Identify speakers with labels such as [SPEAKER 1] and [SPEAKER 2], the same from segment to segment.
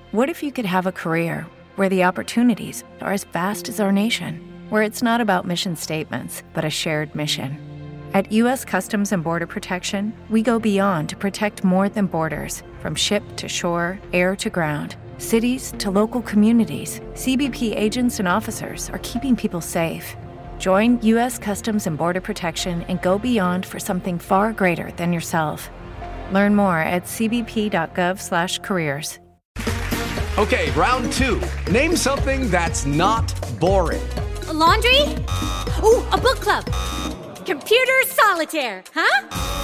[SPEAKER 1] What if you could have a career where the opportunities are as vast as our nation, where it's not about mission statements, but a shared mission? At U.S. Customs and Border Protection, we go beyond to protect more than borders. From ship to shore, air to ground, cities to local communities, CBP agents and officers are keeping people safe. Join U.S. Customs and Border Protection and go beyond for something far greater than yourself. Learn more at cbp.gov/careers.
[SPEAKER 2] Okay, round two. Name something that's not boring.
[SPEAKER 3] A laundry? Ooh, a book club. Computer solitaire, huh?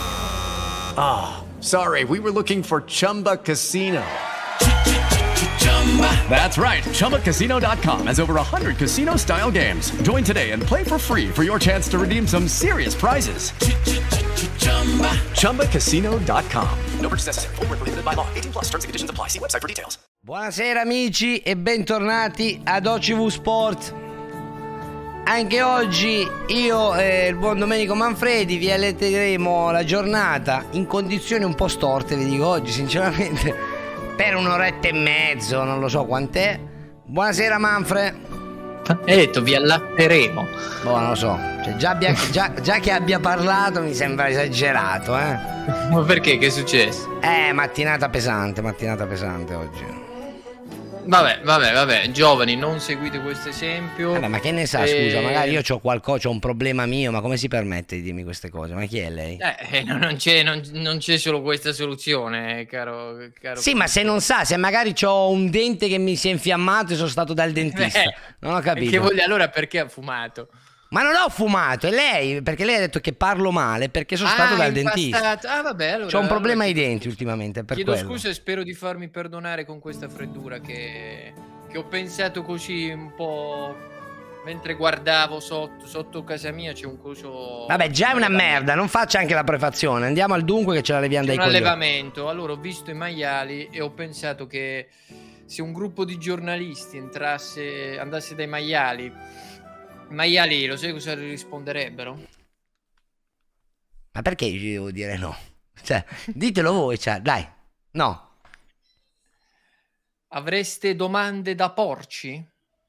[SPEAKER 2] Sorry, we were looking for Chumba Casino. That's right. ChumbaCasino.com has over 100 casino-style games. Join today and play for free for your chance to redeem some serious prizes. ChumbaCasino.com. No purchase necessary. Void where prohibited by law. 18+ terms and conditions apply. See website for details.
[SPEAKER 4] Buonasera amici e bentornati ad OCV Sport. Anche oggi io e il buon Domenico Manfredi vi alletteremo la giornata in condizioni un po' storte, vi dico oggi sinceramente, per un'oretta e mezzo, non lo so quant'è. Buonasera Manfre.
[SPEAKER 5] Hai detto vi allatteremo.
[SPEAKER 4] Boh, non lo so, cioè, già che abbia parlato mi sembra esagerato,
[SPEAKER 5] Ma perché? Che è successo?
[SPEAKER 4] Mattinata pesante oggi.
[SPEAKER 5] Vabbè, giovani, non seguite questo esempio.
[SPEAKER 4] Vabbè, ma che ne sa, scusa, magari io c'ho un problema mio, ma come si permette di dirmi queste cose? Ma chi è lei?
[SPEAKER 5] Non c'è solo questa soluzione, caro.
[SPEAKER 4] Sì, ma se non sa, se magari c'ho un dente che mi si è infiammato e sono stato dal dentista. Non ho capito.
[SPEAKER 5] Allora perché ha fumato?
[SPEAKER 4] Ma non ho fumato, è lei, perché lei ha detto che parlo male perché sono stato dal dentista.
[SPEAKER 5] Vabbè, allora.
[SPEAKER 4] C'ho un problema ai denti ultimamente, per
[SPEAKER 5] chiedo
[SPEAKER 4] quello.
[SPEAKER 5] Scusa e spero di farmi perdonare con questa freddura che ho pensato così un po' mentre guardavo sotto casa mia c'è un coso.
[SPEAKER 4] Vabbè, già è una merda, non faccia anche la prefazione. Andiamo al dunque che ce la leviamo dai coglioni.
[SPEAKER 5] Un allevamento. Allora ho visto i maiali e ho pensato che se un gruppo di giornalisti andasse dai maiali, lo sai cosa risponderebbero?
[SPEAKER 4] Ma perché io devo dire no? Cioè, ditelo voi, dai, no.
[SPEAKER 5] Avreste domande da porci?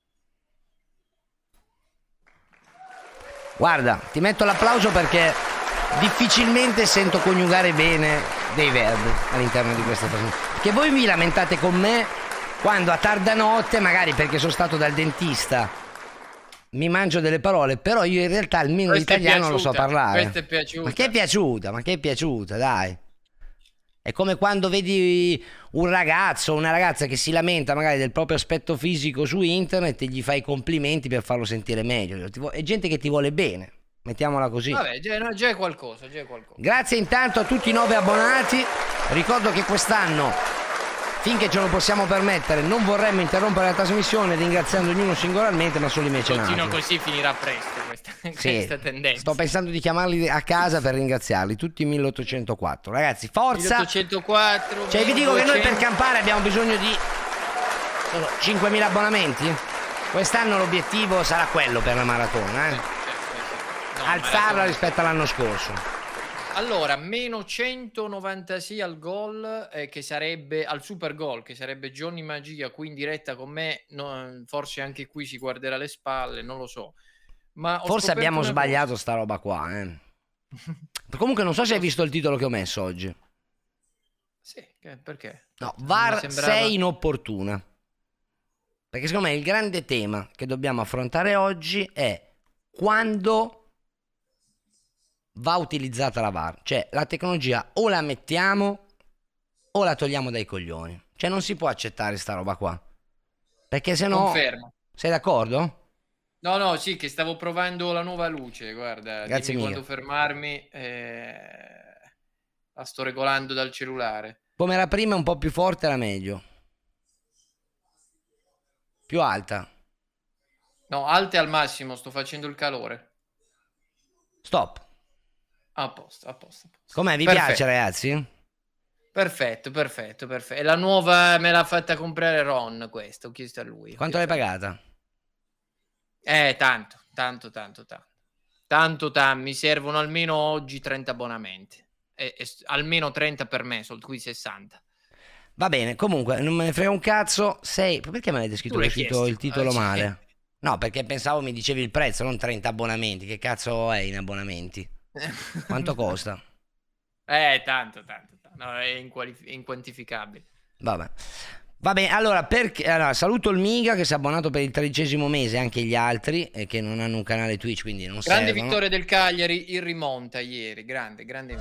[SPEAKER 4] Guarda, ti metto l'applauso perché difficilmente sento coniugare bene dei verbi all'interno di questa trasmissione. Perché voi vi lamentate con me quando a tarda notte, magari perché sono stato dal dentista, mi mangio delle parole, però io in realtà almeno l'italiano lo so parlare.
[SPEAKER 5] Questa è piaciuta.
[SPEAKER 4] Ma che è piaciuta, dai. È come quando vedi un ragazzo o una ragazza che si lamenta magari del proprio aspetto fisico su internet e gli fai i complimenti per farlo sentire meglio. È gente che ti vuole bene, mettiamola così.
[SPEAKER 5] Vabbè, già è qualcosa.
[SPEAKER 4] Grazie intanto a tutti i 9 abbonati. Ricordo che quest'anno, finché ce lo possiamo permettere, non vorremmo interrompere la trasmissione ringraziando ognuno singolarmente, ma solo i mecenati.
[SPEAKER 5] Continua così, finirà presto questa tendenza.
[SPEAKER 4] Sto pensando di chiamarli a casa per ringraziarli, tutti 1804. Ragazzi, forza!
[SPEAKER 5] 1804.
[SPEAKER 4] Cioè, vi dico che noi per campare abbiamo bisogno di 5.000 abbonamenti. Quest'anno l'obiettivo sarà quello per la maratona, alzarla rispetto all'anno scorso.
[SPEAKER 5] Allora, meno 196 al gol, che sarebbe al super gol, che sarebbe Johnny Magia qui in diretta con me. Forse anche qui si guarderà le spalle, non lo so. Ma
[SPEAKER 4] forse abbiamo sbagliato sta roba qua. Comunque non so se hai visto il titolo che ho messo oggi.
[SPEAKER 5] Sì, perché?
[SPEAKER 4] No, VAR 6 inopportuna. Perché secondo me il grande tema che dobbiamo affrontare oggi è quando va utilizzata la VAR. Cioè, la tecnologia o la mettiamo o la togliamo dai coglioni. Cioè, non si può accettare sta roba qua. Perché se no...
[SPEAKER 5] Confermo.
[SPEAKER 4] Sei d'accordo?
[SPEAKER 5] No, sì, che stavo provando la nuova luce, guarda.
[SPEAKER 4] Grazie
[SPEAKER 5] dimmi
[SPEAKER 4] mille.
[SPEAKER 5] Quando fermarmi. La sto regolando dal cellulare.
[SPEAKER 4] Come era prima, un po' più forte era meglio. Più alta.
[SPEAKER 5] No, alte al massimo, sto facendo il calore.
[SPEAKER 4] Stop.
[SPEAKER 5] A posto.
[SPEAKER 4] Com'è? Vi piace, ragazzi?
[SPEAKER 5] Perfetto. E la nuova me l'ha fatta comprare Ron, questa, ho chiesto a lui.
[SPEAKER 4] Quanto l'hai pagata?
[SPEAKER 5] Tanto, mi servono almeno oggi 30 abbonamenti. Almeno 30 per me, sono qui 60.
[SPEAKER 4] Va bene, comunque, non me ne frega un cazzo. Perché mi avete scritto
[SPEAKER 5] Tu l'hai
[SPEAKER 4] il titolo
[SPEAKER 5] chiesto,
[SPEAKER 4] male? No, perché pensavo mi dicevi il prezzo, non 30 abbonamenti. Che cazzo è in abbonamenti? Quanto costa?
[SPEAKER 5] Tanto. No, è inquantificabile.
[SPEAKER 4] Vabbè. Va bene, allora, saluto il Miga che si è abbonato per il 13° mese, anche gli altri che non hanno un canale Twitch, quindi non
[SPEAKER 5] Grande
[SPEAKER 4] servono.
[SPEAKER 5] vittoria del Cagliari in rimonta ieri, grande.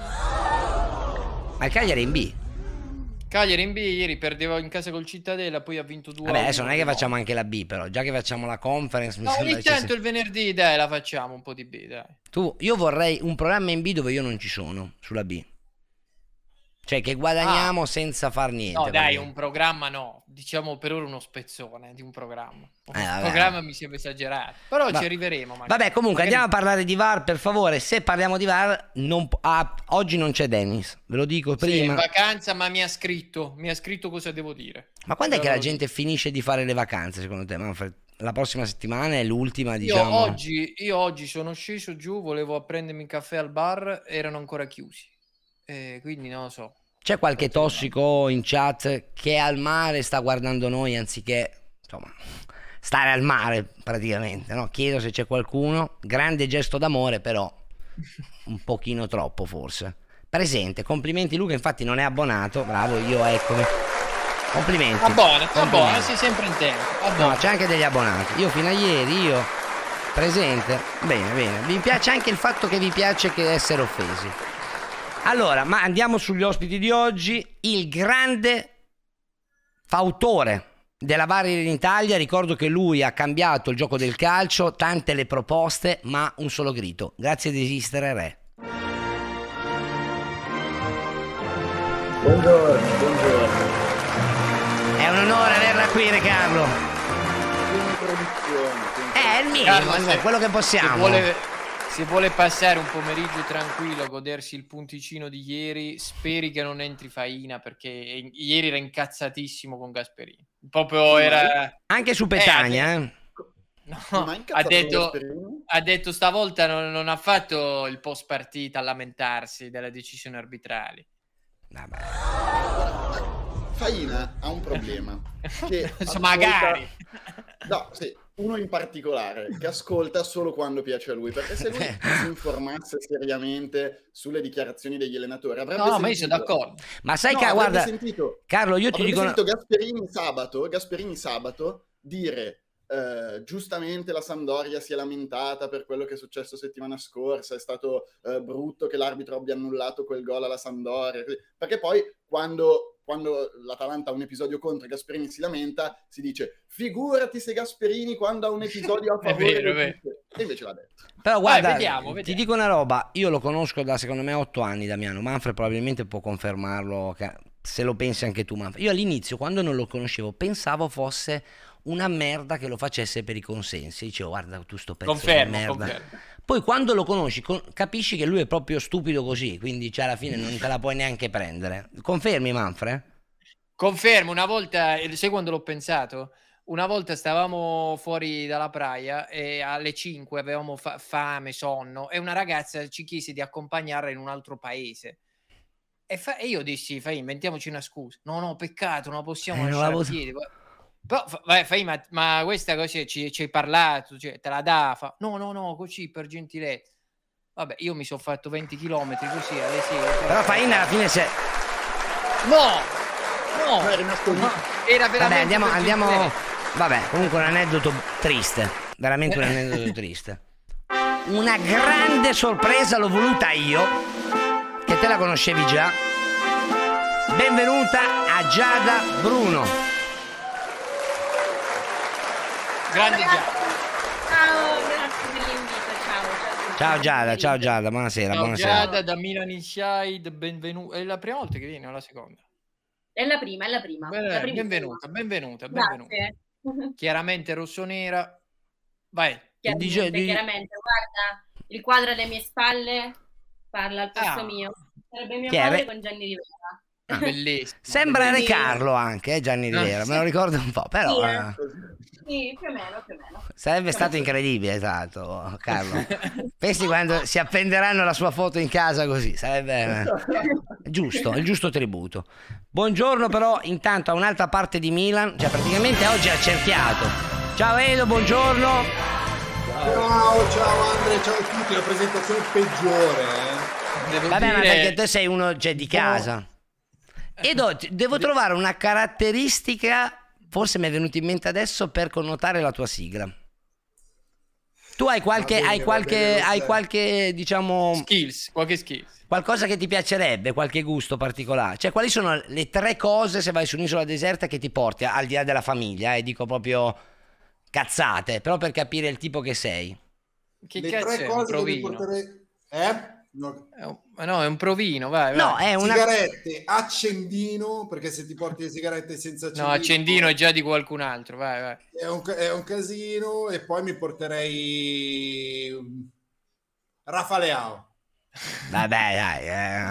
[SPEAKER 4] Ma il Cagliari è in B?
[SPEAKER 5] Cagliari in B ieri perdeva in casa col Cittadella, poi ha vinto 2-1.
[SPEAKER 4] Vabbè, adesso non è che facciamo anche la B, però già che facciamo la conference mi
[SPEAKER 5] No,
[SPEAKER 4] sembra
[SPEAKER 5] ogni
[SPEAKER 4] che ci
[SPEAKER 5] tanto il venerdì, dai, la facciamo un po' di B, dai.
[SPEAKER 4] io vorrei un programma in B dove io non ci sono, sulla B. Cioè che guadagniamo senza far niente.
[SPEAKER 5] No, dai,
[SPEAKER 4] perché...
[SPEAKER 5] un programma no. Diciamo per ora uno spezzone di un programma. Un
[SPEAKER 4] vabbè.
[SPEAKER 5] programma mi sembra esagerato. Però ci arriveremo. Magari.
[SPEAKER 4] Vabbè, comunque andiamo a parlare di VAR, per favore. Se parliamo di VAR, oggi non c'è Dennis. Ve lo dico prima.
[SPEAKER 5] Sì, in vacanza, ma mi ha scritto cosa devo dire.
[SPEAKER 4] Ma quando è che la gente finisce di fare le vacanze, secondo te, Manfred? La prossima settimana è l'ultima, diciamo.
[SPEAKER 5] Io oggi sono sceso giù, volevo prendermi un caffè al bar, erano ancora chiusi. Quindi non lo so.
[SPEAKER 4] C'è qualche tossico in chat che al mare sta guardando noi anziché, insomma, stare al mare praticamente, no? Chiedo se c'è qualcuno. Grande gesto d'amore, però un pochino troppo forse. Presente, complimenti Luca, infatti non è abbonato, bravo, io eccomi. Complimenti.
[SPEAKER 5] Abbona, sei sempre in tempo.
[SPEAKER 4] No, c'è anche degli abbonati. Io fino a ieri, presente. Bene. Vi piace anche il fatto che vi piace che essere offesi. Allora, ma andiamo sugli ospiti di oggi. Il grande fautore della VAR in Italia. Ricordo che lui ha cambiato il gioco del calcio, tante le proposte, ma un solo grito: grazie di esistere, Re.
[SPEAKER 6] Buongiorno.
[SPEAKER 4] È un onore averla qui, Re Carlo. È il minimo,
[SPEAKER 5] Carlo,
[SPEAKER 4] quello che possiamo.
[SPEAKER 5] Se vuole passare un pomeriggio tranquillo, godersi il punticino di ieri, speri che non entri Faina, perché ieri era incazzatissimo con Gasperini. Proprio era...
[SPEAKER 4] Anche su Petagna,
[SPEAKER 5] No, ha detto stavolta non ha fatto il post partita a lamentarsi delle decisioni arbitrali.
[SPEAKER 4] Vabbè.
[SPEAKER 6] Faina ha un problema. Che
[SPEAKER 5] Magari.
[SPEAKER 6] No, sì, uno in particolare che ascolta solo quando piace a lui, perché se lui si informasse seriamente sulle dichiarazioni degli allenatori avrebbe sentito...
[SPEAKER 5] ma io sono d'accordo.
[SPEAKER 4] Ma sai che guarda, Carlo, io ti dico
[SPEAKER 6] sentito Gasperini sabato dire giustamente la Sampdoria si è lamentata per quello che è successo settimana scorsa, è stato brutto che l'arbitro abbia annullato quel gol alla Sampdoria, perché poi quando l'Atalanta ha un episodio contro e Gasperini si lamenta, si dice figurati se Gasperini quando ha un episodio a favore e invece l'ha detto.
[SPEAKER 4] Però guarda,
[SPEAKER 5] vediamo.
[SPEAKER 4] Ti dico una roba, io lo conosco da secondo me 8 anni, Damiano. Manfred probabilmente può confermarlo, se lo pensi anche tu, Manfred. Io all'inizio, quando non lo conoscevo, pensavo fosse una merda che lo facesse per i consensi. Dicevo, guarda, tu sto pezzo di merda.
[SPEAKER 5] Confermo.
[SPEAKER 4] Poi quando lo conosci capisci che lui è proprio stupido così, quindi cioè, alla fine non te la puoi neanche prendere. Confermi, Manfred?
[SPEAKER 5] Confermo, una volta, sai quando l'ho pensato? Una volta stavamo fuori dalla praia e alle 5 avevamo fame, sonno, e una ragazza ci chiese di accompagnarla in un altro paese. E io dissi, inventiamoci una scusa. No, peccato, non la possiamo lasciare a piedi. Però, ma questa cosa ci hai parlato, cioè, te la dà? No, così per gentilezza. Vabbè, io mi sono fatto 20 km così alle sere.
[SPEAKER 4] Però Faina alla fine c'è...
[SPEAKER 5] No,
[SPEAKER 6] è rimasto lì.
[SPEAKER 5] Era veramente...
[SPEAKER 4] Vabbè, andiamo... Vabbè, comunque un aneddoto triste, veramente un aneddoto triste. Una grande sorpresa l'ho voluta io, che te la conoscevi già. Benvenuta a Giada Bruno.
[SPEAKER 5] Grande Giada.
[SPEAKER 7] Ciao, grazie per l'invito.
[SPEAKER 4] Ciao Giada, buonasera.
[SPEAKER 5] Ciao
[SPEAKER 4] buonasera.
[SPEAKER 5] Giada da Milan Inside, benvenuta. È la prima volta che vieni o la seconda?
[SPEAKER 7] È la prima. Benvenuta.
[SPEAKER 5] Grazie. Chiaramente rossonera. Vai.
[SPEAKER 7] Chiaramente, guarda, il quadro alle mie spalle parla al posto mio. Sarebbe mia madre con Gianni Rivera.
[SPEAKER 5] Bellissimo.
[SPEAKER 4] Sembra Re Carlo anche, Gianni Rivera, me lo ricordo un po', però...
[SPEAKER 7] Sì, più o meno.
[SPEAKER 4] Sarebbe stato incredibile, esatto, Carlo. Pensi quando si appenderanno la sua foto in casa così, sarebbe... Giusto, il giusto tributo. Buongiorno però intanto a un'altra parte di Milan, cioè praticamente oggi ha cerchiato. Ciao Edo, buongiorno.
[SPEAKER 8] Ciao Andre, ciao a tutti, la presentazione peggiore.
[SPEAKER 4] Vabbè, ma perché te sei uno di casa. Edo, devo trovare una caratteristica, forse mi è venuto in mente adesso, per connotare la tua sigla. Tu hai qualche diciamo
[SPEAKER 5] qualche skills.
[SPEAKER 4] Qualcosa che ti piacerebbe, qualche gusto particolare? Cioè, quali sono le 3 cose se vai su un'isola deserta che ti porti, al di là della famiglia, dico proprio cazzate, però per capire il tipo che sei.
[SPEAKER 5] Che
[SPEAKER 8] le
[SPEAKER 5] cazzo
[SPEAKER 8] 3
[SPEAKER 5] è?
[SPEAKER 8] cose
[SPEAKER 5] Un
[SPEAKER 8] che mi
[SPEAKER 5] provino?
[SPEAKER 8] porterei... No.
[SPEAKER 5] No, è un provino, vai.
[SPEAKER 4] No, è una...
[SPEAKER 8] Sigarette, accendino, perché se ti porti le sigarette senza accendino...
[SPEAKER 5] No, accendino è già di qualcun altro, vai.
[SPEAKER 8] È un casino, e poi mi porterei Rafa Leao.
[SPEAKER 4] Vabbè, dai.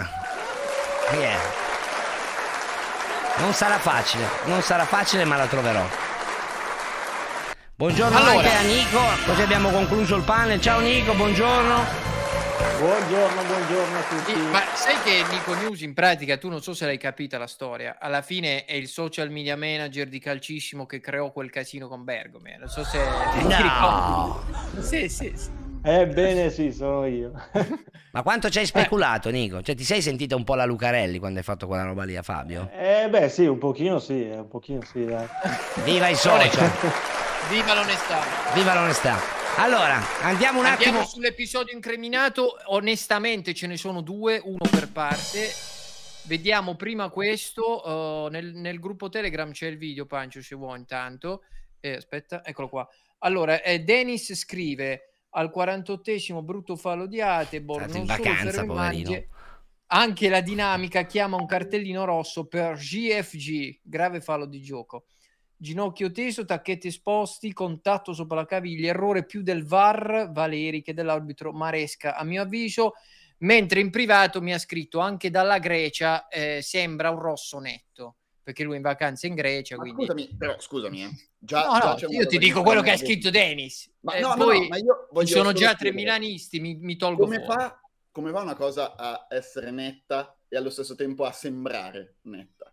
[SPEAKER 4] Non sarà facile, ma la troverò. Buongiorno anche a Nico, così abbiamo concluso il panel. Ciao Nico, buongiorno.
[SPEAKER 9] Buongiorno a tutti.
[SPEAKER 5] Ma sai che Nico News in pratica, tu non so se l'hai capita la storia, alla fine è il social media manager di Calcissimo che creò quel casino con Bergome. Non so se ti ricordi. Sì.
[SPEAKER 9] Ebbene sì, sono io.
[SPEAKER 4] Ma quanto ci hai speculato, Nico? Cioè, ti sei sentita un po' la Lucarelli quando hai fatto quella roba lì a Fabio?
[SPEAKER 9] Beh sì, un pochino sì, dai.
[SPEAKER 4] Viva i social.
[SPEAKER 5] Viva l'onestà.
[SPEAKER 4] Allora, andiamo un attimo
[SPEAKER 5] sull'episodio incriminato. Onestamente ce ne sono 2, uno per parte. Vediamo prima questo. Nel gruppo Telegram c'è il video, Pancio, se vuoi intanto. Aspetta, eccolo qua. Allora, Dennis scrive: al 48esimo brutto fallo di Atebor, non
[SPEAKER 4] in vacanza,
[SPEAKER 5] solo
[SPEAKER 4] poverino.
[SPEAKER 5] Anche la dinamica chiama un cartellino rosso per GFG, grave fallo di gioco. Ginocchio teso, tacchetti esposti, contatto sopra la caviglia, errore più del VAR Valeri che dell'arbitro Maresca, a mio avviso, mentre in privato mi ha scritto anche dalla Grecia, sembra un rosso netto, perché lui è in vacanza in Grecia. Quindi...
[SPEAKER 6] Scusami.
[SPEAKER 5] Io ti dico quello che ha scritto Dennis.
[SPEAKER 6] Ma
[SPEAKER 5] io ci sono già 3 milanisti, mi tolgo
[SPEAKER 6] come fa una cosa a essere netta e allo stesso tempo a sembrare netta?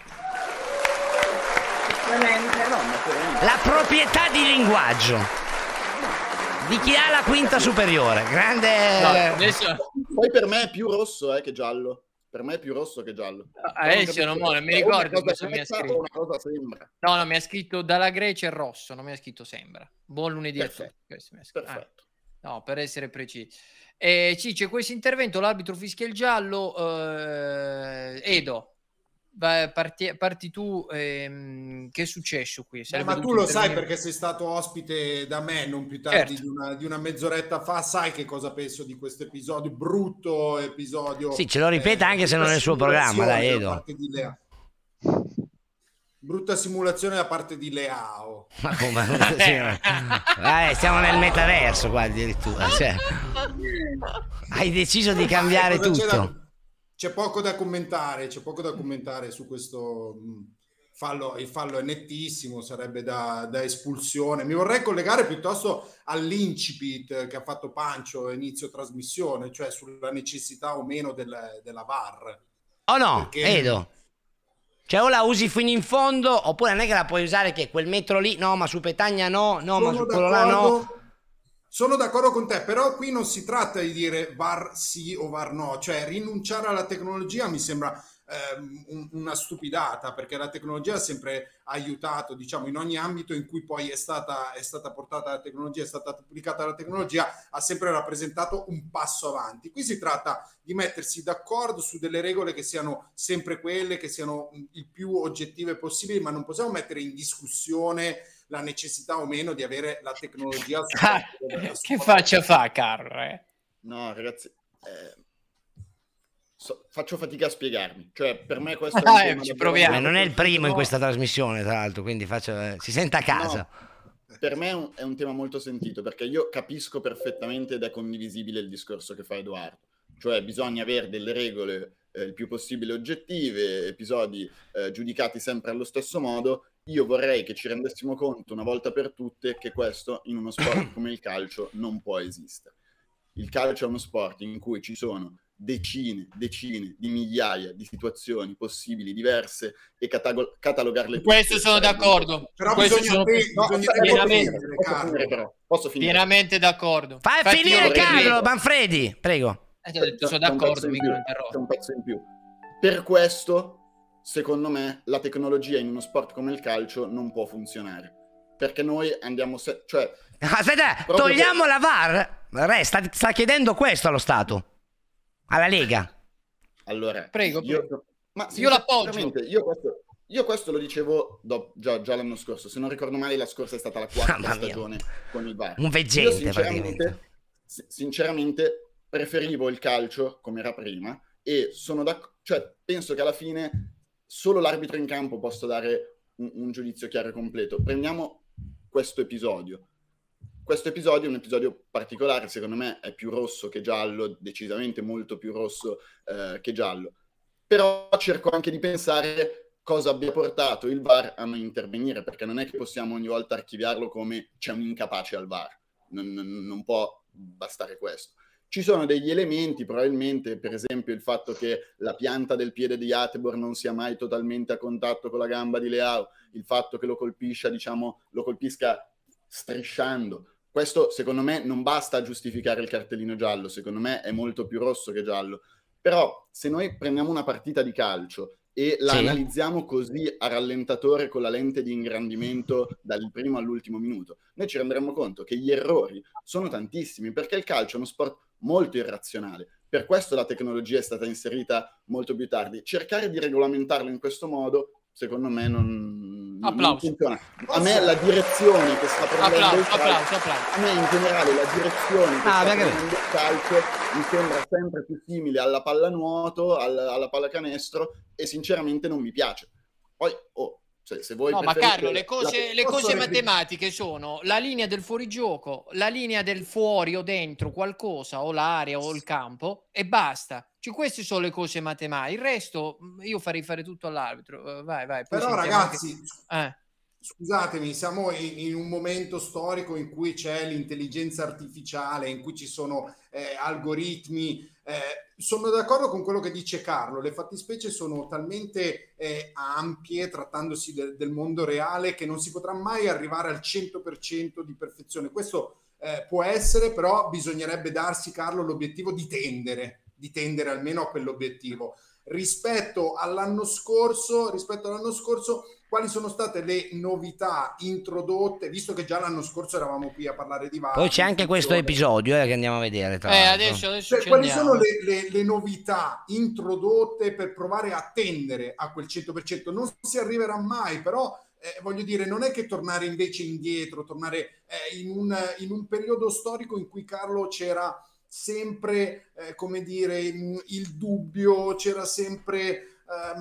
[SPEAKER 4] La proprietà di linguaggio di chi ha la quinta superiore. Grande.
[SPEAKER 5] No, adesso...
[SPEAKER 6] Poi per me è più rosso che giallo. Per me è più rosso che giallo.
[SPEAKER 5] Adesso non mi ricordo cosa mi ha scritto.
[SPEAKER 6] Una cosa sembra.
[SPEAKER 5] No, mi ha scritto dalla Grecia è rosso, non mi ha scritto sembra. Buon lunedì a tutti.
[SPEAKER 6] Perfetto.
[SPEAKER 5] No, per essere precisi. Sì, c'è questo intervento, l'arbitro fischia il giallo. Edo, parti tu. Che è successo qui?
[SPEAKER 8] Ma tu lo sai perché sei stato ospite da me non più tardi di una mezz'oretta fa, sai che cosa penso di questo episodio, brutto episodio.
[SPEAKER 4] Sì, ce lo ripeta anche se non è il suo programma, dai Edo.
[SPEAKER 8] Brutta simulazione da parte di Leao.
[SPEAKER 4] Ma come? Siamo nel metaverso qua addirittura. Cioè, hai deciso di cambiare tutto.
[SPEAKER 8] C'è poco da commentare su questo fallo. Il fallo è nettissimo, sarebbe da espulsione. Mi vorrei collegare piuttosto all'incipit che ha fatto Pancio a inizio trasmissione, cioè sulla necessità o meno della VAR.
[SPEAKER 4] Oh no, Edo. Cioè o la usi fino in fondo, oppure non è che la puoi usare che quel metro lì, no, ma su Petagna no, ma su quello là no.
[SPEAKER 8] Sono d'accordo con te, però qui non si tratta di dire VAR sì o VAR no, cioè rinunciare alla tecnologia mi sembra una stupidata, perché la tecnologia ha sempre aiutato, diciamo, in ogni ambito in cui poi è stata portata la tecnologia, è stata applicata la tecnologia, ha sempre rappresentato un passo avanti. Qui si tratta di mettersi d'accordo su delle regole che siano sempre quelle, che siano il più oggettive possibili, ma non possiamo mettere in discussione la necessità o meno di avere la tecnologia.
[SPEAKER 5] Che faccia fa, Carlo?
[SPEAKER 6] No, ragazzi, faccio fatica a spiegarmi. Cioè, per me questo è
[SPEAKER 4] ci proviamo. Non è il primo in questa trasmissione, tra l'altro, quindi si senta a casa.
[SPEAKER 6] No, per me è un tema molto sentito, perché io capisco perfettamente ed è condivisibile il discorso che fa Edoardo. Cioè, bisogna avere delle regole il più possibile oggettive, episodi giudicati sempre allo stesso modo. Io vorrei che ci rendessimo conto una volta per tutte che questo in uno sport come il calcio non può esistere. Il calcio è uno sport in cui ci sono decine di migliaia di situazioni possibili, diverse, e catalogarle tutte.
[SPEAKER 5] Questo sono d'accordo.
[SPEAKER 8] Però
[SPEAKER 5] bisogna
[SPEAKER 6] posso finire?
[SPEAKER 5] Pienamente d'accordo.
[SPEAKER 4] Fai finire Carlo Manfredi, prego.
[SPEAKER 5] Sono d'accordo, mica non
[SPEAKER 6] c'è un pezzo in più. Per questo, secondo me, la tecnologia in uno sport come il calcio non può funzionare. Perché noi andiamo...
[SPEAKER 4] Aspetta, togliamo la VAR? Sta chiedendo questo allo Stato, alla Lega.
[SPEAKER 6] Allora,
[SPEAKER 5] prego.
[SPEAKER 6] Io l'appoggio. Io questo lo dicevo già l'anno scorso. Se non ricordo male, la scorsa è stata la quarta stagione con il VAR.
[SPEAKER 4] Un veggente,
[SPEAKER 6] sinceramente, preferivo il calcio come era prima, e penso che alla fine solo l'arbitro in campo possa dare un giudizio chiaro e completo. Prendiamo questo episodio. Questo episodio è un episodio particolare, secondo me è più rosso che giallo, decisamente molto più rosso che giallo. Però cerco anche di pensare cosa abbia portato il VAR a non intervenire, perché non è che possiamo ogni volta archiviarlo come c'è un incapace al VAR. Non può bastare questo. Ci sono degli elementi, probabilmente, per esempio il fatto che la pianta del piede di Atebor non sia mai totalmente a contatto con la gamba di Leao, il fatto che lo colpisca strisciando. Questo, secondo me, non basta a giustificare il cartellino giallo, secondo me è molto più rosso che giallo. Però, se noi prendiamo una partita di calcio e la analizziamo così a rallentatore con la lente di ingrandimento dal primo all'ultimo minuto, noi ci renderemo conto che gli errori sono tantissimi, perché il calcio è uno sport molto irrazionale. Per questo la tecnologia è stata inserita molto più tardi. Cercare di regolamentarlo in questo modo, secondo me, non funziona. A me la direzione che sta prendendo il calcio, a me in generale la direzione che sta prendendo il calcio mi sembra sempre più simile alla pallanuoto, alla pallacanestro, e sinceramente non mi piace. Poi, se voi
[SPEAKER 5] ma Carlo, le cose matematiche sono la linea del fuorigioco, la linea del fuori o dentro qualcosa, o l'area o il campo, e basta. Queste sono le cose matematiche. Il resto io farei fare tutto all'arbitro. Vai.
[SPEAKER 8] Però ragazzi, scusatemi, siamo in un momento storico in cui c'è l'intelligenza artificiale, in cui ci sono algoritmi. Sono d'accordo con quello che dice Carlo, le fattispecie sono talmente ampie, trattandosi del mondo reale, che non si potrà mai arrivare al 100% di perfezione. Questo può essere, però bisognerebbe darsi, Carlo, l'obiettivo di tendere almeno a quell'obiettivo. Rispetto all'anno scorso, quali sono state le novità introdotte, visto che già l'anno scorso eravamo qui a parlare di VAR?
[SPEAKER 4] Poi c'è anche questo episodio che andiamo a vedere, tra l'altro.
[SPEAKER 8] Adesso quali sono le novità introdotte per provare a tendere a quel 100%? Non si arriverà mai, però voglio dire, non è che tornare invece indietro, tornare in un periodo storico in cui, Carlo, c'era sempre il dubbio, c'era sempre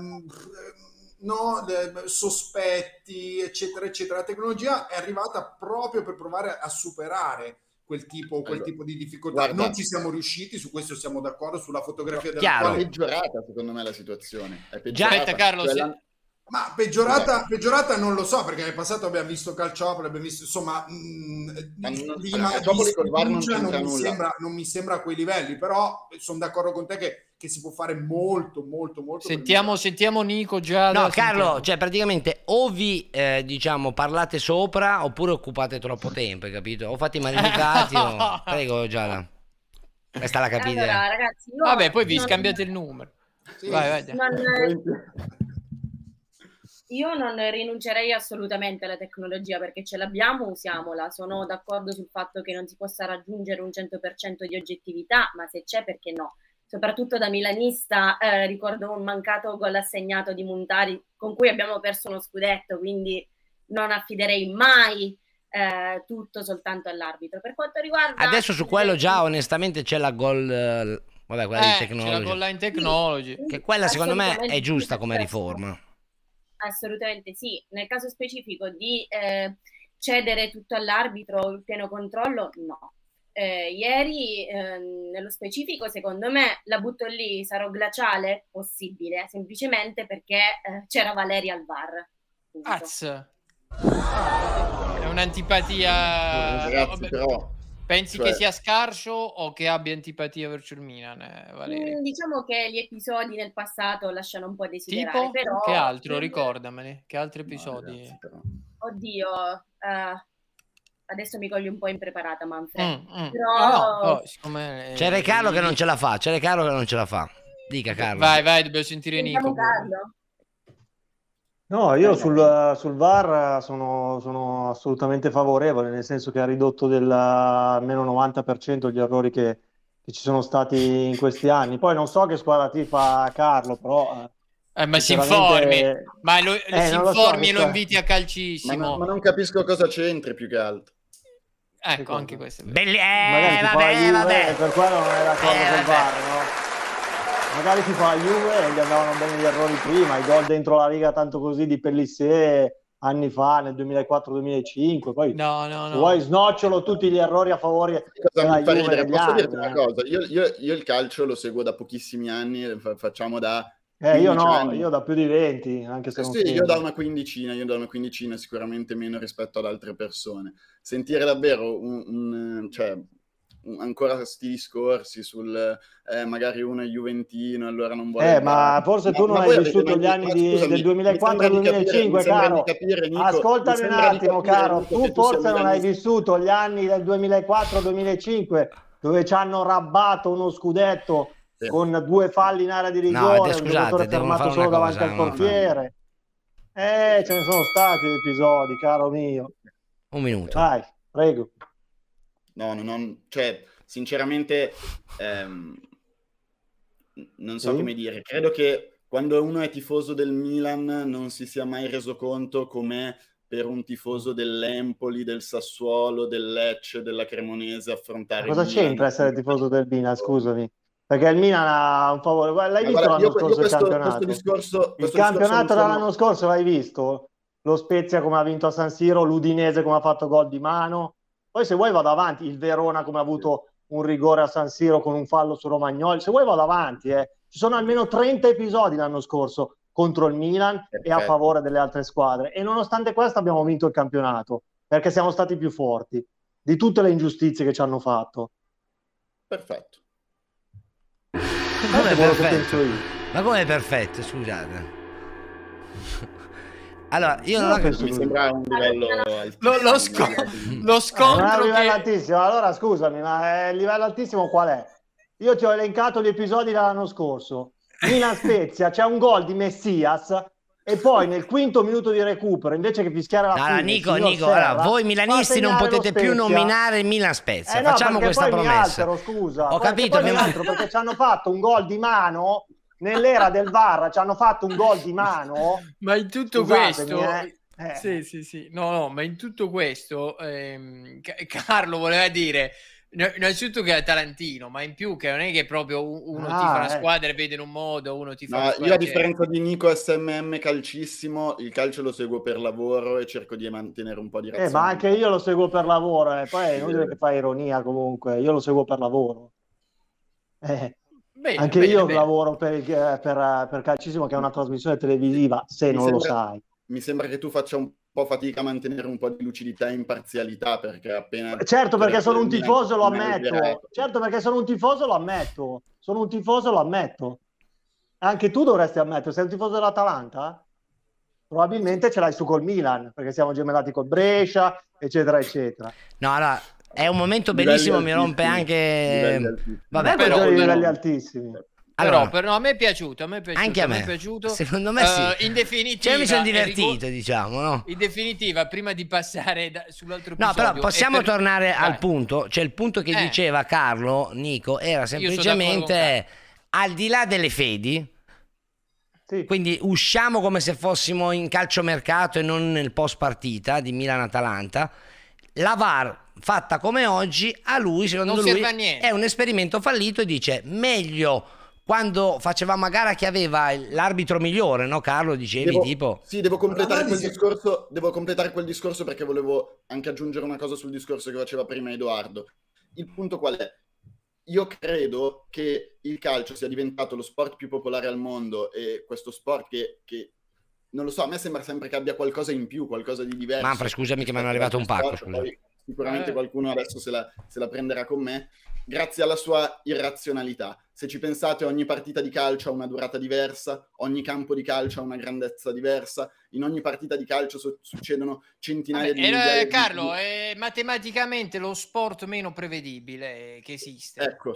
[SPEAKER 8] sospetti, eccetera eccetera. La tecnologia è arrivata proprio per provare a superare quel tipo di difficoltà. Guarda, non ci siamo riusciti, su questo siamo d'accordo. Sulla fotografia della quale
[SPEAKER 6] è peggiorata, secondo me, la situazione è peggiorata.
[SPEAKER 5] Aspetta, Carlo,
[SPEAKER 8] ma peggiorata non lo so, perché nel passato abbiamo visto Calciopoli, abbiamo visto, insomma, non mi sembra a quei livelli, però sono d'accordo con te che si può fare molto.
[SPEAKER 5] Sentiamo Nico già.
[SPEAKER 4] No, Carlo, cioè praticamente o vi parlate sopra, oppure occupate troppo tempo, hai capito? O fate i maleducati o... Prego, Giada. Questa la capite.
[SPEAKER 7] Allora, ragazzi,
[SPEAKER 5] vabbè, poi vi scambiate il numero. Sì, vai.
[SPEAKER 7] Io non rinuncerei assolutamente alla tecnologia, perché ce l'abbiamo, usiamola. Sono d'accordo sul fatto che non si possa raggiungere un 100% di oggettività, ma se c'è, perché no? Soprattutto da milanista ricordo un mancato gol assegnato di Montari con cui abbiamo perso uno scudetto, quindi non affiderei mai tutto soltanto all'arbitro. Per quanto riguarda...
[SPEAKER 4] Adesso su quello già onestamente c'è la gol... Vabbè, quella di Technology.
[SPEAKER 5] C'è la goal line technology.
[SPEAKER 7] Sì,
[SPEAKER 4] che quella secondo me è giusta come riforma.
[SPEAKER 7] Assolutamente sì. Nel caso specifico di cedere tutto all'arbitro, il pieno controllo, no. Ieri nello specifico, secondo me, la butto lì, sarò glaciale? Possibile, semplicemente perché c'era Valeria al VAR.
[SPEAKER 5] È un'antipatia.
[SPEAKER 6] Ragazzi, però
[SPEAKER 5] Pensi
[SPEAKER 6] Cioè-
[SPEAKER 5] che sia scarso o che abbia antipatia verso il Milan, Valeria?
[SPEAKER 7] Diciamo che gli episodi nel passato lasciano un po' desiderare,
[SPEAKER 5] Tipo?
[SPEAKER 7] però
[SPEAKER 5] Che altro? Ricordameli. Che altri
[SPEAKER 6] No,
[SPEAKER 5] episodi?
[SPEAKER 6] ragazzi, però.
[SPEAKER 7] oddio, adesso mi cogli un po' impreparata, Manfred.
[SPEAKER 5] No,
[SPEAKER 7] Però
[SPEAKER 5] siccome,
[SPEAKER 4] C'è Carlo che non ce la fa. C'è Carlo che non ce la fa. Dica, Carlo.
[SPEAKER 5] Vai, dobbiamo sentire
[SPEAKER 7] sentiamo
[SPEAKER 5] Nico.
[SPEAKER 7] Carlo.
[SPEAKER 9] No, io sul VAR sono assolutamente favorevole, nel senso che ha ridotto del almeno 90% gli errori che ci sono stati in questi anni. Poi non so che squadra tifa Carlo, però
[SPEAKER 5] Ma si
[SPEAKER 9] sinceramente-
[SPEAKER 5] informi, ma si
[SPEAKER 9] non lo so,
[SPEAKER 5] informi e lo
[SPEAKER 9] questa-
[SPEAKER 5] inviti a calcissimo.
[SPEAKER 6] Ma non capisco cosa c'entri più che altro.
[SPEAKER 5] Ecco, anche questo è vero.
[SPEAKER 4] Belli,
[SPEAKER 9] magari ti fa la Juve, per quello non è d'accordo col
[SPEAKER 4] vabbè.
[SPEAKER 9] VAR, no? Magari ti fa la Juve e gli andavano bene gli errori prima, i gol dentro la riga tanto così di Pellissier anni fa, nel 2004-2005, poi
[SPEAKER 5] No.
[SPEAKER 9] se vuoi snocciolo tutti gli errori a favore
[SPEAKER 6] Cosa
[SPEAKER 9] della
[SPEAKER 6] mi fa
[SPEAKER 9] Juve
[SPEAKER 6] ridere?
[SPEAKER 9] negli
[SPEAKER 6] Posso
[SPEAKER 9] anni,
[SPEAKER 6] dirti una cosa? Io il calcio lo seguo da pochissimi anni, facciamo da
[SPEAKER 9] io
[SPEAKER 6] 15
[SPEAKER 9] no,
[SPEAKER 6] anni.
[SPEAKER 9] io da più di 20, anche se non
[SPEAKER 6] Sì, io
[SPEAKER 9] seguo.
[SPEAKER 6] da una quindicina, sicuramente meno rispetto ad altre persone. Sentire davvero ancora sti discorsi sul magari uno è juventino, allora non vuole...
[SPEAKER 9] Ma forse tu non
[SPEAKER 6] voi
[SPEAKER 9] hai
[SPEAKER 6] avete
[SPEAKER 9] vissuto
[SPEAKER 6] mai
[SPEAKER 9] gli anni
[SPEAKER 6] scusami,
[SPEAKER 9] del 2004-2005,
[SPEAKER 6] mi sembra
[SPEAKER 9] caro.
[SPEAKER 6] di capire, Nico,
[SPEAKER 9] Ascoltami
[SPEAKER 6] mi
[SPEAKER 9] un
[SPEAKER 6] sembra di
[SPEAKER 9] attimo,
[SPEAKER 6] capire,
[SPEAKER 9] caro.
[SPEAKER 6] Nico,
[SPEAKER 9] Tu
[SPEAKER 6] che tu sia
[SPEAKER 9] forse non hai
[SPEAKER 6] milanista.
[SPEAKER 9] vissuto gli anni del 2004-2005, dove ci hanno rabbato uno scudetto
[SPEAKER 6] Sì.
[SPEAKER 9] con 2 falli in area di rigore, un
[SPEAKER 4] scusate,
[SPEAKER 9] giocatore
[SPEAKER 4] devono
[SPEAKER 9] fermato
[SPEAKER 4] fare
[SPEAKER 9] solo
[SPEAKER 4] una
[SPEAKER 9] davanti
[SPEAKER 4] cosa,
[SPEAKER 9] al
[SPEAKER 4] no,
[SPEAKER 9] portiere. Ce ne sono stati episodi, caro mio.
[SPEAKER 4] Un minuto.
[SPEAKER 9] Vai, prego.
[SPEAKER 6] Cioè, sinceramente, non so
[SPEAKER 9] Sì.
[SPEAKER 6] come dire. Credo che quando uno è tifoso del Milan non si sia mai reso conto com'è per un tifoso dell'Empoli, del Sassuolo, del Lecce, della Cremonese affrontare
[SPEAKER 9] Cosa
[SPEAKER 6] il Milan.
[SPEAKER 9] c'entra essere tifoso del Milan, scusami? Perché il Milan ha un favore. L'hai visto
[SPEAKER 6] Guarda,
[SPEAKER 9] l'anno scorso il
[SPEAKER 6] questo
[SPEAKER 9] campionato?
[SPEAKER 6] discorso
[SPEAKER 9] Il campionato dell'anno scorso l'hai visto? Lo Spezia come ha vinto a San Siro, l'Udinese come ha fatto gol di mano. Poi se vuoi vado avanti, il Verona come ha avuto un rigore a San Siro con un fallo su Romagnoli. Se vuoi vado avanti, Ci sono almeno 30 episodi l'anno scorso contro il Milan e a favore delle altre squadre. E nonostante questo abbiamo vinto il campionato, perché siamo stati più forti di tutte le ingiustizie che ci hanno fatto.
[SPEAKER 6] Perfetto.
[SPEAKER 4] Come
[SPEAKER 9] Questo è quello che
[SPEAKER 4] perfetto?
[SPEAKER 9] penso io.
[SPEAKER 4] Ma come perfetto, scusate. Allora, io non ho
[SPEAKER 9] penso
[SPEAKER 6] Mi
[SPEAKER 9] così.
[SPEAKER 6] sembra un livello altissimo.
[SPEAKER 5] Lo
[SPEAKER 9] Non è un
[SPEAKER 5] scontro
[SPEAKER 9] livello
[SPEAKER 5] che...
[SPEAKER 9] altissimo. Allora scusami, ma il livello altissimo qual è? Io ti ho elencato gli episodi dell'anno scorso. Milan Spezia, c'è un gol di Messias e poi nel quinto minuto di recupero, invece che fischiare la
[SPEAKER 4] Allora,
[SPEAKER 9] fine,
[SPEAKER 4] Nico,
[SPEAKER 9] il signor
[SPEAKER 4] allora,
[SPEAKER 9] Serra
[SPEAKER 4] voi
[SPEAKER 9] fa
[SPEAKER 4] milanisti non
[SPEAKER 9] segnare
[SPEAKER 4] potete
[SPEAKER 9] lo
[SPEAKER 4] più
[SPEAKER 9] Spezia.
[SPEAKER 4] nominare il Milan Spezia.
[SPEAKER 9] No,
[SPEAKER 4] Facciamo
[SPEAKER 9] perché
[SPEAKER 4] questa
[SPEAKER 9] poi mi
[SPEAKER 4] promessa.
[SPEAKER 9] altero, scusa.
[SPEAKER 4] Ho capito,
[SPEAKER 9] Poi mi altero perché ci hanno fatto un gol di mano nell'era del VAR, ci hanno fatto un gol di mano.
[SPEAKER 5] Ma in tutto
[SPEAKER 9] Scusatemi,
[SPEAKER 5] questo... Sì. No, ma in tutto questo Carlo voleva dire innanzitutto che è Tarantino, ma in più che non è che proprio uno tifa una squadra e vede in un modo, uno tifa una
[SPEAKER 6] No,
[SPEAKER 5] squadra,
[SPEAKER 6] io a differenza di Nico SMM calcissimo, il calcio lo seguo per lavoro e cerco di mantenere un po' di razionalità.
[SPEAKER 9] Ma anche io lo seguo per lavoro, poi è inutile che fai ironia comunque, io lo seguo per lavoro. Anche io lavoro per Calcissimo, che è una trasmissione televisiva, se non lo sai.
[SPEAKER 6] Mi sembra che tu faccia un po' fatica a mantenere un po' di lucidità e imparzialità, perché appena...
[SPEAKER 9] Certo, perché sono un tifoso, lo ammetto. Certo, perché sono un tifoso, lo ammetto. Sono un tifoso, lo ammetto. Anche tu dovresti ammettere, sei un tifoso dell'Atalanta? Probabilmente ce l'hai su col Milan, perché siamo gemellati col Brescia, eccetera, eccetera.
[SPEAKER 4] No, allora, è un momento bellissimo, mi rompe anche...
[SPEAKER 9] Vabbè, però livelli altissimi.
[SPEAKER 4] Allora,
[SPEAKER 5] però a me è piaciuto,
[SPEAKER 4] anche a me.
[SPEAKER 5] è piaciuto.
[SPEAKER 4] Secondo me sì.
[SPEAKER 5] In definitiva,
[SPEAKER 4] cioè, mi sono divertito, diciamo, no?
[SPEAKER 5] In definitiva, prima di passare sull'altro episodio,
[SPEAKER 4] no, però possiamo tornare al punto. Cioè, il punto che diceva Carlo, Nico, era semplicemente al di là delle fedi.
[SPEAKER 9] Sì.
[SPEAKER 4] Quindi usciamo come se fossimo in calciomercato e non nel post partita di Milan-Atalanta. La VAR fatta come oggi, a lui, secondo
[SPEAKER 5] non
[SPEAKER 4] lui,
[SPEAKER 5] niente.
[SPEAKER 4] è un esperimento fallito e dice meglio quando facevamo a gara che aveva l'arbitro migliore, no Carlo? Dicevi tipo...
[SPEAKER 6] Sì, devo completare quel discorso perché volevo anche aggiungere una cosa sul discorso che faceva prima Edoardo. Il punto qual è? Io credo che il calcio sia diventato lo sport più popolare al mondo e questo sport che non lo so, a me sembra sempre che abbia qualcosa in più, qualcosa di diverso.
[SPEAKER 4] Manfred, scusami che mi hanno arrivato un pacco, scusa.
[SPEAKER 6] sicuramente qualcuno adesso se la prenderà con me, grazie alla sua irrazionalità. Se ci pensate, ogni partita di calcio ha una durata diversa, ogni campo di calcio ha una grandezza diversa, in ogni partita di calcio succedono centinaia di migliaia di...
[SPEAKER 5] Carlo, è matematicamente lo sport meno prevedibile che esiste.
[SPEAKER 6] Ecco.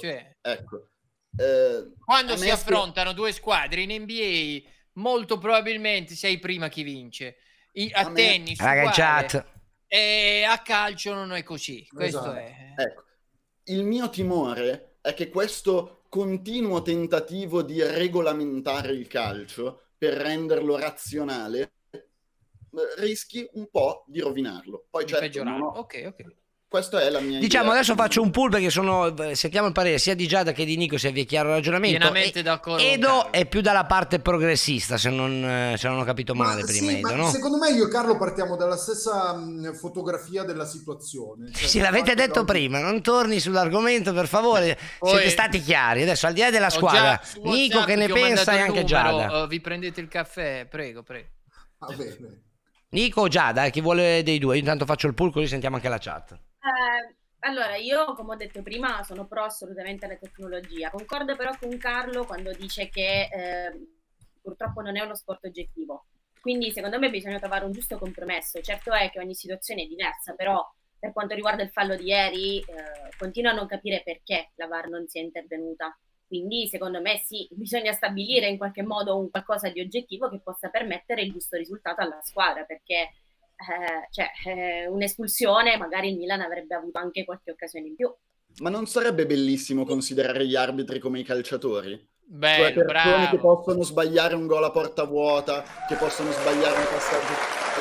[SPEAKER 5] Quando si affrontano due squadre in NBA, molto probabilmente sei prima chi vince. A tennis,
[SPEAKER 4] chat.
[SPEAKER 5] E a calcio non è così. Questo
[SPEAKER 6] Esatto.
[SPEAKER 5] è.
[SPEAKER 6] Ecco. Il mio timore è che questo continuo tentativo di regolamentare il calcio per renderlo razionale rischi un po' di rovinarlo. Poi certo,
[SPEAKER 5] Ok.
[SPEAKER 6] questa è la mia
[SPEAKER 4] Diciamo,
[SPEAKER 6] idea.
[SPEAKER 4] adesso faccio un pull perché sentiamo il parere sia di Giada che di Nico, se vi è chiaro il ragionamento.
[SPEAKER 5] Pienamente d'accordo.
[SPEAKER 4] Edo è più dalla parte progressista, se non ho capito male prima. Edo, no?
[SPEAKER 8] Secondo me io e Carlo partiamo dalla stessa fotografia della situazione. Cioè,
[SPEAKER 4] sì, l'avete detto prima, non torni sull'argomento per favore. Siete stati chiari. Adesso al di là della squadra, Nico che ne pensa e anche Giada.
[SPEAKER 5] Vi prendete il caffè, prego.
[SPEAKER 8] Va bene.
[SPEAKER 4] Nico o Giada, chi vuole dei due? Io intanto faccio il pull così sentiamo anche la chat.
[SPEAKER 7] Allora, io come ho detto prima sono pro assolutamente alla tecnologia, concordo però con Carlo quando dice che purtroppo non è uno sport oggettivo, quindi secondo me bisogna trovare un giusto compromesso. Certo è che ogni situazione è diversa, però per quanto riguarda il fallo di ieri continuo a non capire perché la VAR non sia intervenuta, quindi secondo me sì, bisogna stabilire in qualche modo un qualcosa di oggettivo che possa permettere il giusto risultato alla squadra, perché un'espulsione magari il Milan avrebbe avuto anche qualche occasione in più.
[SPEAKER 6] Ma non sarebbe bellissimo considerare gli arbitri come i calciatori?
[SPEAKER 5] Bello,
[SPEAKER 6] cioè persone
[SPEAKER 5] bravo.
[SPEAKER 6] che possono sbagliare un gol a porta vuota, che possono sbagliare un passaggio.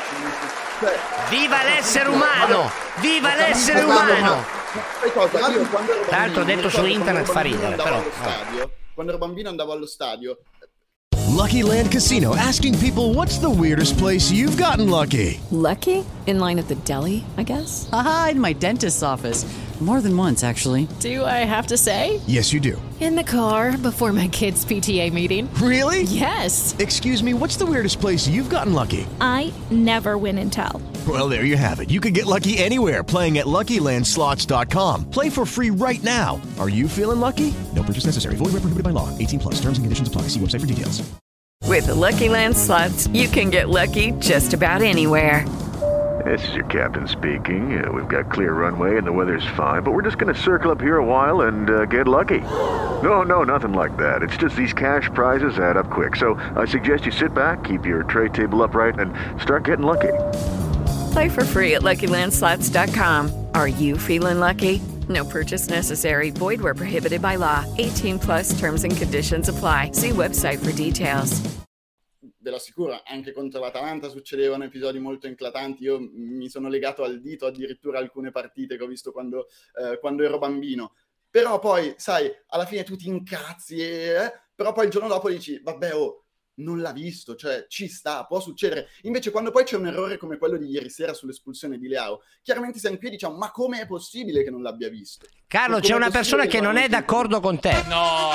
[SPEAKER 4] Viva l'essere umano! Viva l'essere umano!
[SPEAKER 6] Sai cosa? Io quando ero
[SPEAKER 4] Tra l'altro
[SPEAKER 6] bambino,
[SPEAKER 4] detto su internet fa ridere, però.
[SPEAKER 6] Quando ero bambino andavo allo stadio.
[SPEAKER 10] Lucky Land Casino, asking people, what's the weirdest place you've gotten lucky?
[SPEAKER 11] Lucky? In line at the deli, I guess?
[SPEAKER 12] Aha, in my dentist's office. More than once, actually.
[SPEAKER 11] Do I have to say?
[SPEAKER 10] Yes, you do.
[SPEAKER 11] In the car before my kids' PTA meeting.
[SPEAKER 10] Really?
[SPEAKER 11] Yes.
[SPEAKER 10] Excuse me, what's the weirdest place you've gotten lucky?
[SPEAKER 13] I never win and tell.
[SPEAKER 10] Well, there you have it. You can get lucky anywhere, playing at LuckyLandSlots.com. Play for free right now. Are you feeling lucky? No purchase necessary. Void where prohibited by law. 18+. Terms and conditions apply. See website for details.
[SPEAKER 14] With the Lucky Land Slots, you can get lucky just about anywhere.
[SPEAKER 15] This is your captain speaking. We've got clear runway and the weather's fine, but we're just going to circle up here a while and get lucky. No, nothing like that. It's just these cash prizes add up quick. So I suggest you sit back, keep your tray table upright, and start getting lucky.
[SPEAKER 14] Play for free at LuckyLandSlots.com. Are you feeling lucky? No purchase necessary. Void where prohibited by law. 18+ terms and conditions apply. See website for details.
[SPEAKER 6] Ve lo assicuro, anche contro l'Atalanta succedevano episodi molto eclatanti. Io mi sono legato al dito addirittura alcune partite che ho visto quando ero bambino. Però poi, sai, alla fine tu ti incazzi, però poi il giorno dopo dici, vabbè, non l'ha visto, cioè ci sta, può succedere. Invece quando poi c'è un errore come quello di ieri sera sull'espulsione di Leao, chiaramente siamo qui e diciamo, ma come è possibile che non l'abbia visto?
[SPEAKER 4] Carlo, c'è una persona che non è d'accordo con te.
[SPEAKER 5] No.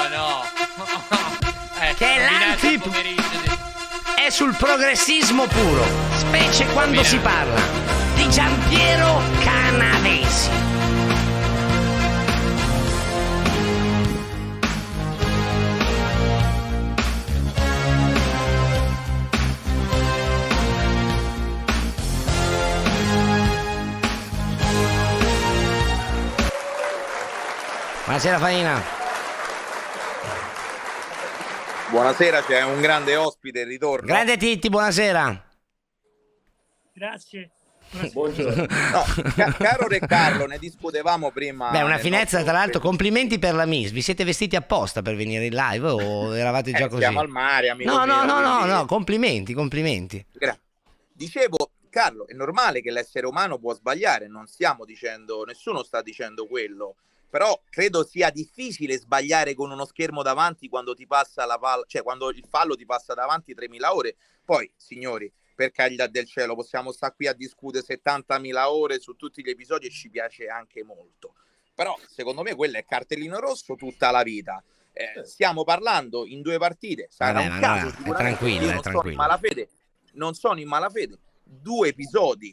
[SPEAKER 4] Che è è sul progressismo puro, specie quando si parla di Giampiero Canavesi. Buonasera Faina.
[SPEAKER 16] Buonasera, c'è un grande ospite in ritorno.
[SPEAKER 4] Grande Titti, buonasera.
[SPEAKER 17] Grazie.
[SPEAKER 16] Buongiorno. No, caro Re Carlo, ne discutevamo prima.
[SPEAKER 4] Beh, una finestra, tra l'altro, complimenti per la Miss. Vi siete vestiti apposta per venire in live o eravate già così?
[SPEAKER 16] Siamo al mare, amico.
[SPEAKER 4] No, complimenti.
[SPEAKER 16] Dicevo, Carlo, è normale che l'essere umano può sbagliare, non stiamo dicendo, nessuno sta dicendo quello. Però credo sia difficile sbagliare con uno schermo davanti quando ti passa la palla, cioè quando il fallo ti passa davanti 3.000 ore. Poi, signori, per carità del cielo, possiamo stare qui a discutere 70.000 ore su tutti gli episodi e ci piace anche molto. Però, secondo me, quello è cartellino rosso tutta la vita. Stiamo parlando in 2 partite. Sarà un caso,
[SPEAKER 4] tranquillo.
[SPEAKER 16] Non sono in malafede. 2 episodi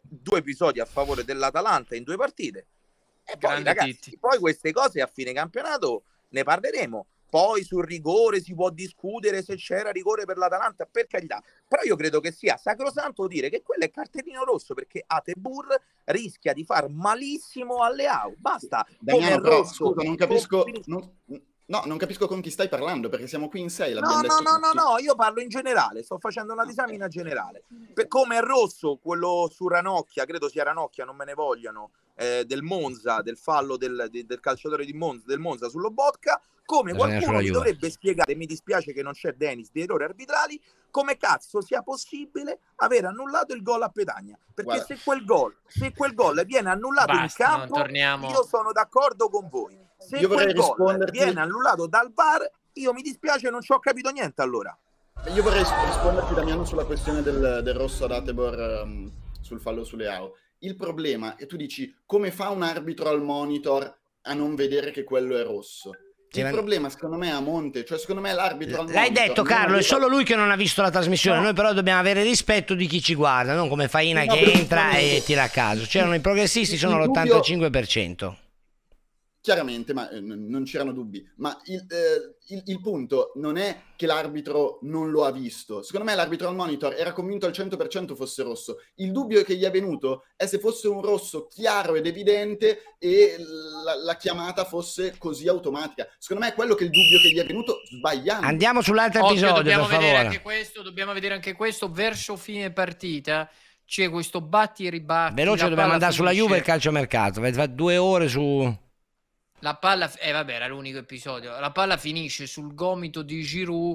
[SPEAKER 16] 2 episodi a favore dell'Atalanta in 2 partite. E poi,
[SPEAKER 5] Grande
[SPEAKER 16] ragazzi, poi queste cose a fine campionato ne parleremo. Poi sul rigore si può discutere se c'era rigore per l'Atalanta, per carità. Però io credo che sia sacrosanto dire che quello è cartellino rosso, perché Atebur rischia di far malissimo alle AU. Basta.
[SPEAKER 6] Damiano,
[SPEAKER 16] come
[SPEAKER 6] però,
[SPEAKER 16] rosso,
[SPEAKER 6] scusa, non capisco... non capisco con chi stai parlando, perché siamo qui in 6.
[SPEAKER 16] No, io parlo in generale, sto facendo una disamina generale. Come è rosso quello su Ranocchia, credo sia Ranocchia, non me ne vogliano, del Monza, del fallo del calciatore del Monza sullo Lobotka, come qualcuno mi dovrebbe spiegare, mi dispiace che non c'è Dennis, di errori arbitrali, come cazzo sia possibile aver annullato il gol a Petagna. Perché se quel gol viene annullato in campo, io sono d'accordo con voi. Se quel gol viene annullato dal VAR, io mi dispiace, non ci ho capito niente allora.
[SPEAKER 6] Io vorrei risponderti, Damiano, sulla questione del rosso ad Atebor sul fallo sulle AO. Il problema è, tu dici, come fa un arbitro al monitor a non vedere che quello è rosso? Il problema, secondo me, è a monte, cioè secondo me l'arbitro al monitor...
[SPEAKER 4] L'hai detto, Carlo, è solo lui che non ha visto la trasmissione. No. Noi però dobbiamo avere rispetto di chi ci guarda, non come Faina che entra e tira a caso. C'erano i progressisti, sono l'85%.
[SPEAKER 6] Chiaramente, ma non c'erano dubbi. Ma il punto non è che l'arbitro non lo ha visto. Secondo me l'arbitro al monitor era convinto al 100% fosse rosso. Il dubbio che gli è venuto è se fosse un rosso chiaro ed evidente e la chiamata fosse così automatica. Secondo me è quello che è il dubbio che gli è venuto sbagliando.
[SPEAKER 4] Andiamo sull'altro episodio, per favore.
[SPEAKER 5] Dobbiamo vedere anche questo. Verso fine partita c'è questo batti e ribatti.
[SPEAKER 4] Veloce, dobbiamo andare sulla Juve e il calciomercato. Fa 2 ore su...
[SPEAKER 5] La palla, vabbè, era l'unico episodio. La palla finisce sul gomito di Giroud,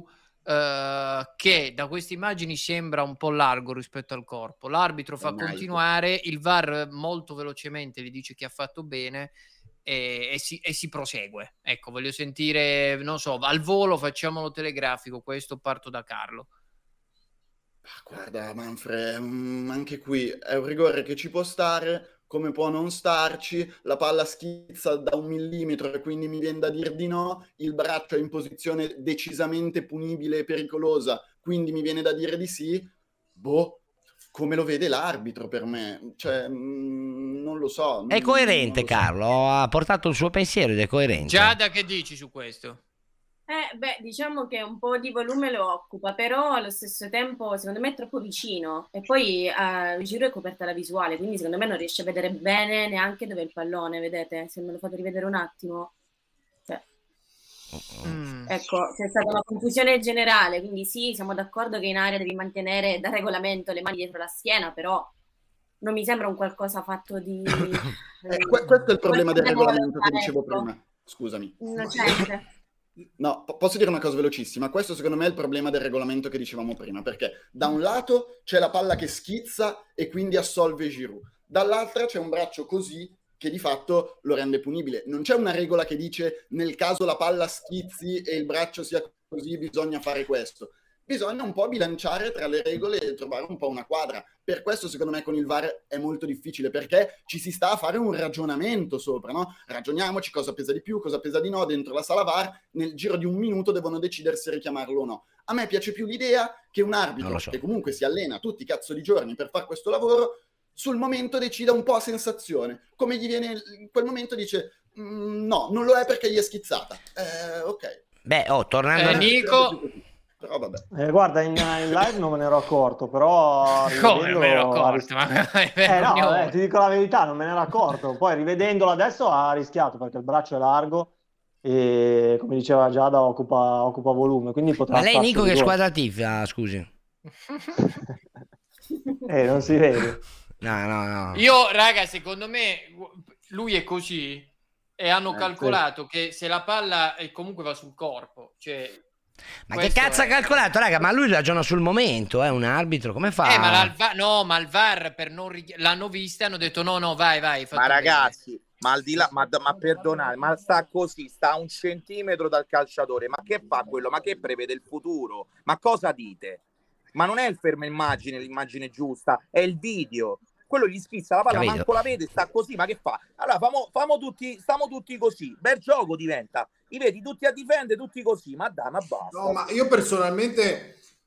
[SPEAKER 5] che da queste immagini sembra un po' largo rispetto al corpo. L'arbitro fa continuare, il VAR molto velocemente gli dice che ha fatto bene e si prosegue. Ecco, voglio sentire, non so, al volo, facciamolo telegrafico. Questo, parto da Carlo.
[SPEAKER 6] Guarda, Manfred, anche qui è un rigore che ci può stare, come può non starci, la palla schizza da 1 millimetro e quindi mi viene da dir di no, il braccio è in posizione decisamente punibile e pericolosa, quindi mi viene da dire di sì. Come lo vede l'arbitro per me? Cioè, non lo so.
[SPEAKER 4] È coerente, Carlo, ha portato il suo pensiero ed è coerente.
[SPEAKER 5] Giada, che dici su questo?
[SPEAKER 7] Diciamo che un po' di volume lo occupa, però allo stesso tempo secondo me è troppo vicino e poi Giroud è coperta la visuale, quindi secondo me non riesce a vedere bene neanche dove è il pallone, vedete? Se me lo fate rivedere un attimo, ecco, c'è stata una confusione generale, quindi sì, siamo d'accordo che in area devi mantenere da regolamento le mani dietro la schiena, però non mi sembra un qualcosa fatto di...
[SPEAKER 6] questo è il problema del regolamento che dicevo prima, scusami.
[SPEAKER 7] Innocente.
[SPEAKER 6] No, posso dire una cosa velocissima? Questo secondo me è il problema del regolamento che dicevamo prima, perché da un lato c'è la palla che schizza e quindi assolve Giroud, dall'altra c'è un braccio così che di fatto lo rende punibile. Non c'è una regola che dice nel caso la palla schizzi e il braccio sia così bisogna fare questo. Bisogna un po' bilanciare tra le regole e trovare un po' una quadra. Per questo secondo me con il VAR è molto difficile, perché ci si sta a fare un ragionamento sopra, no? Ragioniamoci cosa pesa di più, cosa pesa di no, dentro la sala VAR nel giro di 1 minuto devono decidere se richiamarlo o no. A me piace più l'idea che un arbitro, che comunque si allena tutti i cazzo di giorni per fare questo lavoro, sul momento decida un po' a sensazione. Come gli viene in quel momento dice no, non lo è perché gli è schizzata. Ok.
[SPEAKER 4] Tornando a
[SPEAKER 5] Nico...
[SPEAKER 6] Però vabbè.
[SPEAKER 9] Guarda, in live non me ne ero accorto, però
[SPEAKER 5] come me ne ero accorto?
[SPEAKER 9] Ti dico la verità, non me ne ero accorto. Poi rivedendolo adesso ha rischiato perché il braccio è largo e, come diceva Giada, occupa volume, quindi potrà...
[SPEAKER 4] Ma lei, Nico, che squadra tifa, scusi?
[SPEAKER 9] Non si vede.
[SPEAKER 5] No. Io, raga, secondo me lui è così e hanno calcolato che se la palla comunque va sul corpo, cioè...
[SPEAKER 4] Ma che cazzo ha calcolato, raga? Ma lui ragiona sul momento, un arbitro, come fa?
[SPEAKER 5] Ma il VAR per non l'hanno vista, hanno detto no, vai.
[SPEAKER 16] Ma ragazzi, ma al di là, ma perdonate, ma sta così, sta a 1 centimetro dal calciatore, ma che fa quello? Ma che prevede il futuro? Ma cosa dite? Ma non è il fermo immagine, l'immagine giusta, è il video. Quello gli schizza la palla, manco la vede, sta così, ma che fa? Allora stiamo tutti così, bel gioco diventa, li vedi tutti a difendere, tutti così, ma basta.
[SPEAKER 8] No, ma io personalmente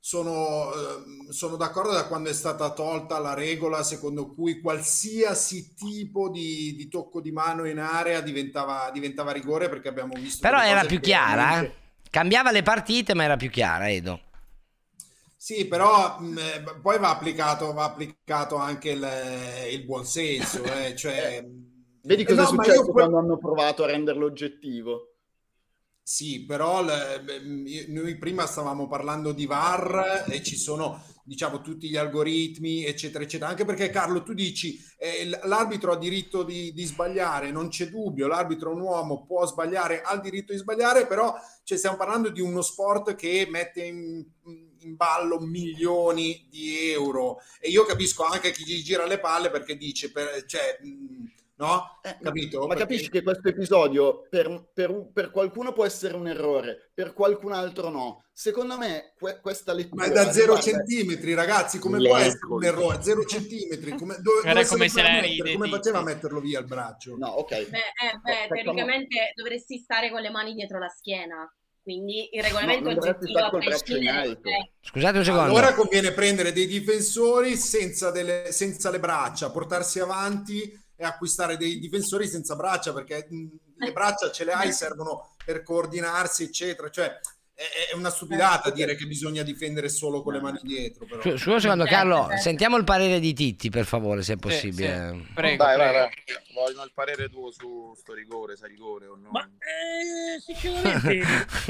[SPEAKER 8] sono d'accordo da quando è stata tolta la regola secondo cui qualsiasi tipo di tocco di mano in area diventava rigore, perché abbiamo visto...
[SPEAKER 4] Però era più chiara, cambiava le partite, ma era più chiara, Edo.
[SPEAKER 8] Sì, però poi va applicato anche il buonsenso, cioè...
[SPEAKER 6] Vedi cosa è successo quando hanno provato a renderlo oggettivo?
[SPEAKER 8] Sì, però noi prima stavamo parlando di VAR e ci sono, diciamo, tutti gli algoritmi, eccetera, eccetera. Anche perché, Carlo, tu dici l'arbitro ha diritto di sbagliare, non c'è dubbio, l'arbitro è un uomo, può sbagliare, ha il diritto di sbagliare, però stiamo parlando di uno sport che mette in ballo milioni di euro. E io capisco anche chi gli gira le palle perché dice... no? Capito?
[SPEAKER 6] Ma capisci che questo episodio per qualcuno può essere un errore, per qualcun altro no. Secondo me questa lettura...
[SPEAKER 8] Ma è da 0 centimetri, ragazzi, come può essere un errore? 0 centimetri, come faceva a metterlo via il braccio?
[SPEAKER 6] No, ok.
[SPEAKER 7] Teoricamente dovresti stare con le mani dietro la schiena. Quindi il regolamento oggettivo a prescindere.
[SPEAKER 4] Scusate un secondo.
[SPEAKER 8] Allora conviene prendere dei difensori senza le braccia, portarsi avanti e acquistare dei difensori senza braccia, perché le braccia ce le hai, servono per coordinarsi, eccetera. Cioè è una stupidata dire che bisogna difendere solo con le mani dietro. Però.
[SPEAKER 4] Scusa un secondo, Carlo, sentiamo il parere di Titti, per favore, se è possibile.
[SPEAKER 16] Sì. Prego, vai. Voglio il parere tuo su sto rigore, se è rigore o no.
[SPEAKER 17] Ma sinceramente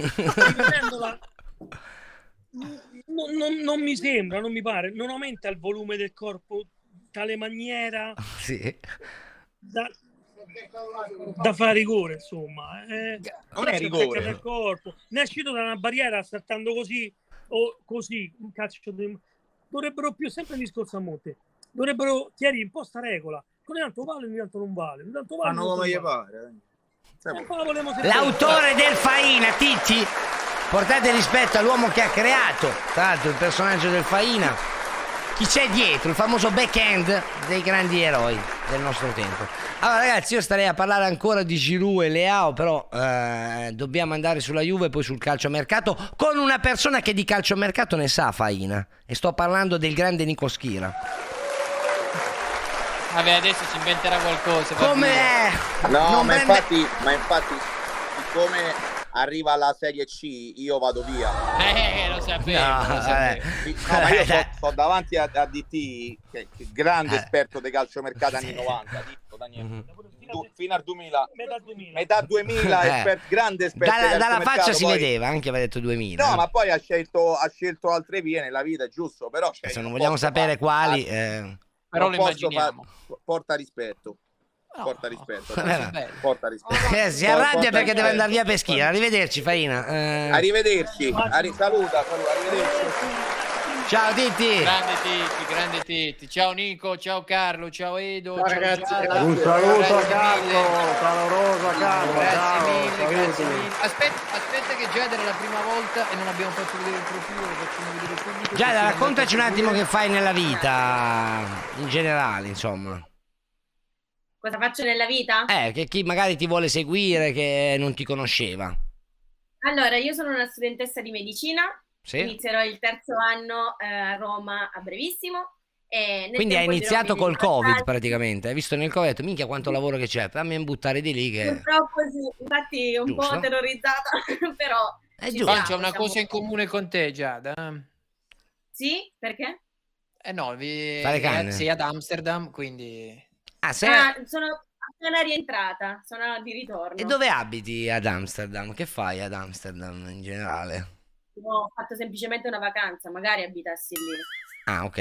[SPEAKER 17] non mi sembra, non mi pare, non aumenta il volume del corpo tale maniera da fare rigore, insomma.
[SPEAKER 16] Non è rigore.
[SPEAKER 17] Del corpo. Ne è uscito da una barriera saltando così o così, un calcio dovrebbero più, sempre il discorso a monte, dovrebbero chiarire un po' sta regola. Ogni tanto vale, ogni tanto non vale.
[SPEAKER 16] Fanno come gli pare.
[SPEAKER 4] L'autore del Faina, Titti, portate rispetto all'uomo che ha creato, tra l'altro, il personaggio del Faina. Chi c'è dietro, il famoso back-end dei grandi eroi del nostro tempo. Allora ragazzi, io starei a parlare ancora di Giroud e Leao, però dobbiamo andare sulla Juve e poi sul calciomercato con una persona che di calciomercato ne sa, Faina, e sto parlando del grande Nico Schira.
[SPEAKER 5] Vabbè, adesso si inventerà qualcosa.
[SPEAKER 4] Come è?
[SPEAKER 16] No, ma infatti, siccome arriva alla Serie C, io vado via.
[SPEAKER 5] Lo sapevo.
[SPEAKER 16] No, ma io sto davanti a DT, che è grande esperto di calciomercato anni 90, Daniele. Fino al 2000. Metà 2000, grande esperto.
[SPEAKER 4] Dalla faccia si vedeva, anche aveva detto 2000.
[SPEAKER 16] No, ma poi ha scelto altre vie nella vita, è giusto, però...
[SPEAKER 4] Se non vogliamo sapere quali...
[SPEAKER 5] Però lo immaginiamo.
[SPEAKER 16] Porta rispetto. Porta rispetto.
[SPEAKER 4] Si arrabbia perché deve andare via per Schira. Arrivederci, Faina.
[SPEAKER 16] Arrivederci. Saluta. Arrivederci.
[SPEAKER 4] Ciao Titti.
[SPEAKER 5] Grande Titti. Ciao Nico, ciao Carlo, ciao Edo.
[SPEAKER 9] Ciao ragazzi. Un saluto a Carlo, caloroso a Carlo.
[SPEAKER 5] Grazie mille. Aspetta che Giada era la prima volta e non abbiamo fatto vedere il profilo, lo facciamo vedere subito.
[SPEAKER 4] Giada, raccontaci un attimo che fai nella vita, in generale, insomma.
[SPEAKER 7] Cosa faccio nella vita?
[SPEAKER 4] Che chi magari ti vuole seguire, che non ti conosceva.
[SPEAKER 7] Allora, io sono una studentessa di medicina,
[SPEAKER 4] sì.
[SPEAKER 7] Inizierò il 3° anno a Roma a brevissimo.
[SPEAKER 4] Quindi hai iniziato col Covid praticamente, hai visto nel Covid, hai detto minchia quanto lavoro che c'è, fammi buttare di lì che...
[SPEAKER 7] Purtroppo sì, infatti un po' terrorizzata, però...
[SPEAKER 5] C'è una cosa in comune con te, Giada.
[SPEAKER 7] Sì? Perché?
[SPEAKER 5] No,
[SPEAKER 4] sei
[SPEAKER 5] ad Amsterdam, quindi...
[SPEAKER 7] sono appena rientrata, sono di ritorno.
[SPEAKER 4] E dove abiti ad Amsterdam? Che fai ad Amsterdam in generale?
[SPEAKER 7] Ho fatto semplicemente una vacanza, magari abitassi lì.
[SPEAKER 4] Ah, ok.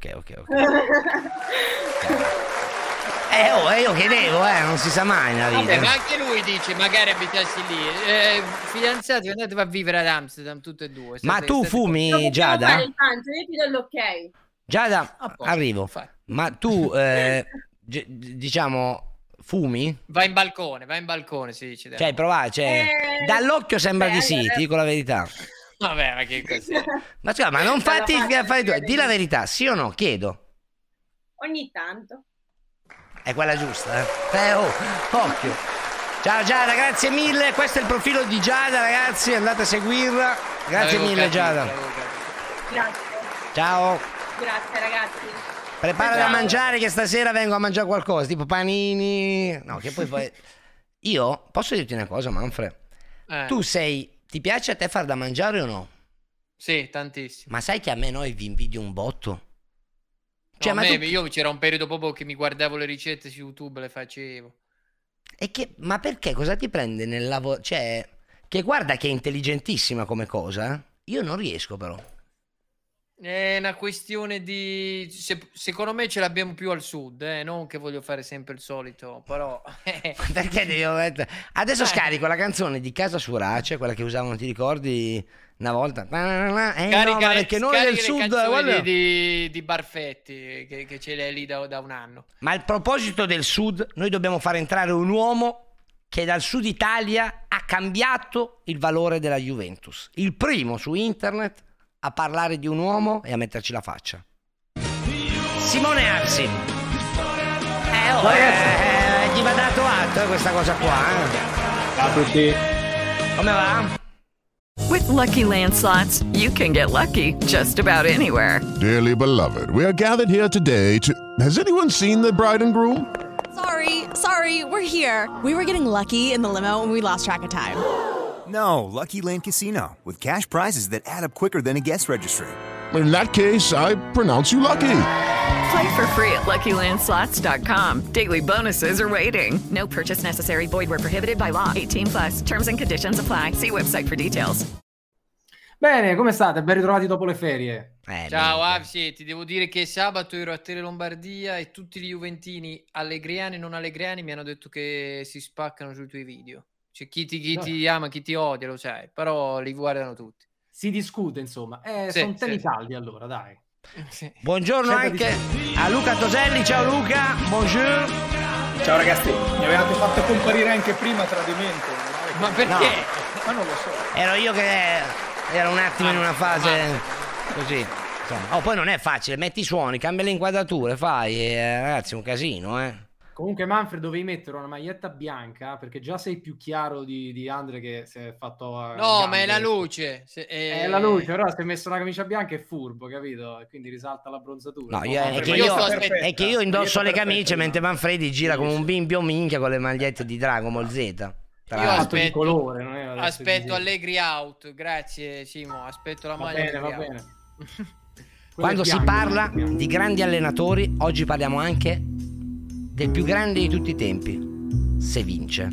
[SPEAKER 4] Io chiedevo, non si sa mai nella vita.
[SPEAKER 5] Vabbè, ma anche lui dice, magari abitassi lì. Fidanzati, andate a vivere ad Amsterdam, tutte e due.
[SPEAKER 4] Ma tu fumi, Giada?
[SPEAKER 7] Io ti do l'ok.
[SPEAKER 4] Giada, arrivo. Ma tu, diciamo, fumi?
[SPEAKER 5] Va in balcone, si dice.
[SPEAKER 4] Cioè, provare, dall'occhio sembra di sì, ti dico la verità.
[SPEAKER 5] Vabbè, ma che cos'è?
[SPEAKER 4] Ma scusa, ma non fatti fare tu, di la verità, sì o no? Chiedo.
[SPEAKER 7] Ogni tanto.
[SPEAKER 4] È quella giusta, occhio. Ciao Giada, grazie mille. Questo è il profilo di Giada, ragazzi, andate a seguirla. Grazie mille, Giada.
[SPEAKER 7] Grazie.
[SPEAKER 4] Ciao.
[SPEAKER 7] Grazie ragazzi.
[SPEAKER 4] Prepara da mangiare che stasera vengo a mangiare qualcosa, tipo panini. No, che poi... Io posso dirti una cosa, Manfred? Tu ti piace a te far da mangiare o no?
[SPEAKER 5] Sì, tantissimo.
[SPEAKER 4] Ma sai che a me vi invidio un botto? Cioè,
[SPEAKER 5] No, io c'era un periodo proprio che mi guardavo le ricette su YouTube, le facevo.
[SPEAKER 4] Ma perché? Cosa ti prende nel lavoro? Cioè, che guarda che è intelligentissima come cosa, eh? Io non riesco però.
[SPEAKER 5] È una questione di... secondo me ce l'abbiamo più al sud, non che voglio fare sempre il solito, però...
[SPEAKER 4] Perché devo mettere... Adesso scarico la canzone di Casa Surace, quella che usavano, ti ricordi, una volta? Perché noi del sud...
[SPEAKER 5] Di Barfetti, che ce l'hai lì da un anno.
[SPEAKER 4] Ma al proposito del sud, noi dobbiamo far entrare un uomo che dal sud Italia ha cambiato il valore della Juventus. Il primo su internet a parlare di un uomo e a metterci la faccia. Simone Arsi. Gli va dato atto questa cosa qua.
[SPEAKER 18] Ciao a tutti.
[SPEAKER 4] Come va?
[SPEAKER 14] With Lucky Land Slots, you can get lucky just about anywhere.
[SPEAKER 19] Dearly beloved, we are gathered here today to... Has anyone seen the bride and groom?
[SPEAKER 20] Sorry, we're here. We were getting lucky in the limo and we lost track of time.
[SPEAKER 21] No, Lucky Land Casino, with cash prizes that add up quicker than a guest registry.
[SPEAKER 19] In that case, I pronounce you lucky.
[SPEAKER 14] Play for free at LuckyLandSlots.com. Daily bonuses are waiting. No purchase necessary. Void where prohibited by law. 18+. Terms and conditions apply. See website for details.
[SPEAKER 18] Bene, come state? Ben ritrovati dopo le ferie.
[SPEAKER 5] Ciao Avsi, ti devo dire che sabato ero a Tele Lombardia e tutti gli juventini, allegriani e non allegriani, mi hanno detto che si spaccano sui tuoi video. Cioè, chi ti ama, chi ti odia, lo sai, però li guardano tutti.
[SPEAKER 18] Si discute, insomma. Sono temi caldi, allora, dai.
[SPEAKER 5] Sì.
[SPEAKER 4] Buongiorno anche a Luca Toselli. Ciao Luca, bonjour.
[SPEAKER 22] Ciao ragazzi, mi avevate fatto comparire anche prima Tradimento.
[SPEAKER 5] Ma perché?
[SPEAKER 4] No.
[SPEAKER 22] Ma non lo so.
[SPEAKER 4] Ero io che ero un attimo in una fase così. Insomma. Poi non è facile, metti i suoni, cambia le inquadrature, fai, ragazzi, un casino,
[SPEAKER 18] Comunque Manfred dovevi mettere una maglietta bianca perché già sei più chiaro di Andre che si è fatto
[SPEAKER 5] no, ma è la luce.
[SPEAKER 18] È la luce, però se hai messo una camicia bianca è furbo, capito? E quindi risalta la bronzatura.
[SPEAKER 4] No, è che io indosso le camicie mentre Manfredi gira come un bimbio minchia con le magliette di Dragon Ball Z.
[SPEAKER 5] Io aspetto colore, non è aspetto Allegri out, grazie Simo, aspetto la maglia.
[SPEAKER 18] Va bene.
[SPEAKER 4] Quando si parla di grandi allenatori, oggi parliamo anche del più grande di tutti i tempi, se vince.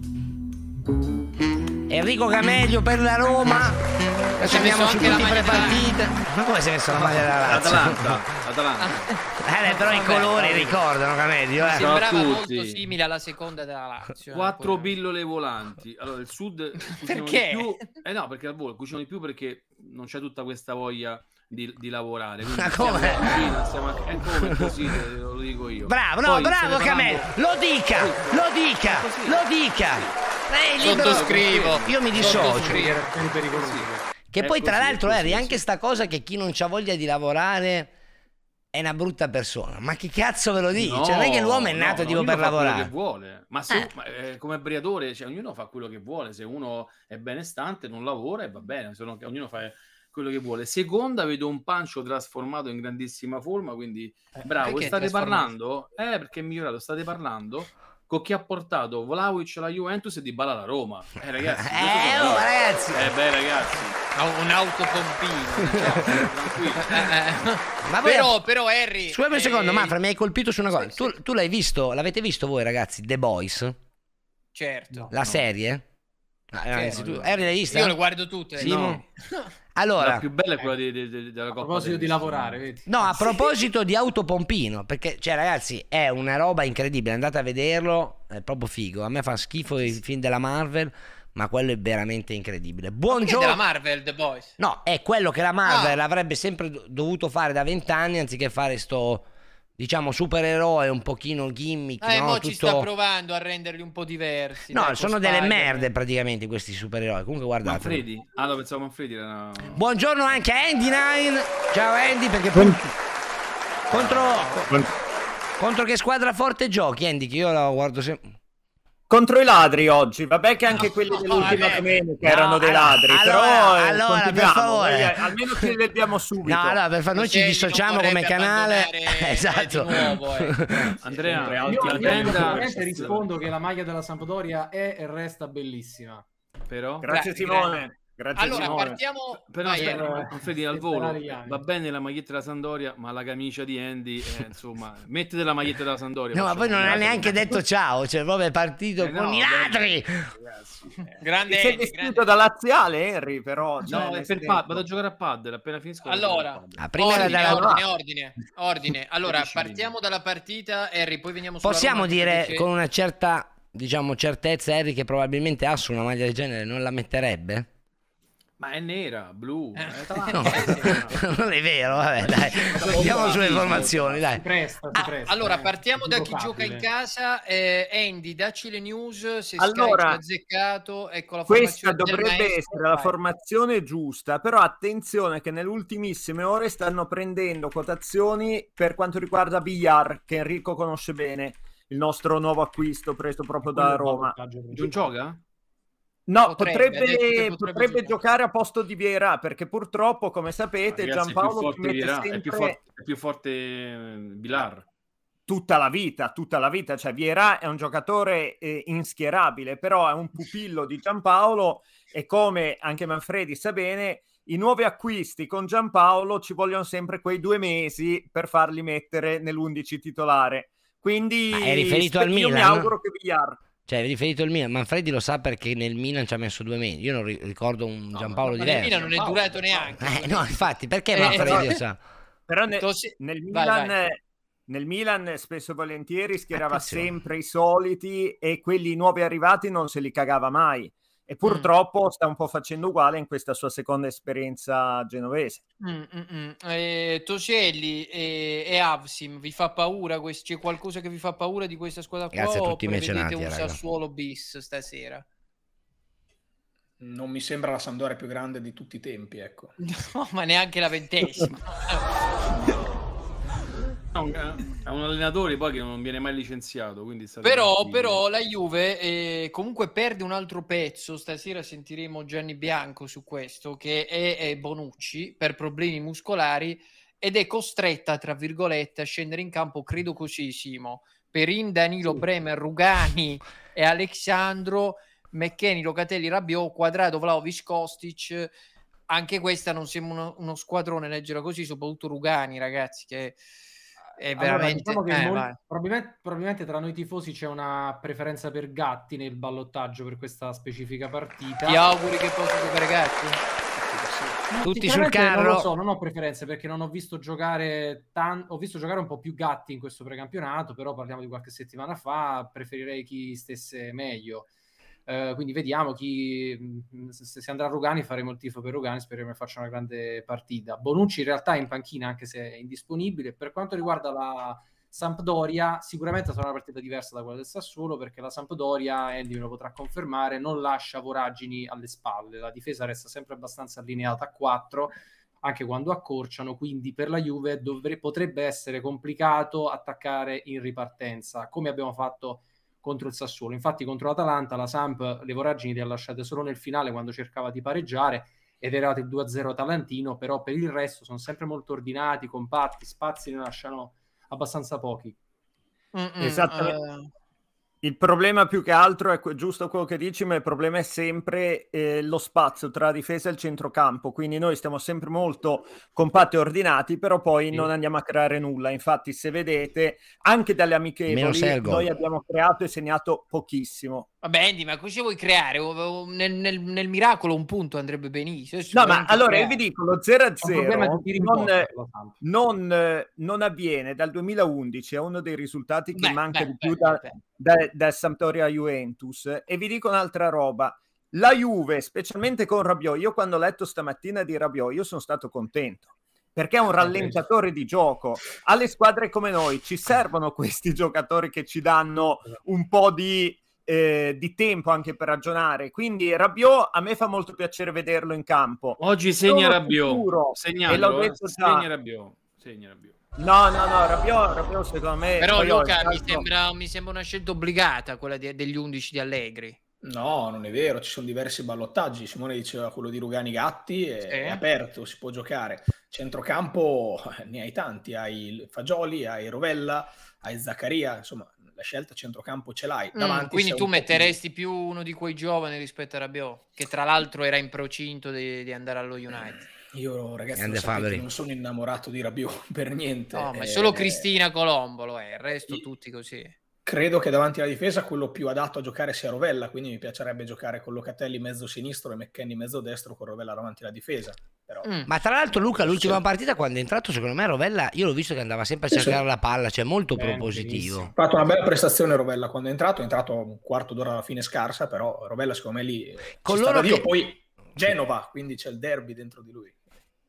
[SPEAKER 4] Enrico Camelio per la Roma. Adesso abbiamo su tutti prepartite. Ma come si è messo la maglia della Lazio?
[SPEAKER 22] Atalanta.
[SPEAKER 4] Però i colori ricordano Camelio.
[SPEAKER 5] Sembrava molto simile alla seconda della Lazio.
[SPEAKER 22] 4 pillole volanti. Allora, il sud
[SPEAKER 5] perché?
[SPEAKER 22] Di più. No, perché al volo cucinano di più perché non c'è tutta questa voglia di lavorare.
[SPEAKER 4] Ma come?
[SPEAKER 22] È come così, lo dico io.
[SPEAKER 4] Bravo, no, bravo Camelio. Lo dica.
[SPEAKER 5] Sottoscrivo.
[SPEAKER 4] Io mi dissocio. Che poi tra l'altro Harry, anche sta cosa che chi non c'ha voglia di lavorare è una brutta persona. Ma che cazzo ve lo dici?
[SPEAKER 22] No,
[SPEAKER 4] cioè, non è che l'uomo è nato tipo per lavorare.
[SPEAKER 22] Che vuole. Ma se, come briatore, cioè, ognuno fa quello che vuole. Se uno è benestante, non lavora e va bene. Se no, ognuno fa quello che vuole. Seconda, vedo un Pancio trasformato in grandissima forma, quindi bravo. State parlando? Perché è migliorato. State parlando con chi ha portato Vlahovic alla Juventus e Dybala alla Roma. Ragazzi.
[SPEAKER 4] Ragazzi.
[SPEAKER 22] Ragazzi.
[SPEAKER 5] Un autopompino, diciamo. Ma però Harry.
[SPEAKER 4] Scusami un secondo, Manfred, mi hai colpito su una cosa. Tu l'hai visto? L'avete visto voi, ragazzi? The Boys?
[SPEAKER 5] Certo.
[SPEAKER 4] La serie? Harry l'hai vista?
[SPEAKER 5] Io le guardo tutte.
[SPEAKER 4] Allora,
[SPEAKER 22] la più bella è quella della Coppa.
[SPEAKER 18] A proposito di lavorare, vedi?
[SPEAKER 4] No, a proposito di autopompino, perché, cioè, ragazzi, è una roba incredibile. Andate a vederlo, è proprio figo. A me fa schifo i film della Marvel, ma quello è veramente incredibile. Buongiorno.
[SPEAKER 5] Della Marvel, The Boys?
[SPEAKER 4] No, è quello che la Marvel avrebbe sempre dovuto fare da 20 anni, anziché fare sto, diciamo, supereroe un pochino gimmick, no?
[SPEAKER 5] Mo
[SPEAKER 4] tutto...
[SPEAKER 5] ci sta provando a renderli un po' diversi.
[SPEAKER 4] No,
[SPEAKER 5] dai,
[SPEAKER 4] sono delle merde praticamente questi supereroi. Comunque guardate.
[SPEAKER 22] Manfredi? No, pensavo Manfredi era...
[SPEAKER 4] Buongiorno anche a Andy Nine. Ciao Andy, perché contro che squadra forte giochi, Andy? Che io la guardo sempre.
[SPEAKER 1] Contro i ladri oggi, vabbè che anche quelli dell'ultima domenica erano dei ladri,
[SPEAKER 4] allora, per favore,
[SPEAKER 1] noi, almeno ci vediamo subito.
[SPEAKER 4] No, allora, per noi ci dissociamo come canale. Esatto.
[SPEAKER 22] Andrea,
[SPEAKER 18] io rispondo che la maglia della Sampdoria è e resta bellissima.
[SPEAKER 22] Però
[SPEAKER 1] grazie Simone. Grazie
[SPEAKER 5] allora
[SPEAKER 1] Simone.
[SPEAKER 5] partiamo.
[SPEAKER 22] Però Freddy, al volo va bene la maglietta della Sampdoria, ma la camicia di Andy, insomma, mettete la maglietta della Sampdoria.
[SPEAKER 4] No, ma poi non ha neanche detto ciao, cioè proprio è partito con i ladri.
[SPEAKER 5] Grande
[SPEAKER 1] sei vestito da laziale, Henry, però
[SPEAKER 22] no, è per vado a giocare a padel appena finisco.
[SPEAKER 5] Allora, ordine. Allora, partiamo dalla partita, Henry, poi veniamo sulla
[SPEAKER 4] Possiamo
[SPEAKER 5] Roma,
[SPEAKER 4] dire
[SPEAKER 5] dice...
[SPEAKER 4] con una certa, diciamo, certezza, Henry, che probabilmente Assu una maglia del genere non la metterebbe?
[SPEAKER 22] Ma è nera, blu.
[SPEAKER 4] No, non è vero, vabbè, dai. Andiamo sulle informazioni, dai.
[SPEAKER 18] Si presta,
[SPEAKER 5] allora, partiamo da chi gioca in casa. Andy, dacci le news, se
[SPEAKER 1] allora,
[SPEAKER 5] Sky azzeccato, ecco la
[SPEAKER 1] questa
[SPEAKER 5] formazione del
[SPEAKER 1] dovrebbe
[SPEAKER 5] maestro.
[SPEAKER 1] essere la formazione giusta, però attenzione che nelle ultimissime ore stanno prendendo quotazioni per quanto riguarda Villar, che Enrico conosce bene, il nostro nuovo acquisto preso proprio da Roma.
[SPEAKER 22] Non gioca?
[SPEAKER 1] No, potrebbe giocare a posto di Vieira, perché purtroppo, come sapete,
[SPEAKER 22] ragazzi,
[SPEAKER 1] Giampaolo
[SPEAKER 22] è più forte Villar.
[SPEAKER 1] Tutta la vita, cioè Vieira è un giocatore inschierabile, però è un pupillo di Giampaolo e come anche Manfredi sa bene, i nuovi acquisti con Giampaolo ci vogliono sempre quei 2 mesi per farli mettere nell'11 titolare. Quindi
[SPEAKER 4] è riferito al Milan?
[SPEAKER 1] Mi auguro che Villar...
[SPEAKER 4] Cioè, è riferito al Milan. Manfredi lo sa perché nel Milan ci ha messo 2 mesi. Io non ricordo un Giampaolo diverso.
[SPEAKER 5] Nel Milan non è durato neanche.
[SPEAKER 4] No, infatti, perché Manfredi lo sa?
[SPEAKER 1] Però nel Milan spesso e volentieri schierava sempre i soliti e quelli nuovi arrivati non se li cagava mai. E purtroppo sta un po' facendo uguale in questa sua seconda esperienza genovese.
[SPEAKER 5] Toselli e Avsim, vi fa paura? C'è qualcosa che vi fa paura di questa squadra qua?
[SPEAKER 4] Grazie a tutti i mecenati,
[SPEAKER 5] un
[SPEAKER 4] raga.
[SPEAKER 5] Sassuolo bis stasera?
[SPEAKER 3] Non mi sembra la Sampdoria più grande di tutti i tempi, ecco.
[SPEAKER 5] No, ma neanche la 20ª.
[SPEAKER 22] È un allenatore poi che non viene mai licenziato, quindi
[SPEAKER 5] però la Juve comunque perde un altro pezzo. Stasera sentiremo Gianni Bianco su questo, che è Bonucci per problemi muscolari ed è costretta, tra virgolette, a scendere in campo, credo così, Simo, Perin, Danilo, Bremer, Rugani e Alexandro, McKennie, Locatelli, Rabiot, Quadrado, Vlahovic, Kostic. Anche questa non sembra uno squadrone leggero così, soprattutto Rugani, ragazzi, che è veramente...
[SPEAKER 18] Allora, diciamo che probabilmente tra noi tifosi c'è una preferenza per Gatti nel ballottaggio per questa specifica partita.
[SPEAKER 5] Ti auguri che possa giocare Gatti?
[SPEAKER 4] Tutti sul carro.
[SPEAKER 18] Non lo so, non ho preferenze perché non ho visto giocare ho visto giocare un po' più Gatti in questo precampionato, però parliamo di qualche settimana fa, preferirei chi stesse meglio. Quindi vediamo se andrà Rugani, faremo il tifo per Rugani, speriamo che faccia una grande partita. Bonucci in realtà è in panchina anche se è indisponibile. Per quanto riguarda la Sampdoria, sicuramente sarà una partita diversa da quella del Sassuolo, perché la Sampdoria, Andy me lo potrà confermare, non lascia voragini alle spalle, la difesa resta sempre abbastanza allineata a 4 anche quando accorciano, quindi per la Juve potrebbe essere complicato attaccare in ripartenza come abbiamo fatto contro il Sassuolo. Infatti contro l'Atalanta la Samp le voragini le ha lasciate solo nel finale quando cercava di pareggiare ed era il 2-0 atalantino, però per il resto sono sempre molto ordinati, compatti, spazi ne lasciano abbastanza pochi.
[SPEAKER 1] Esattamente. Il problema più che altro è giusto quello che dici, ma il problema è sempre lo spazio tra la difesa e il centrocampo, quindi noi stiamo sempre molto compatti e ordinati, però poi non andiamo a creare nulla. Infatti se vedete anche dalle amichevoli noi abbiamo creato e segnato pochissimo.
[SPEAKER 5] Vabbè Andy, ma cosa vuoi creare? Nel miracolo un punto andrebbe benissimo.
[SPEAKER 1] No, ma allora io vi dico, lo 0-0 non avviene dal 2011, è uno dei risultati che manca di più da Sampdoria Juventus. E vi dico un'altra roba, la Juve, specialmente con Rabiot, io quando ho letto stamattina di Rabiot io sono stato contento, perché è un rallentatore di gioco. Alle squadre come noi ci servono questi giocatori che ci danno un po' di tempo anche per ragionare, quindi Rabiot a me fa molto piacere vederlo in campo.
[SPEAKER 22] Oggi segna Rabiot, segna Rabiot.
[SPEAKER 1] No, Rabiot secondo me...
[SPEAKER 5] Però Luca, mi sembra una scelta obbligata quella degli 11 di Allegri.
[SPEAKER 3] No, non è vero, ci sono diversi ballottaggi. Simone diceva quello di Rugani Gatti, è aperto, si può giocare. Centrocampo ne hai tanti, hai Fagioli, hai Rovella, hai Zaccaria, insomma la scelta centrocampo ce l'hai. Davanti
[SPEAKER 5] quindi tu metteresti più uno di quei giovani rispetto a Rabiot, che tra l'altro era in procinto di andare allo United.
[SPEAKER 3] Io ragazzi non sono innamorato di Rabiot per niente.
[SPEAKER 5] No, ma è solo Cristina Colombo, il resto tutti così.
[SPEAKER 3] Credo che davanti alla difesa quello più adatto a giocare sia Rovella, quindi mi piacerebbe giocare con Locatelli mezzo sinistro e McKennie mezzo destro con Rovella davanti alla difesa. Però...
[SPEAKER 4] Ma tra l'altro Luca, l'ultima partita quando è entrato secondo me Rovella, io l'ho visto che andava sempre a cercare la palla, cioè molto propositivo.
[SPEAKER 3] Ha fatto una bella prestazione Rovella quando è entrato un quarto d'ora alla fine scarsa, però Rovella secondo me lì
[SPEAKER 4] con loro che...
[SPEAKER 3] Poi Genova, quindi c'è il derby dentro di lui.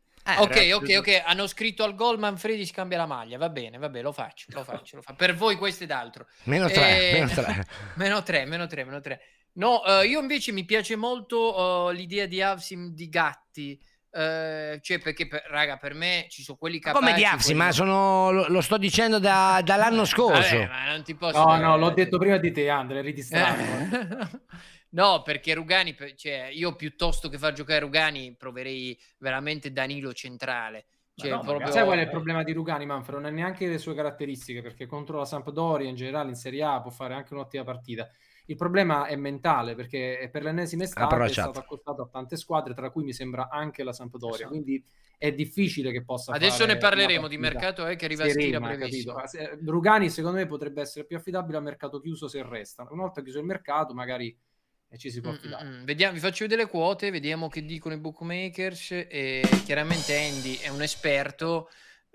[SPEAKER 5] Ok, hanno scritto al gol Manfredi scambia la maglia, va bene, lo faccio. Per voi questo ed altro.
[SPEAKER 4] Meno 3.
[SPEAKER 5] meno 3. No, io invece mi piace molto l'idea di Avsim di Gatti, cioè perché raga, per me ci sono quelli capaci.
[SPEAKER 4] Come di Avsim? Ma lo sto dicendo dall'anno scorso.
[SPEAKER 5] Vabbè, ma non ti posso
[SPEAKER 18] No, l'ho detto prima di te, Andre, eri distratto.
[SPEAKER 5] No, perché Rugani, cioè, io piuttosto che far giocare Rugani proverei veramente Danilo centrale. Cioè,
[SPEAKER 18] Sai qual è il problema di Rugani, Manfred? Non è neanche le sue caratteristiche, perché contro la Sampdoria in generale in Serie A può fare anche un'ottima partita. Il problema è mentale, perché per l'ennesima estate è stato accostato a tante squadre, tra cui mi sembra anche la Sampdoria, quindi è difficile che possa
[SPEAKER 5] adesso ne parleremo di mercato che arriva Schira brevissimo.
[SPEAKER 18] Rugani secondo me potrebbe essere più affidabile a mercato chiuso se resta. Una volta chiuso il mercato magari ci si può affidare.
[SPEAKER 5] Vediamo, vi faccio vedere le quote, vediamo che dicono i bookmakers. E chiaramente Andy è un esperto